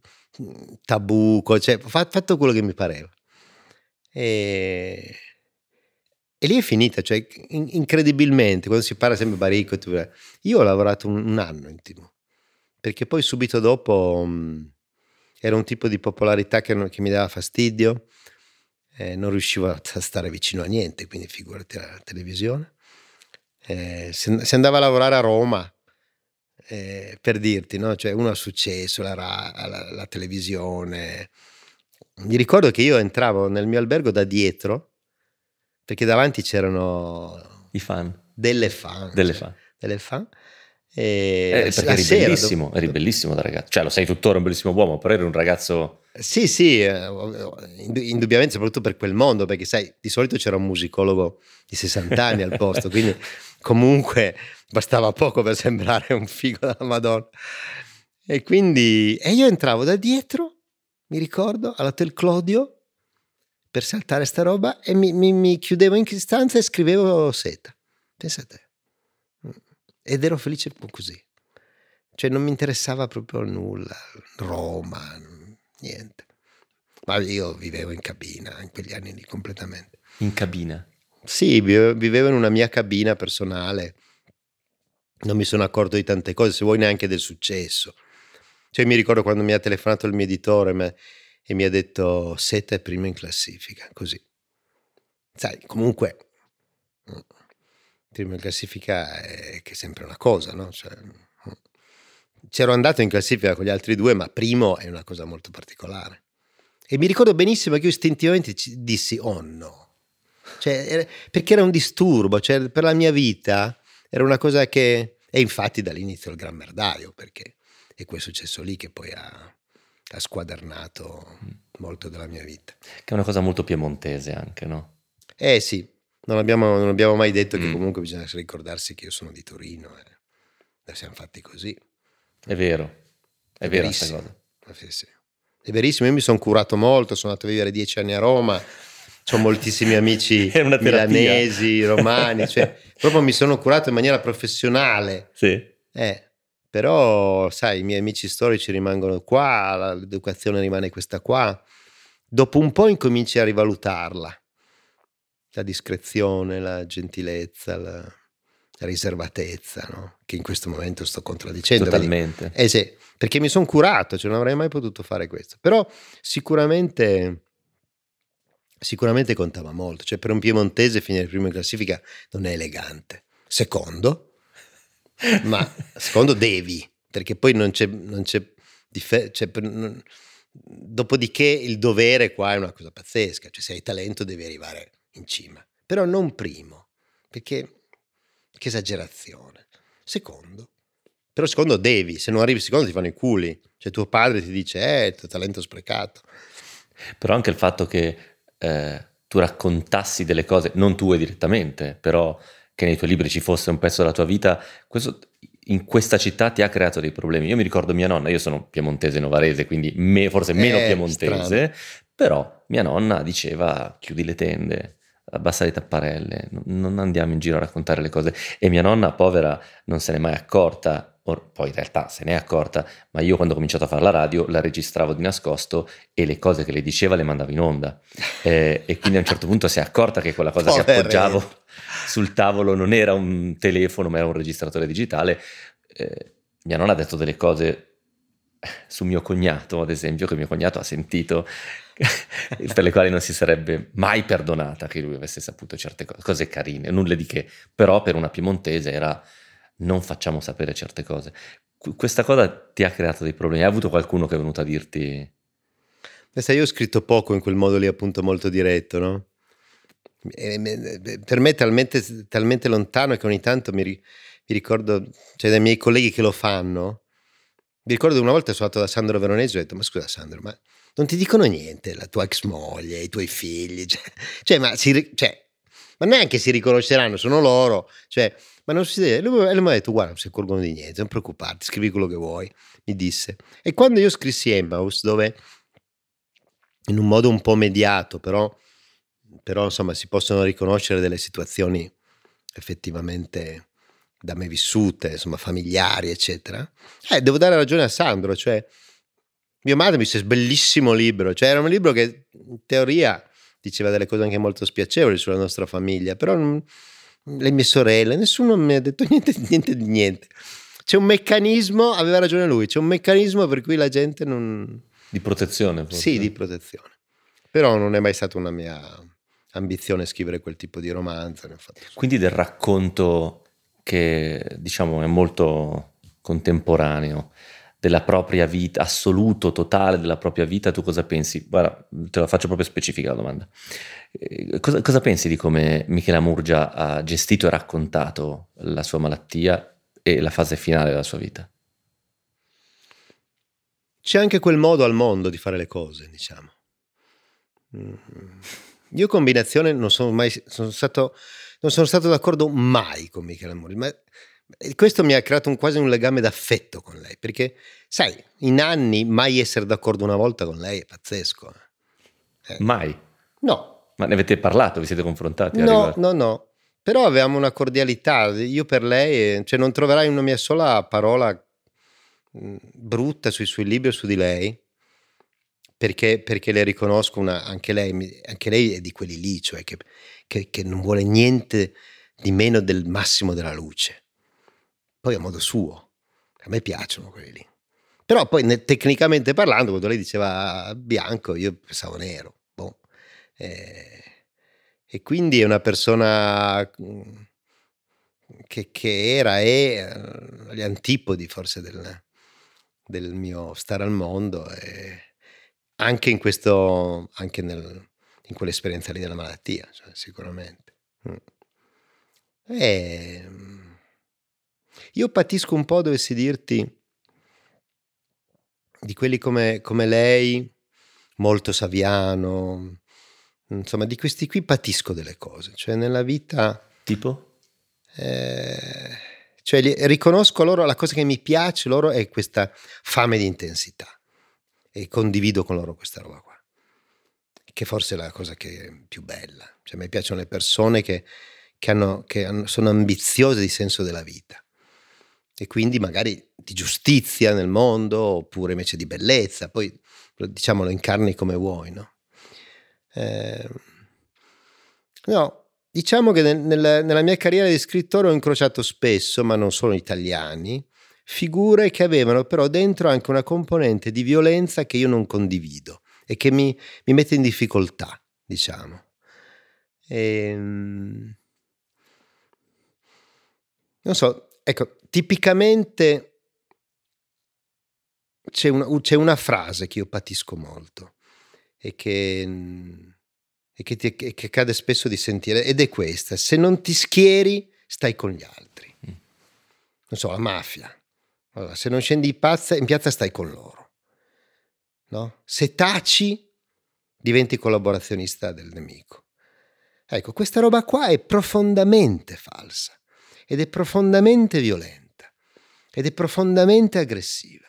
Speaker 2: tabù, cioè ho fatto quello che mi pareva, e, e lì è finita, cioè in, incredibilmente, quando si parla sempre Baricco, tu, io ho lavorato un, un anno in tivù, perché poi subito dopo mh, era un tipo di popolarità che, non, che mi dava fastidio, eh, non riuscivo a stare vicino a niente, quindi figurati la televisione, eh, si, si andava a lavorare a Roma, Eh, per dirti, no? Cioè uno ha successo, la, la, la televisione. Mi ricordo che io entravo nel mio albergo da dietro perché davanti c'erano
Speaker 3: i fan,
Speaker 2: delle fan,
Speaker 3: delle
Speaker 2: cioè,
Speaker 3: fan,
Speaker 2: delle fan. E
Speaker 3: eh, perché eri
Speaker 2: sera,
Speaker 3: bellissimo,
Speaker 2: dopo...
Speaker 3: eri bellissimo da ragazzo, cioè lo sei tuttora un bellissimo uomo, però eri un ragazzo.
Speaker 2: Sì, sì, indubbiamente, soprattutto per quel mondo, perché sai, di solito c'era un musicologo di sessanta anni al posto, quindi comunque bastava poco per sembrare un figo della Madonna. E quindi e io entravo da dietro, mi ricordo, all'Hotel Clodio per saltare sta roba e mi, mi, mi chiudevo in stanza e scrivevo Seta. Pensa a te. ed ero felice un po' così. Cioè non mi interessava proprio nulla, Roma, niente. Ma io vivevo in cabina in quegli anni lì completamente.
Speaker 3: In cabina?
Speaker 2: Sì, vivevo in una mia cabina personale. Non mi sono accorto di tante cose, se vuoi neanche del successo. Cioè mi ricordo quando mi ha telefonato il mio editore me, e mi ha detto Seta è prima in classifica, così. Sai, comunque prima in classifica è che è sempre una cosa, no? Cioè, c'ero andato in classifica con gli altri due, ma primo è una cosa molto particolare. E mi ricordo benissimo che io istintivamente dissi oh no, cioè, era, perché era un disturbo, cioè, per la mia vita era una cosa che, e infatti dall'inizio il gran merdaio, perché è quel successo lì che poi ha, ha squadernato molto della mia vita.
Speaker 3: Che è una cosa molto piemontese anche, no?
Speaker 2: Eh sì, non abbiamo, non abbiamo mai detto mm. che comunque bisogna ricordarsi che io sono di Torino e noi siamo fatti così.
Speaker 3: È vero, è, è vera questa cosa.
Speaker 2: Sì, sì. È verissimo, io mi sono curato molto, sono andato a vivere dieci anni a Roma, ho moltissimi amici milanesi, romani, cioè proprio mi sono curato in maniera professionale.
Speaker 3: Sì.
Speaker 2: Eh, però sai, i miei amici storici rimangono qua, l'educazione rimane questa qua. Dopo un po' incominci a rivalutarla, la discrezione, la gentilezza, la, la riservatezza, no? Che in questo momento sto contraddicendo.
Speaker 3: Totalmente.
Speaker 2: Vedi? Eh sì, perché mi sono curato, cioè non avrei mai potuto fare questo. Però sicuramente, sicuramente contava molto. Cioè per un piemontese finire primo in classifica non è elegante. Secondo, ma secondo devi, perché poi non c'è, non c'è, dif- c'è non, dopodiché il dovere qua è una cosa pazzesca. Cioè se hai talento devi arrivare in cima, però non primo, perché che esagerazione. Secondo, però secondo devi, se non arrivi secondo ti fanno i culi, cioè tuo padre ti dice eh il tuo talento sprecato.
Speaker 3: Però anche il fatto che eh, tu raccontassi delle cose, non tue direttamente, però che nei tuoi libri ci fosse un pezzo della tua vita, questo in questa città ti ha creato dei problemi. Io mi ricordo mia nonna, io sono piemontese novarese, quindi me, forse meno eh, piemontese, strano. Però mia nonna diceva chiudi le tende, abbassa le tapparelle, non andiamo in giro a raccontare le cose. E mia nonna, povera, non se n'è mai accorta, or, poi in realtà se n'è accorta, ma io quando ho cominciato a fare la radio la registravo di nascosto e le cose che le diceva le mandavo in onda. Eh, e quindi a un certo punto si è accorta che quella cosa Povere. che appoggiavo sul tavolo non era un telefono ma era un registratore digitale. Eh, mia nonna ha detto delle cose su mio cognato, ad esempio, che mio cognato ha sentito, per le quali non si sarebbe mai perdonata che lui avesse saputo certe cose, cose carine, nulla di che, però per una piemontese era non facciamo sapere certe cose. Questa cosa ti ha creato dei problemi? Hai avuto qualcuno che è venuto a dirti?
Speaker 2: Beh, sai, io ho scritto poco in quel modo lì, appunto molto diretto, no? Per me è talmente, talmente lontano che ogni tanto mi, mi ricordo, cioè dai miei colleghi che lo fanno. Mi ricordo una volta sono andato da Sandro Veronesi e ho detto ma scusa Sandro, ma non ti dicono niente la tua ex moglie, i tuoi figli, cioè, cioè ma si, cioè, ma neanche si riconosceranno, sono loro, cioè, ma non si deve. E lui, lui mi ha detto guarda non si accorgono di niente, non preoccuparti, scrivi quello che vuoi, mi disse. E quando io scrissi Emmaus, dove in un modo un po' mediato, però, però insomma si possono riconoscere delle situazioni effettivamente da me vissute, insomma familiari eccetera, eh, devo dare ragione a Sandro, cioè mia madre mi disse bellissimo libro, cioè era un libro che in teoria diceva delle cose anche molto spiacevoli sulla nostra famiglia, però non, le mie sorelle, nessuno mi ha detto niente, niente di niente. C'è un meccanismo, aveva ragione lui, c'è un meccanismo per cui la gente non...
Speaker 3: Di protezione forse.
Speaker 2: Sì, di protezione, però non è mai stata una mia ambizione scrivere quel tipo di romanzo. Ne ho fatto.
Speaker 3: Quindi del racconto che diciamo è molto contemporaneo della propria vita, assoluto, totale della propria vita, tu cosa pensi? Guarda, te la faccio proprio specifica la domanda. Eh, cosa, cosa pensi di come Michela Murgia ha gestito e raccontato la sua malattia e la fase finale della sua vita?
Speaker 2: C'è anche quel modo al mondo di fare le cose, diciamo. Io combinazione non sono mai sono stato non sono stato d'accordo mai con Michela Murgia, ma questo mi ha creato un, quasi un legame d'affetto con lei, perché sai, in anni mai essere d'accordo una volta con lei è pazzesco. Eh.
Speaker 3: Mai?
Speaker 2: No.
Speaker 3: Ma ne avete parlato? Vi siete confrontati?
Speaker 2: No, no, no. però avevamo una cordialità, io per lei, cioè non troverai una mia sola parola mh, brutta sui suoi libri o su di lei, perché, perché le riconosco una, anche lei, anche lei è di quelli lì, cioè che, che, che non vuole niente di meno del massimo della luce, poi a modo suo, a me piacciono quelli lì, però poi ne, tecnicamente parlando, quando lei diceva bianco io pensavo nero, boh. eh, e quindi è una persona che, che era e agli antipodi forse del, del mio stare al mondo, e anche in questo, anche nel, in quell'esperienza lì della malattia, cioè, sicuramente. E io patisco un po', dovessi dirti, di quelli come, come lei, molto Saviano, insomma di questi qui patisco delle cose, cioè nella vita
Speaker 3: tipo?
Speaker 2: Eh, cioè riconosco loro, la cosa che mi piace loro è questa fame di intensità, e condivido con loro questa roba qua, che forse è la cosa che è più bella, cioè mi piacciono le persone che, che, hanno, che hanno, sono ambiziose di senso della vita, e quindi magari di giustizia nel mondo, oppure invece di bellezza, poi diciamo lo incarni come vuoi, no? Eh, no Diciamo che nel, nel, nella mia carriera di scrittore ho incrociato spesso, ma non solo italiani, figure che avevano però dentro anche una componente di violenza che io non condivido e che mi, mi mette in difficoltà, diciamo. E, non so, ecco, tipicamente c'è una, c'è una frase che io patisco molto e che... e che, ti, che cade spesso di sentire, ed è questa: se non ti schieri stai con gli altri. mm. Non so, la mafia, allora, se non scendi in piazza, in piazza stai con loro, no? Se taci diventi collaborazionista del nemico. Ecco, questa roba qua è profondamente falsa, ed è profondamente violenta, ed è profondamente aggressiva,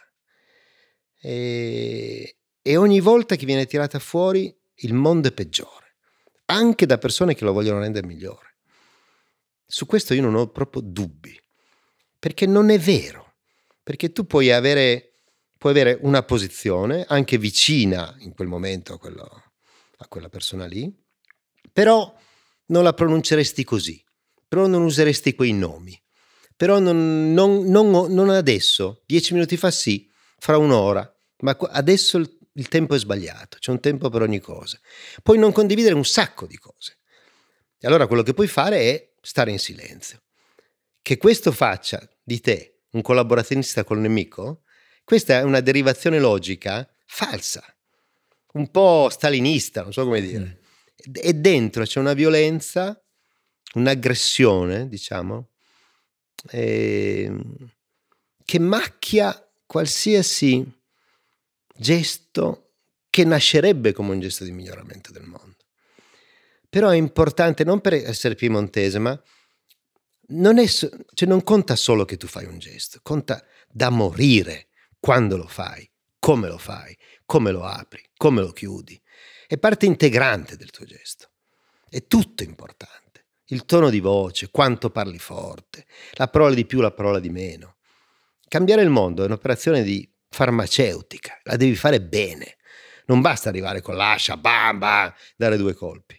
Speaker 2: e, e ogni volta che viene tirata fuori il mondo è peggiore, anche da persone che lo vogliono rendere migliore. Su questo io non ho proprio dubbi, perché non è vero, perché tu puoi avere, puoi avere una posizione anche vicina in quel momento a, quello, a quella persona lì, però non la pronunceresti così, però non useresti quei nomi, però non, non, non, non adesso, dieci minuti fa sì, fra un'ora, ma adesso il il tempo è sbagliato, c'è un tempo per ogni cosa. Puoi non condividere un sacco di cose, e allora quello che puoi fare è stare in silenzio. Che questo faccia di te un collaborazionista col nemico, questa è una derivazione logica falsa, un po' stalinista, non so come dire. Mm. E dentro c'è una violenza, un'aggressione, diciamo, eh, che macchia qualsiasi gesto che nascerebbe come un gesto di miglioramento del mondo. Però è importante, non per essere piemontese, ma non, è, cioè non conta solo che tu fai un gesto, conta da morire quando lo fai, come lo fai, come lo apri, come lo chiudi. È parte integrante del tuo gesto, è tutto importante. Il tono di voce, quanto parli forte, la parola di più, la parola di meno. Cambiare il mondo è un'operazione di farmaceutica, la devi fare bene, non basta arrivare con l'ascia, bam bam, dare due colpi.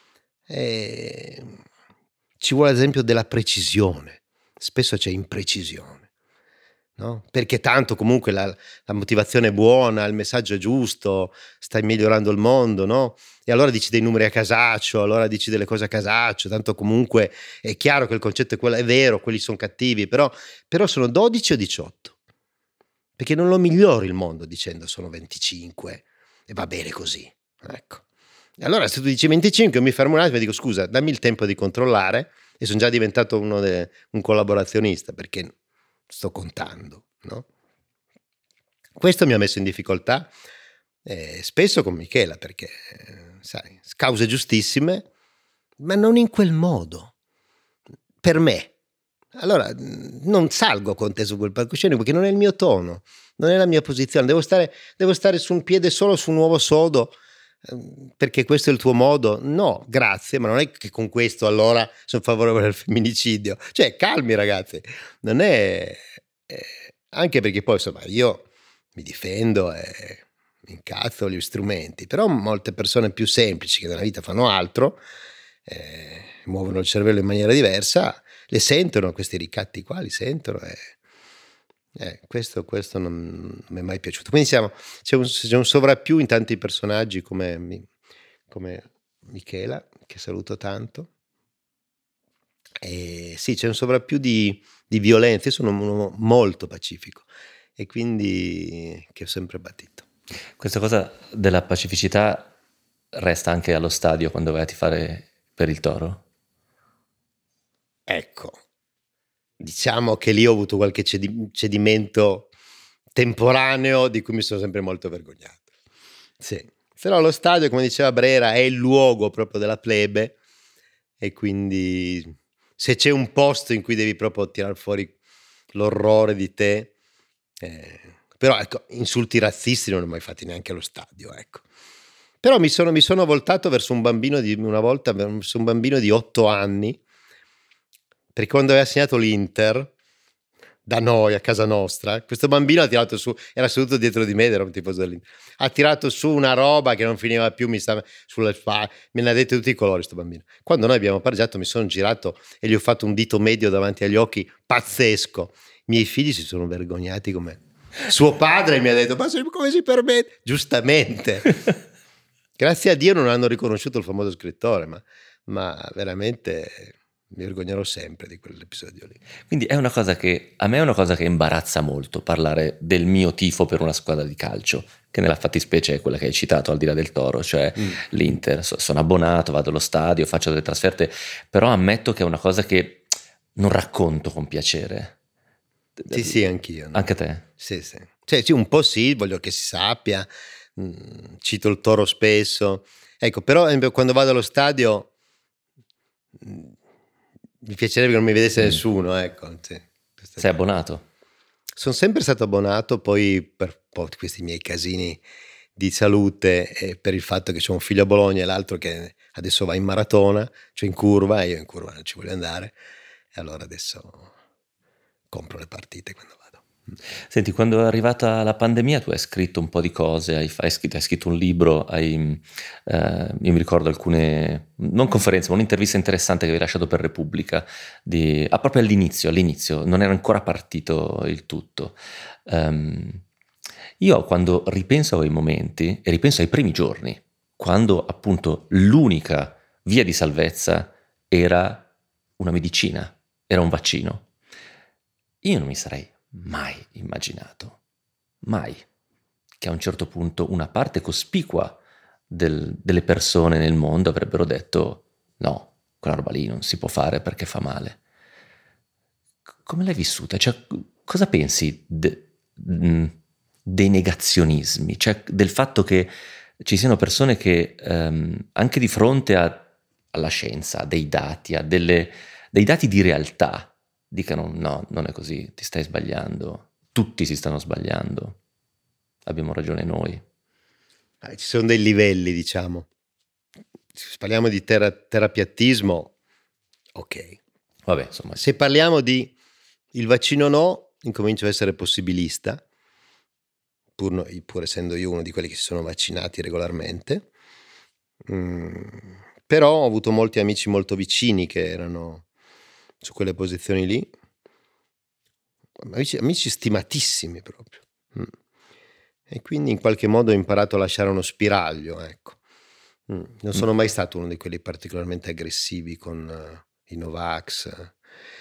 Speaker 2: E ci vuole ad esempio della precisione, spesso c'è imprecisione, no? Perché tanto comunque la, la motivazione è buona, il messaggio è giusto, stai migliorando il mondo, no? E allora dici dei numeri a casaccio, allora dici delle cose a casaccio, tanto comunque è chiaro che il concetto è quello, è vero, quelli sono cattivi, però, però sono dodici o diciotto. Perché non lo migliori il mondo dicendo sono venticinque e va bene così, ecco. E allora se tu dici venticinque, io mi fermo un attimo e dico scusa, dammi il tempo di controllare, e sono già diventato uno de, un collaborazionista perché sto contando, no? Questo mi ha messo in difficoltà eh, spesso con Michela, perché eh, sai, cause giustissime, ma non in quel modo, per me. Allora non salgo con te su quel palcoscenico perché non è il mio tono, non è la mia posizione, devo stare, devo stare su un piede solo su un uovo sodo, perché questo è il tuo modo. No, grazie, ma non è che con questo allora sono favorevole al femminicidio. Cioè, calmi ragazzi, non è... è anche perché poi insomma io mi difendo e mi incazzo gli strumenti, però molte persone più semplici che nella vita fanno altro, eh, muovono il cervello in maniera diversa, le sentono questi ricatti qua, li sentono e... Eh, questo, questo non, non mi è mai piaciuto. Quindi siamo, c'è, un, c'è un sovrappiù in tanti personaggi come, come Michela, che saluto tanto. E sì, c'è un sovrappiù di, di violenza. Io sono un uomo molto pacifico e quindi che ho sempre battito.
Speaker 3: Questa cosa della pacificità resta anche allo stadio quando vai a tifare per il Toro?
Speaker 2: Ecco. Diciamo che lì ho avuto qualche cedimento temporaneo di cui mi sono sempre molto vergognato. Sì. Però lo stadio, come diceva Brera, è il luogo proprio della plebe e quindi se c'è un posto in cui devi proprio tirar fuori l'orrore di te, eh, però ecco, insulti razzisti non ne ho mai fatti neanche allo stadio, ecco. Però mi sono, mi sono voltato verso un bambino di una volta, verso un bambino di otto anni, perché quando aveva segnato l'Inter da noi a casa nostra, questo bambino ha tirato su, era seduto dietro di me, era un tifoso dell'Inter, ha tirato su una roba che non finiva più, mi stava sulle spalle, me ne ha detto tutti i colori sto bambino. Quando noi abbiamo pareggiato mi sono girato e gli ho fatto un dito medio davanti agli occhi pazzesco. I miei figli si sono vergognati come suo padre mi ha detto ma come si permette? Giustamente. Grazie a Dio non hanno riconosciuto il famoso scrittore, ma, ma veramente mi vergognerò sempre di quell'episodio lì.
Speaker 3: Quindi è una cosa che a me è una cosa che imbarazza molto parlare del mio tifo per una squadra di calcio, che nella fattispecie è quella che hai citato al di là del Toro, cioè mm. l'Inter. So, sono abbonato, vado allo stadio, faccio delle trasferte, però ammetto che è una cosa che non racconto con piacere.
Speaker 2: Sì, sì, anch'io. No?
Speaker 3: Anche te?
Speaker 2: Sì, sì. Cioè, sì, un po' sì, voglio che si sappia, mm, cito il Toro spesso. Ecco, però quando vado allo stadio mm, mi piacerebbe che non mi vedesse mm. nessuno, ecco. Sì,
Speaker 3: sei abbonato?
Speaker 2: Sono sempre stato abbonato, poi per po questi miei casini di salute e per il fatto che c'ho un figlio a Bologna e l'altro che adesso va in maratona, cioè in curva, e io in curva non ci voglio andare, e allora adesso compro le partite quando vado.
Speaker 3: Senti, quando è arrivata la pandemia tu hai scritto un po' di cose, hai, hai, scritto, hai scritto un libro, hai, eh, io mi ricordo alcune, non conferenze, ma un'intervista interessante che avevi lasciato per Repubblica, di, ah, proprio all'inizio, all'inizio, non era ancora partito il tutto. Um, io quando ripenso a quei momenti, e ripenso ai primi giorni, quando appunto l'unica via di salvezza era una medicina, era un vaccino, io non mi sarei mai immaginato, mai, che a un certo punto una parte cospicua del, delle persone nel mondo avrebbero detto no, quella roba lì non si può fare perché fa male. Come l'hai vissuta? Cioè, cosa pensi de, dei negazionismi? Cioè, del fatto che ci siano persone che ehm, anche di fronte a, alla scienza, a dei dati, a delle, dei dati di realtà, dicano no, non è così, ti stai sbagliando, tutti si stanno sbagliando, abbiamo ragione noi.
Speaker 2: Eh, ci sono dei livelli, diciamo. Se parliamo di tera terapiattismo, ok.
Speaker 3: Vabbè, insomma.
Speaker 2: Se parliamo di il vaccino no, incomincio a essere possibilista, pur, no, pur essendo io uno di quelli che si sono vaccinati regolarmente, mm, però ho avuto molti amici molto vicini che erano su quelle posizioni lì, amici, amici stimatissimi proprio, mm. e quindi in qualche modo ho imparato a lasciare uno spiraglio, ecco. mm. Non sono mai stato uno di quelli particolarmente aggressivi con uh, i Novax.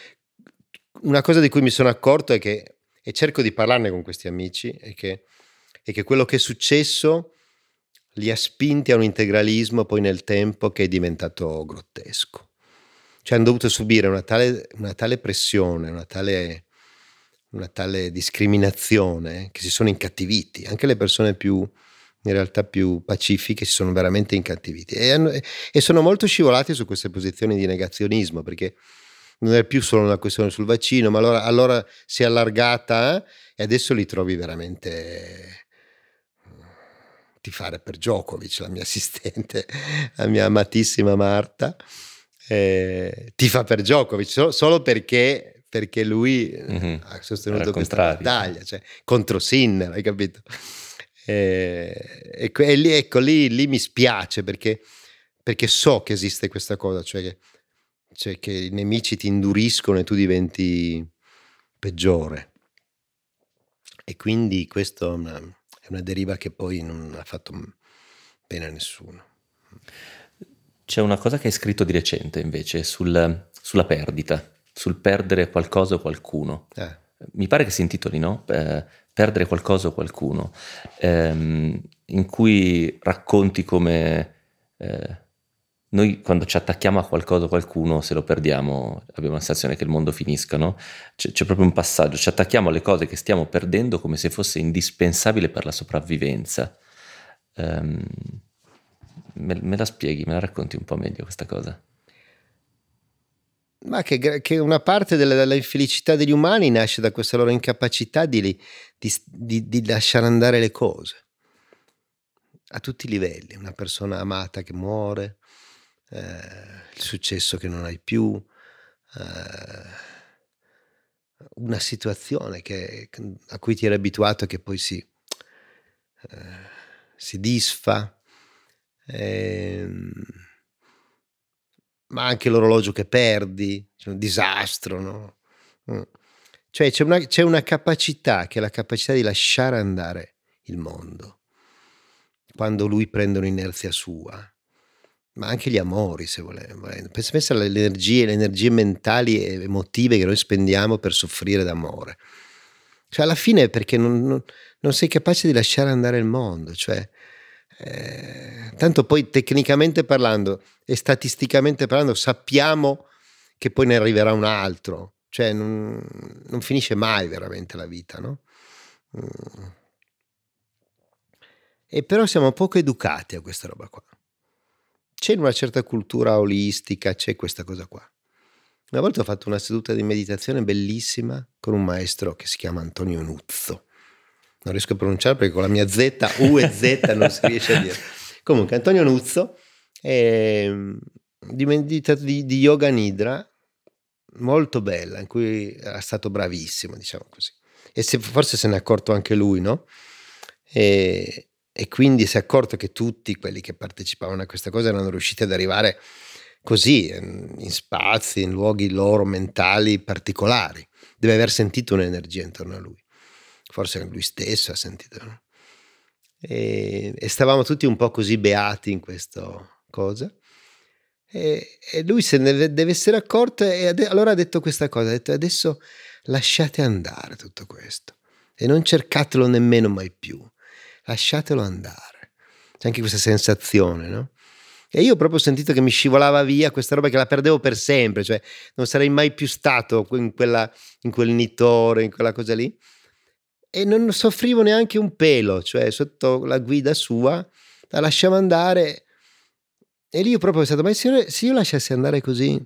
Speaker 2: Una cosa di cui mi sono accorto è che, e cerco di parlarne con questi amici, è che, è che quello che è successo li ha spinti a un integralismo poi nel tempo che è diventato grottesco. Cioè hanno dovuto subire una tale, una tale pressione, una tale, una tale discriminazione che si sono incattiviti. Anche le persone più, in realtà più pacifiche, si sono veramente incattiviti. E, hanno, e sono molto scivolati su queste posizioni di negazionismo, perché non è più solo una questione sul vaccino, ma allora, allora si è allargata eh, e adesso li trovi veramente tifare per Djokovic, la mia assistente, la mia amatissima Marta, eh, tifa per Djokovic so, solo perché, perché lui mm-hmm. ha sostenuto questa battaglia, cioè, contro Sinner, hai capito? Eh, e, e lì, ecco, lì, lì mi spiace perché, perché so che esiste questa cosa, cioè che, cioè che i nemici ti induriscono e tu diventi peggiore. E quindi questo è una, è una deriva che poi non ha fatto bene a nessuno.
Speaker 3: C'è una cosa che hai scritto di recente invece sul, sulla perdita, sul perdere qualcosa o qualcuno.
Speaker 2: Eh.
Speaker 3: Mi pare che si intitoli, no? Eh, perdere qualcosa o qualcuno, ehm, in cui racconti come eh, noi quando ci attacchiamo a qualcosa o qualcuno, se lo perdiamo, abbiamo la sensazione che il mondo finisca, no? C'è, c'è proprio un passaggio, ci attacchiamo alle cose che stiamo perdendo come se fosse indispensabile per la sopravvivenza. Um, me, me la spieghi, me la racconti un po' meglio questa cosa?
Speaker 2: Ma che, che una parte della, della infelicità degli umani nasce da questa loro incapacità di, di, di, di lasciare andare le cose a tutti i livelli. Una persona amata che muore, eh, il successo che non hai più, eh, una situazione che, a cui ti eri abituato e che poi si, eh, si disfa. Ehm, ma anche l'orologio che perdi, c'è un disastro, no? Cioè c'è una, c'è una capacità che è la capacità di lasciare andare il mondo quando lui prende un'inerzia sua, ma anche gli amori, se volendo. Pensa, pensa alle energie, le energie mentali e emotive che noi spendiamo per soffrire d'amore. Cioè alla fine è perché non, non, non sei capace di lasciare andare il mondo, cioè Eh, tanto poi tecnicamente parlando e statisticamente parlando sappiamo che poi ne arriverà un altro, cioè non, non finisce mai veramente la vita, no? Mm. E però siamo poco educati a questa roba qua. C'è in una certa cultura olistica, c'è questa cosa qua. Una volta ho fatto una seduta di meditazione bellissima con un maestro che si chiama Antonio Nuzzo. Non riesco a pronunciare perché con la mia Z, U e Z non si riesce a dire. Comunque Antonio Nuzzo è di, medita- di, di yoga nidra molto bella, in cui era stato bravissimo, diciamo così, e se, forse se ne è accorto anche lui, no? E, e quindi si è accorto che tutti quelli che partecipavano a questa cosa erano riusciti ad arrivare così in spazi, in luoghi loro mentali particolari. Deve aver sentito un'energia intorno a lui, forse lui stesso ha sentito, no? E, e stavamo tutti un po' così beati in questa cosa, e, e lui se ne deve essere accorto, e ade- allora ha detto questa cosa, ha detto: adesso lasciate andare tutto questo e non cercatelo nemmeno mai più, lasciatelo andare. C'è anche questa sensazione, no? E io ho proprio sentito che mi scivolava via questa roba, che la perdevo per sempre, cioè non sarei mai più stato in quella, in quel nitore, in quella cosa lì. E non soffrivo neanche un pelo, cioè sotto la guida sua la lasciamo andare. E lì io proprio ho pensato: ma se io lasciassi andare così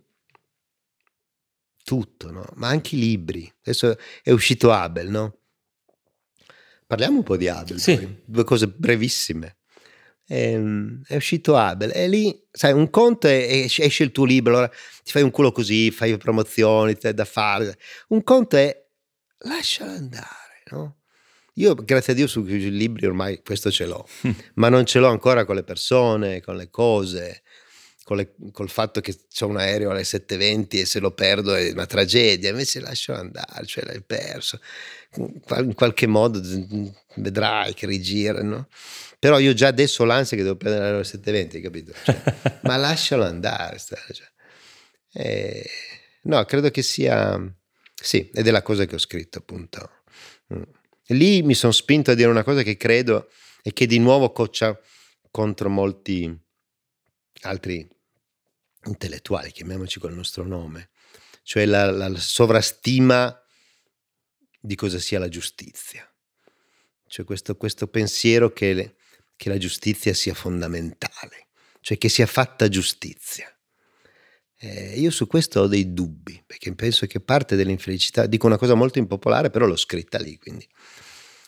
Speaker 2: tutto, no? Ma anche i libri. Adesso è uscito Abel, no? Parliamo un po' di Abel,
Speaker 3: sì.
Speaker 2: Poi. Due cose brevissime. È, è uscito Abel e lì, sai, un conto è, è esce il tuo libro, allora ti fai un culo così, fai promozioni, ti da fare. Un conto è lascialo andare, no? Io grazie a Dio sui libri ormai questo ce l'ho, mm. ma non ce l'ho ancora con le persone, con le cose, con le, col fatto che c'ho un aereo alle sette e venti e se lo perdo è una tragedia. Invece lascialo andare, cioè l'hai perso, in qualche modo vedrai che rigira, no? Però io già adesso ho l'ansia che devo prendere l'aereo alle sette e venti, capito? Cioè, ma lascialo andare, cioè. eh, no, credo che sia sì, ed è la cosa che ho scritto, appunto. mm. Lì mi sono spinto a dire una cosa che credo e che di nuovo coccia contro molti altri intellettuali, chiamiamoci col nostro nome, cioè la, la sovrastima di cosa sia la giustizia, cioè questo, questo pensiero che, le, che la giustizia sia fondamentale, cioè che sia fatta giustizia. Eh, io su questo ho dei dubbi, perché penso che parte dell'infelicità, dico una cosa molto impopolare, però l'ho scritta lì, quindi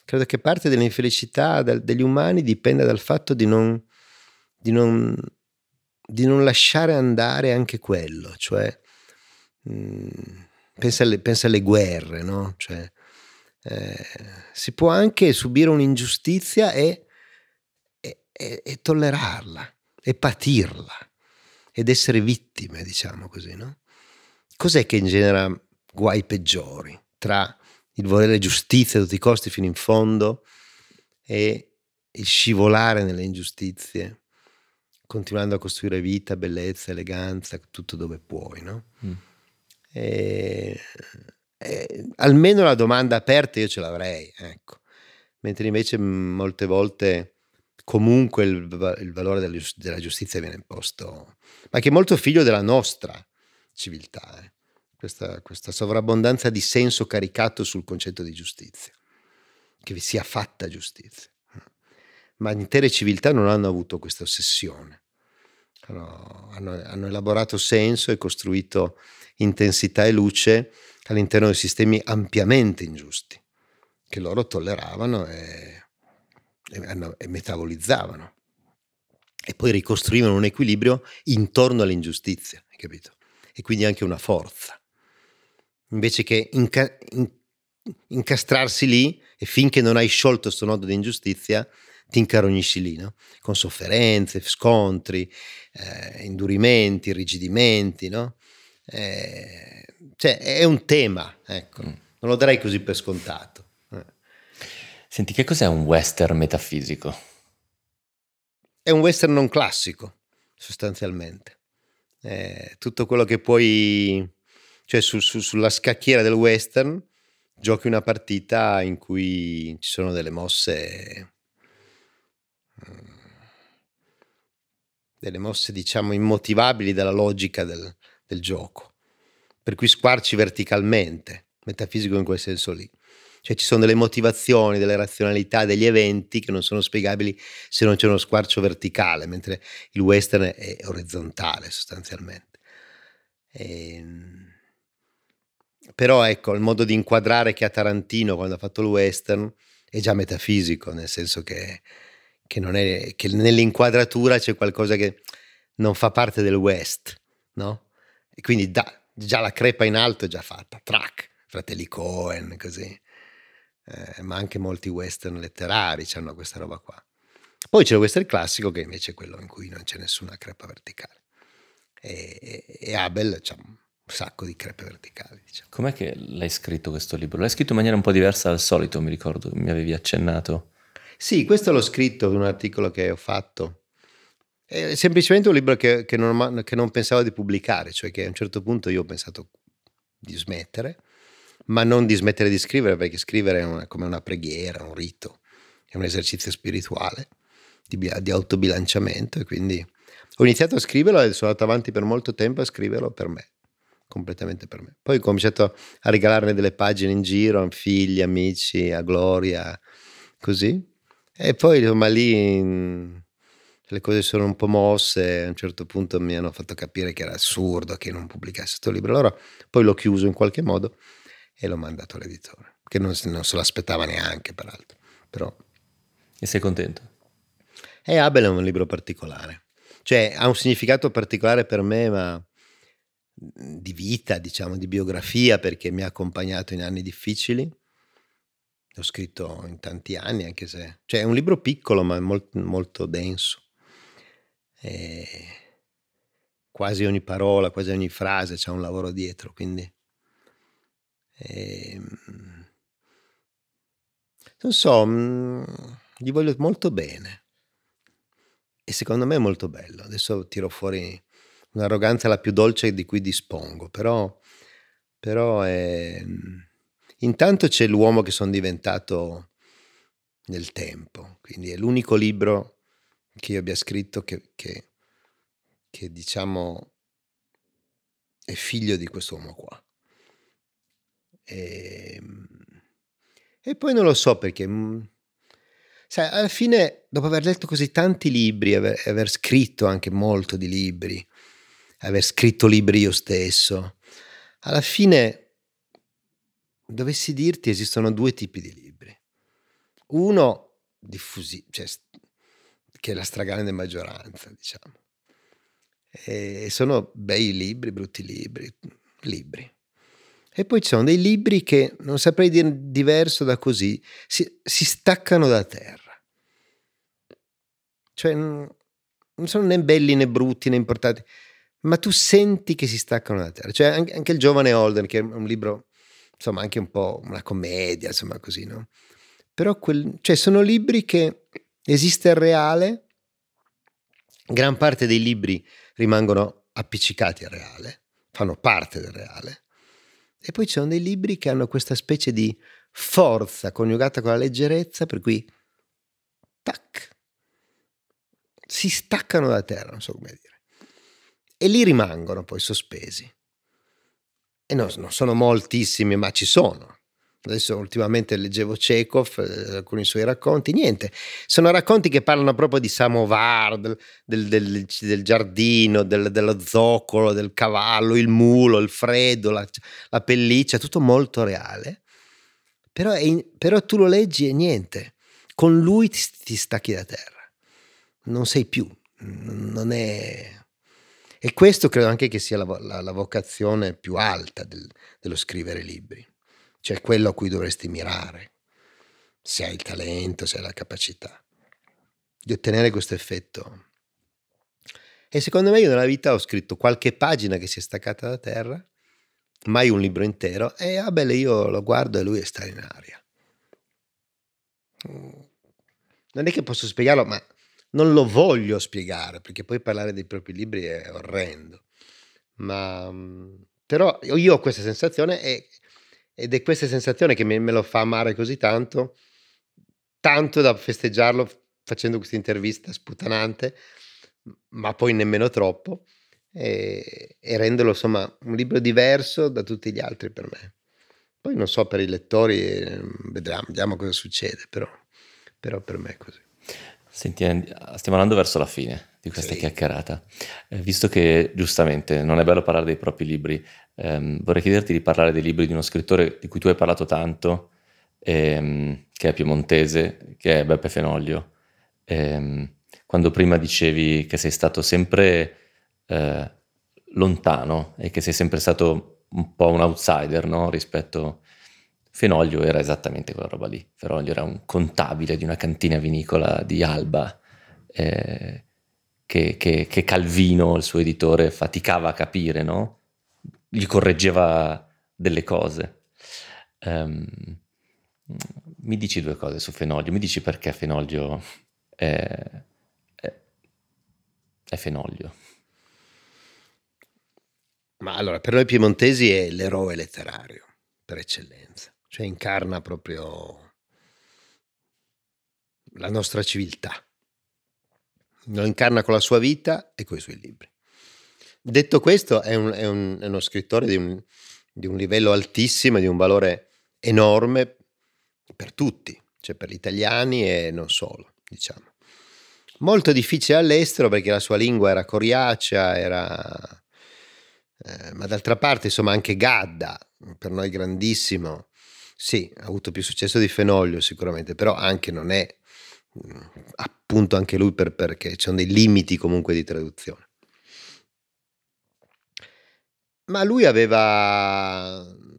Speaker 2: credo che parte dell'infelicità del, degli umani dipenda dal fatto di non, di non, di non lasciare andare anche quello, cioè mh, pensa, alle, pensa alle guerre, no? Cioè, eh, si può anche subire un'ingiustizia e, e, e, e tollerarla e patirla ed essere vittime, diciamo così, no? Cos'è che genera guai peggiori tra il volere giustizia a tutti i costi fino in fondo e il scivolare nelle ingiustizie, continuando a costruire vita, bellezza, eleganza, tutto dove puoi, no? Mm. E, e, almeno la domanda aperta io ce l'avrei, ecco. Mentre invece molte volte comunque il, il valore della, della giustizia viene imposto, ma che è molto figlio della nostra civiltà, eh. Questa, questa sovrabbondanza di senso caricato sul concetto di giustizia, che vi sia fatta giustizia. Ma intere civiltà non hanno avuto questa ossessione, hanno, hanno, hanno elaborato senso e costruito intensità e luce all'interno di sistemi ampiamente ingiusti, che loro tolleravano e, e, e metabolizzavano, e poi ricostruivano un equilibrio intorno all'ingiustizia, hai capito? E quindi anche una forza. Invece che inca- in- incastrarsi lì, e finché non hai sciolto questo nodo di ingiustizia ti incarognisci lì, no? Con sofferenze, scontri, eh, indurimenti, irrigidimenti, no? Eh, cioè è un tema, ecco, mm. non lo darei così per scontato. Eh.
Speaker 3: Senti, che cos'è un western metafisico?
Speaker 2: È un western non classico, sostanzialmente. Eh, tutto quello che puoi... Cioè su, su, sulla scacchiera del western giochi una partita in cui ci sono delle mosse, delle mosse diciamo immotivabili dalla logica del, del gioco, per cui squarci verticalmente, metafisico in quel senso lì. Cioè ci sono delle motivazioni, delle razionalità, degli eventi che non sono spiegabili se non c'è uno squarcio verticale, mentre il western è orizzontale sostanzialmente. E... Però ecco, il modo di inquadrare che ha Tarantino quando ha fatto il western è già metafisico, nel senso che, che, non è, che nell'inquadratura c'è qualcosa che non fa parte del west, no? E quindi da, già la crepa in alto è già fatta, track, Fratelli Coen, così. Eh, ma anche molti western letterari hanno questa roba qua. Poi c'è il western classico che invece è quello in cui non c'è nessuna crepa verticale. E, e, e Abel c'ha un sacco di crepe verticali, diciamo.
Speaker 3: Com'è che l'hai scritto questo libro? L'hai scritto in maniera un po' diversa dal solito, mi ricordo, mi avevi accennato.
Speaker 2: Sì, questo l'ho scritto in un articolo che ho fatto. È semplicemente un libro che, che, non, che non pensavo di pubblicare, cioè che a un certo punto io ho pensato di smettere, ma non di smettere di scrivere, perché scrivere è una, come una preghiera, un rito, è un esercizio spirituale di, di autobilanciamento, e quindi ho iniziato a scriverlo e sono andato avanti per molto tempo a scriverlo per me, completamente per me. Poi ho cominciato a regalarne delle pagine in giro a figli, amici, a Gloria, così, e poi insomma lì mh, le cose sono un po' mosse. A un certo punto mi hanno fatto capire che era assurdo che non pubblicassi questo libro, allora poi l'ho chiuso in qualche modo e l'ho mandato all'editore, che non, non se l'aspettava neanche, peraltro. Però...
Speaker 3: E sei contento?
Speaker 2: E Abel è un libro particolare, cioè ha un significato particolare per me, ma di vita, diciamo, di biografia, perché mi ha accompagnato in anni difficili. L'ho scritto in tanti anni, anche se... Cioè è un libro piccolo, ma molto, molto denso. E quasi ogni parola, quasi ogni frase c'ha un lavoro dietro, quindi... E... Non so, mh, gli voglio molto bene. E secondo me è molto bello. Adesso tiro fuori un'arroganza la più dolce di cui dispongo, però, però è... intanto c'è l'uomo che sono diventato nel tempo, quindi è l'unico libro che io abbia scritto che, che, che diciamo è figlio di quest'uomo qua. E, e poi non lo so perché, sai, alla fine, dopo aver letto così tanti libri, aver, aver scritto anche molto di libri, aver scritto libri io stesso, alla fine dovessi dirti esistono due tipi di libri. Uno diffusi, cioè, che è la stragrande maggioranza, diciamo. E sono bei libri, brutti libri, libri. E poi ci sono dei libri che, non saprei dire diverso da così, si, si staccano da terra. Cioè non sono né belli né brutti né importanti, ma tu senti che si staccano da terra. Cioè anche, anche Il giovane Holden, che è un libro, insomma, anche un po' una commedia, insomma, così, no? Però quel, cioè sono libri che esiste il reale, gran parte dei libri rimangono appiccicati al reale, fanno parte del reale, e poi ci sono dei libri che hanno questa specie di forza coniugata con la leggerezza, per cui tac, si staccano da terra, non so come dire, e lì rimangono poi sospesi. E no, non sono moltissimi, ma ci sono. Adesso ultimamente leggevo Chekhov, eh, alcuni suoi racconti, niente, sono racconti che parlano proprio di samovar, del, del, del, del giardino, del, dello zoccolo, del cavallo, il mulo, il freddo, la, la pelliccia, tutto molto reale, però, è in, però tu lo leggi e niente, con lui ti, ti stacchi da terra, non sei più, non è... E questo credo anche che sia la, la, la vocazione più alta del, dello scrivere libri. Cioè quello a cui dovresti mirare, se hai il talento, se hai la capacità di ottenere questo effetto. E secondo me io nella vita ho scritto qualche pagina che si è staccata da terra, mai un libro intero, e ah beh, io lo guardo e lui è sta in aria. Non è che posso spiegarlo, ma non lo voglio spiegare, perché poi parlare dei propri libri è orrendo. Ma però io ho questa sensazione e Ed è questa sensazione che me, me lo fa amare così tanto, tanto da festeggiarlo facendo questa intervista sputanante, ma poi nemmeno troppo, e, e renderlo insomma un libro diverso da tutti gli altri per me. Poi non so per i lettori, eh, vedremo, vediamo cosa succede, però, però per me è così.
Speaker 3: Senti, stiamo andando verso la fine di questa
Speaker 2: Sì.
Speaker 3: chiacchierata. Eh, visto che giustamente non è bello parlare dei propri libri, ehm, vorrei chiederti di parlare dei libri di uno scrittore di cui tu hai parlato tanto, ehm, che è piemontese, che è Beppe Fenoglio. Ehm, quando prima dicevi che sei stato sempre eh, lontano e che sei sempre stato un po' un outsider, no? Rispetto... Fenoglio era esattamente quella roba lì. Fenoglio era un contabile di una cantina vinicola di Alba, eh, che, che, che Calvino, il suo editore, faticava a capire, no? Gli correggeva delle cose. Um, mi dici due cose su Fenoglio? Mi dici perché Fenoglio è, è, è Fenoglio?
Speaker 2: Ma allora, per noi piemontesi è l'eroe letterario per eccellenza. Cioè incarna proprio la nostra civiltà, lo incarna con la sua vita e con i suoi libri. Detto questo, è, un, è, un, è uno scrittore di un, di un livello altissimo, di un valore enorme per tutti, cioè per gli italiani e non solo, diciamo. Molto difficile all'estero perché la sua lingua era coriacea, era... Eh, ma d'altra parte, insomma, anche Gadda, per noi grandissimo, sì, ha avuto più successo di Fenoglio sicuramente, però anche non è mh, appunto anche lui per, perché ci sono dei limiti comunque di traduzione. Ma lui aveva,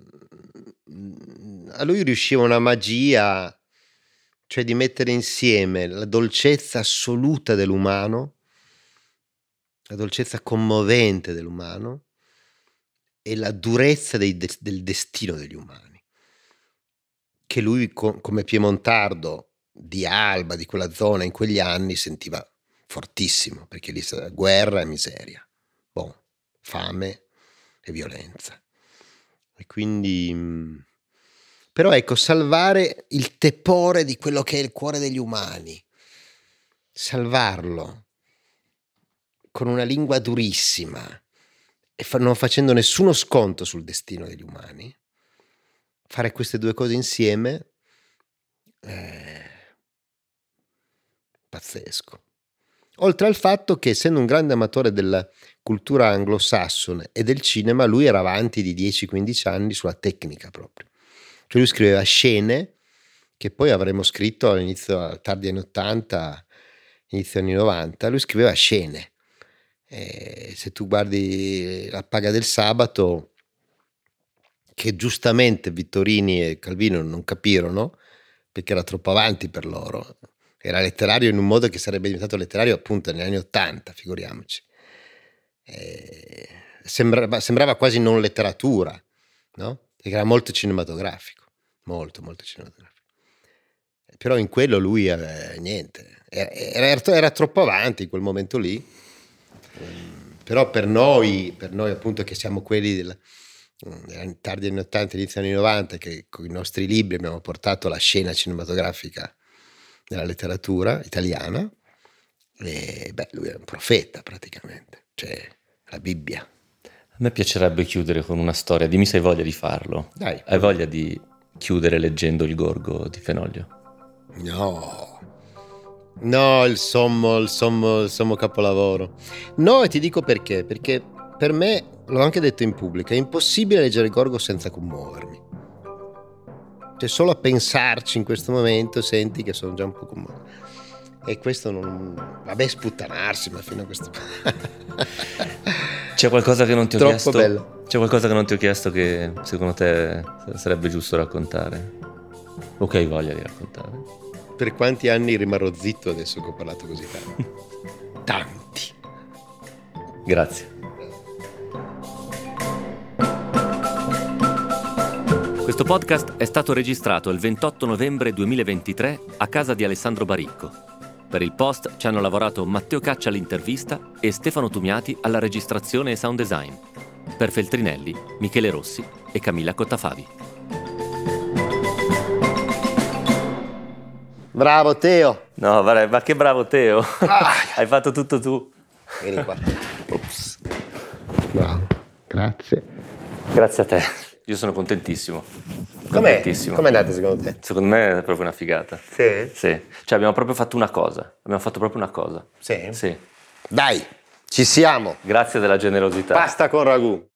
Speaker 2: a lui riusciva una magia, cioè di mettere insieme la dolcezza assoluta dell'umano, la dolcezza commovente dell'umano e la durezza dei de- del destino degli umani, che lui co- come piemontardo di Alba, di quella zona in quegli anni, sentiva fortissimo, perché lì c'era guerra e miseria, boh, fame e violenza. E quindi, però ecco, salvare il tepore di quello che è il cuore degli umani, salvarlo con una lingua durissima e fa- non facendo nessuno sconto sul destino degli umani, fare queste due cose insieme è pazzesco. Oltre al fatto che, essendo un grande amatore della cultura anglosassone e del cinema, lui era avanti di dieci quindici anni sulla tecnica proprio. Cioè lui scriveva scene che poi avremmo scritto all'inizio, tardi anni ottanta, inizio anni novanta. Lui scriveva scene. E se tu guardi La paga del sabato, che giustamente Vittorini e Calvino non capirono perché era troppo avanti per loro, era letterario in un modo che sarebbe diventato letterario appunto negli anni ottanta, figuriamoci. E sembrava, sembrava quasi non letteratura, no? Perché era molto cinematografico, molto molto cinematografico. Però in quello lui eh, niente, era, era, era troppo avanti in quel momento lì. Però per noi, per noi appunto che siamo quelli del tardi anni ottanta, inizio anni novanta, che con i nostri libri abbiamo portato la scena cinematografica della letteratura italiana, e beh, lui è un profeta praticamente, cioè la Bibbia.
Speaker 3: A me piacerebbe chiudere con una storia, dimmi se hai voglia di farlo.
Speaker 2: Dai.
Speaker 3: Hai voglia di chiudere leggendo Il Gorgo di Fenoglio?
Speaker 2: No, no, il sommo, il sommo, il sommo capolavoro. No, e ti dico perché, perché per me, l'ho anche detto in pubblico, è impossibile leggere il Gorgo senza commuovermi. Cioè solo a pensarci in questo momento senti che sono già un po' commosso. E questo non... vabbè, sputtanarsi, ma fino a questo...
Speaker 3: C'è qualcosa che non ti ho
Speaker 2: Troppo
Speaker 3: chiesto?
Speaker 2: bello.
Speaker 3: C'è qualcosa che non ti ho chiesto che secondo te sarebbe giusto raccontare? O che hai voglia di raccontare?
Speaker 2: Per quanti anni rimarrò zitto adesso che ho parlato così tanto? Tanti.
Speaker 3: Grazie.
Speaker 1: Questo podcast è stato registrato il ventotto novembre duemilaventitré a casa di Alessandro Baricco. Per il post ci hanno lavorato Matteo Caccia all'intervista e Stefano Tumiati alla registrazione e sound design. Per Feltrinelli, Michele Rossi e Camilla Cottafavi.
Speaker 2: Bravo Teo.
Speaker 3: No, ma che bravo Teo. Ah. Hai fatto tutto tu.
Speaker 2: Vieni qua. Ops. Bravo. Grazie.
Speaker 3: Grazie a te. Io sono contentissimo.
Speaker 2: Com'è?
Speaker 3: Contentissimo.
Speaker 2: Com'è andata secondo te?
Speaker 3: Secondo me è proprio una figata.
Speaker 2: Sì?
Speaker 3: Sì. Cioè abbiamo proprio fatto una cosa. Abbiamo fatto proprio una cosa.
Speaker 2: Sì?
Speaker 3: Sì.
Speaker 2: Dai, ci siamo.
Speaker 3: Grazie della generosità.
Speaker 2: Pasta con ragù.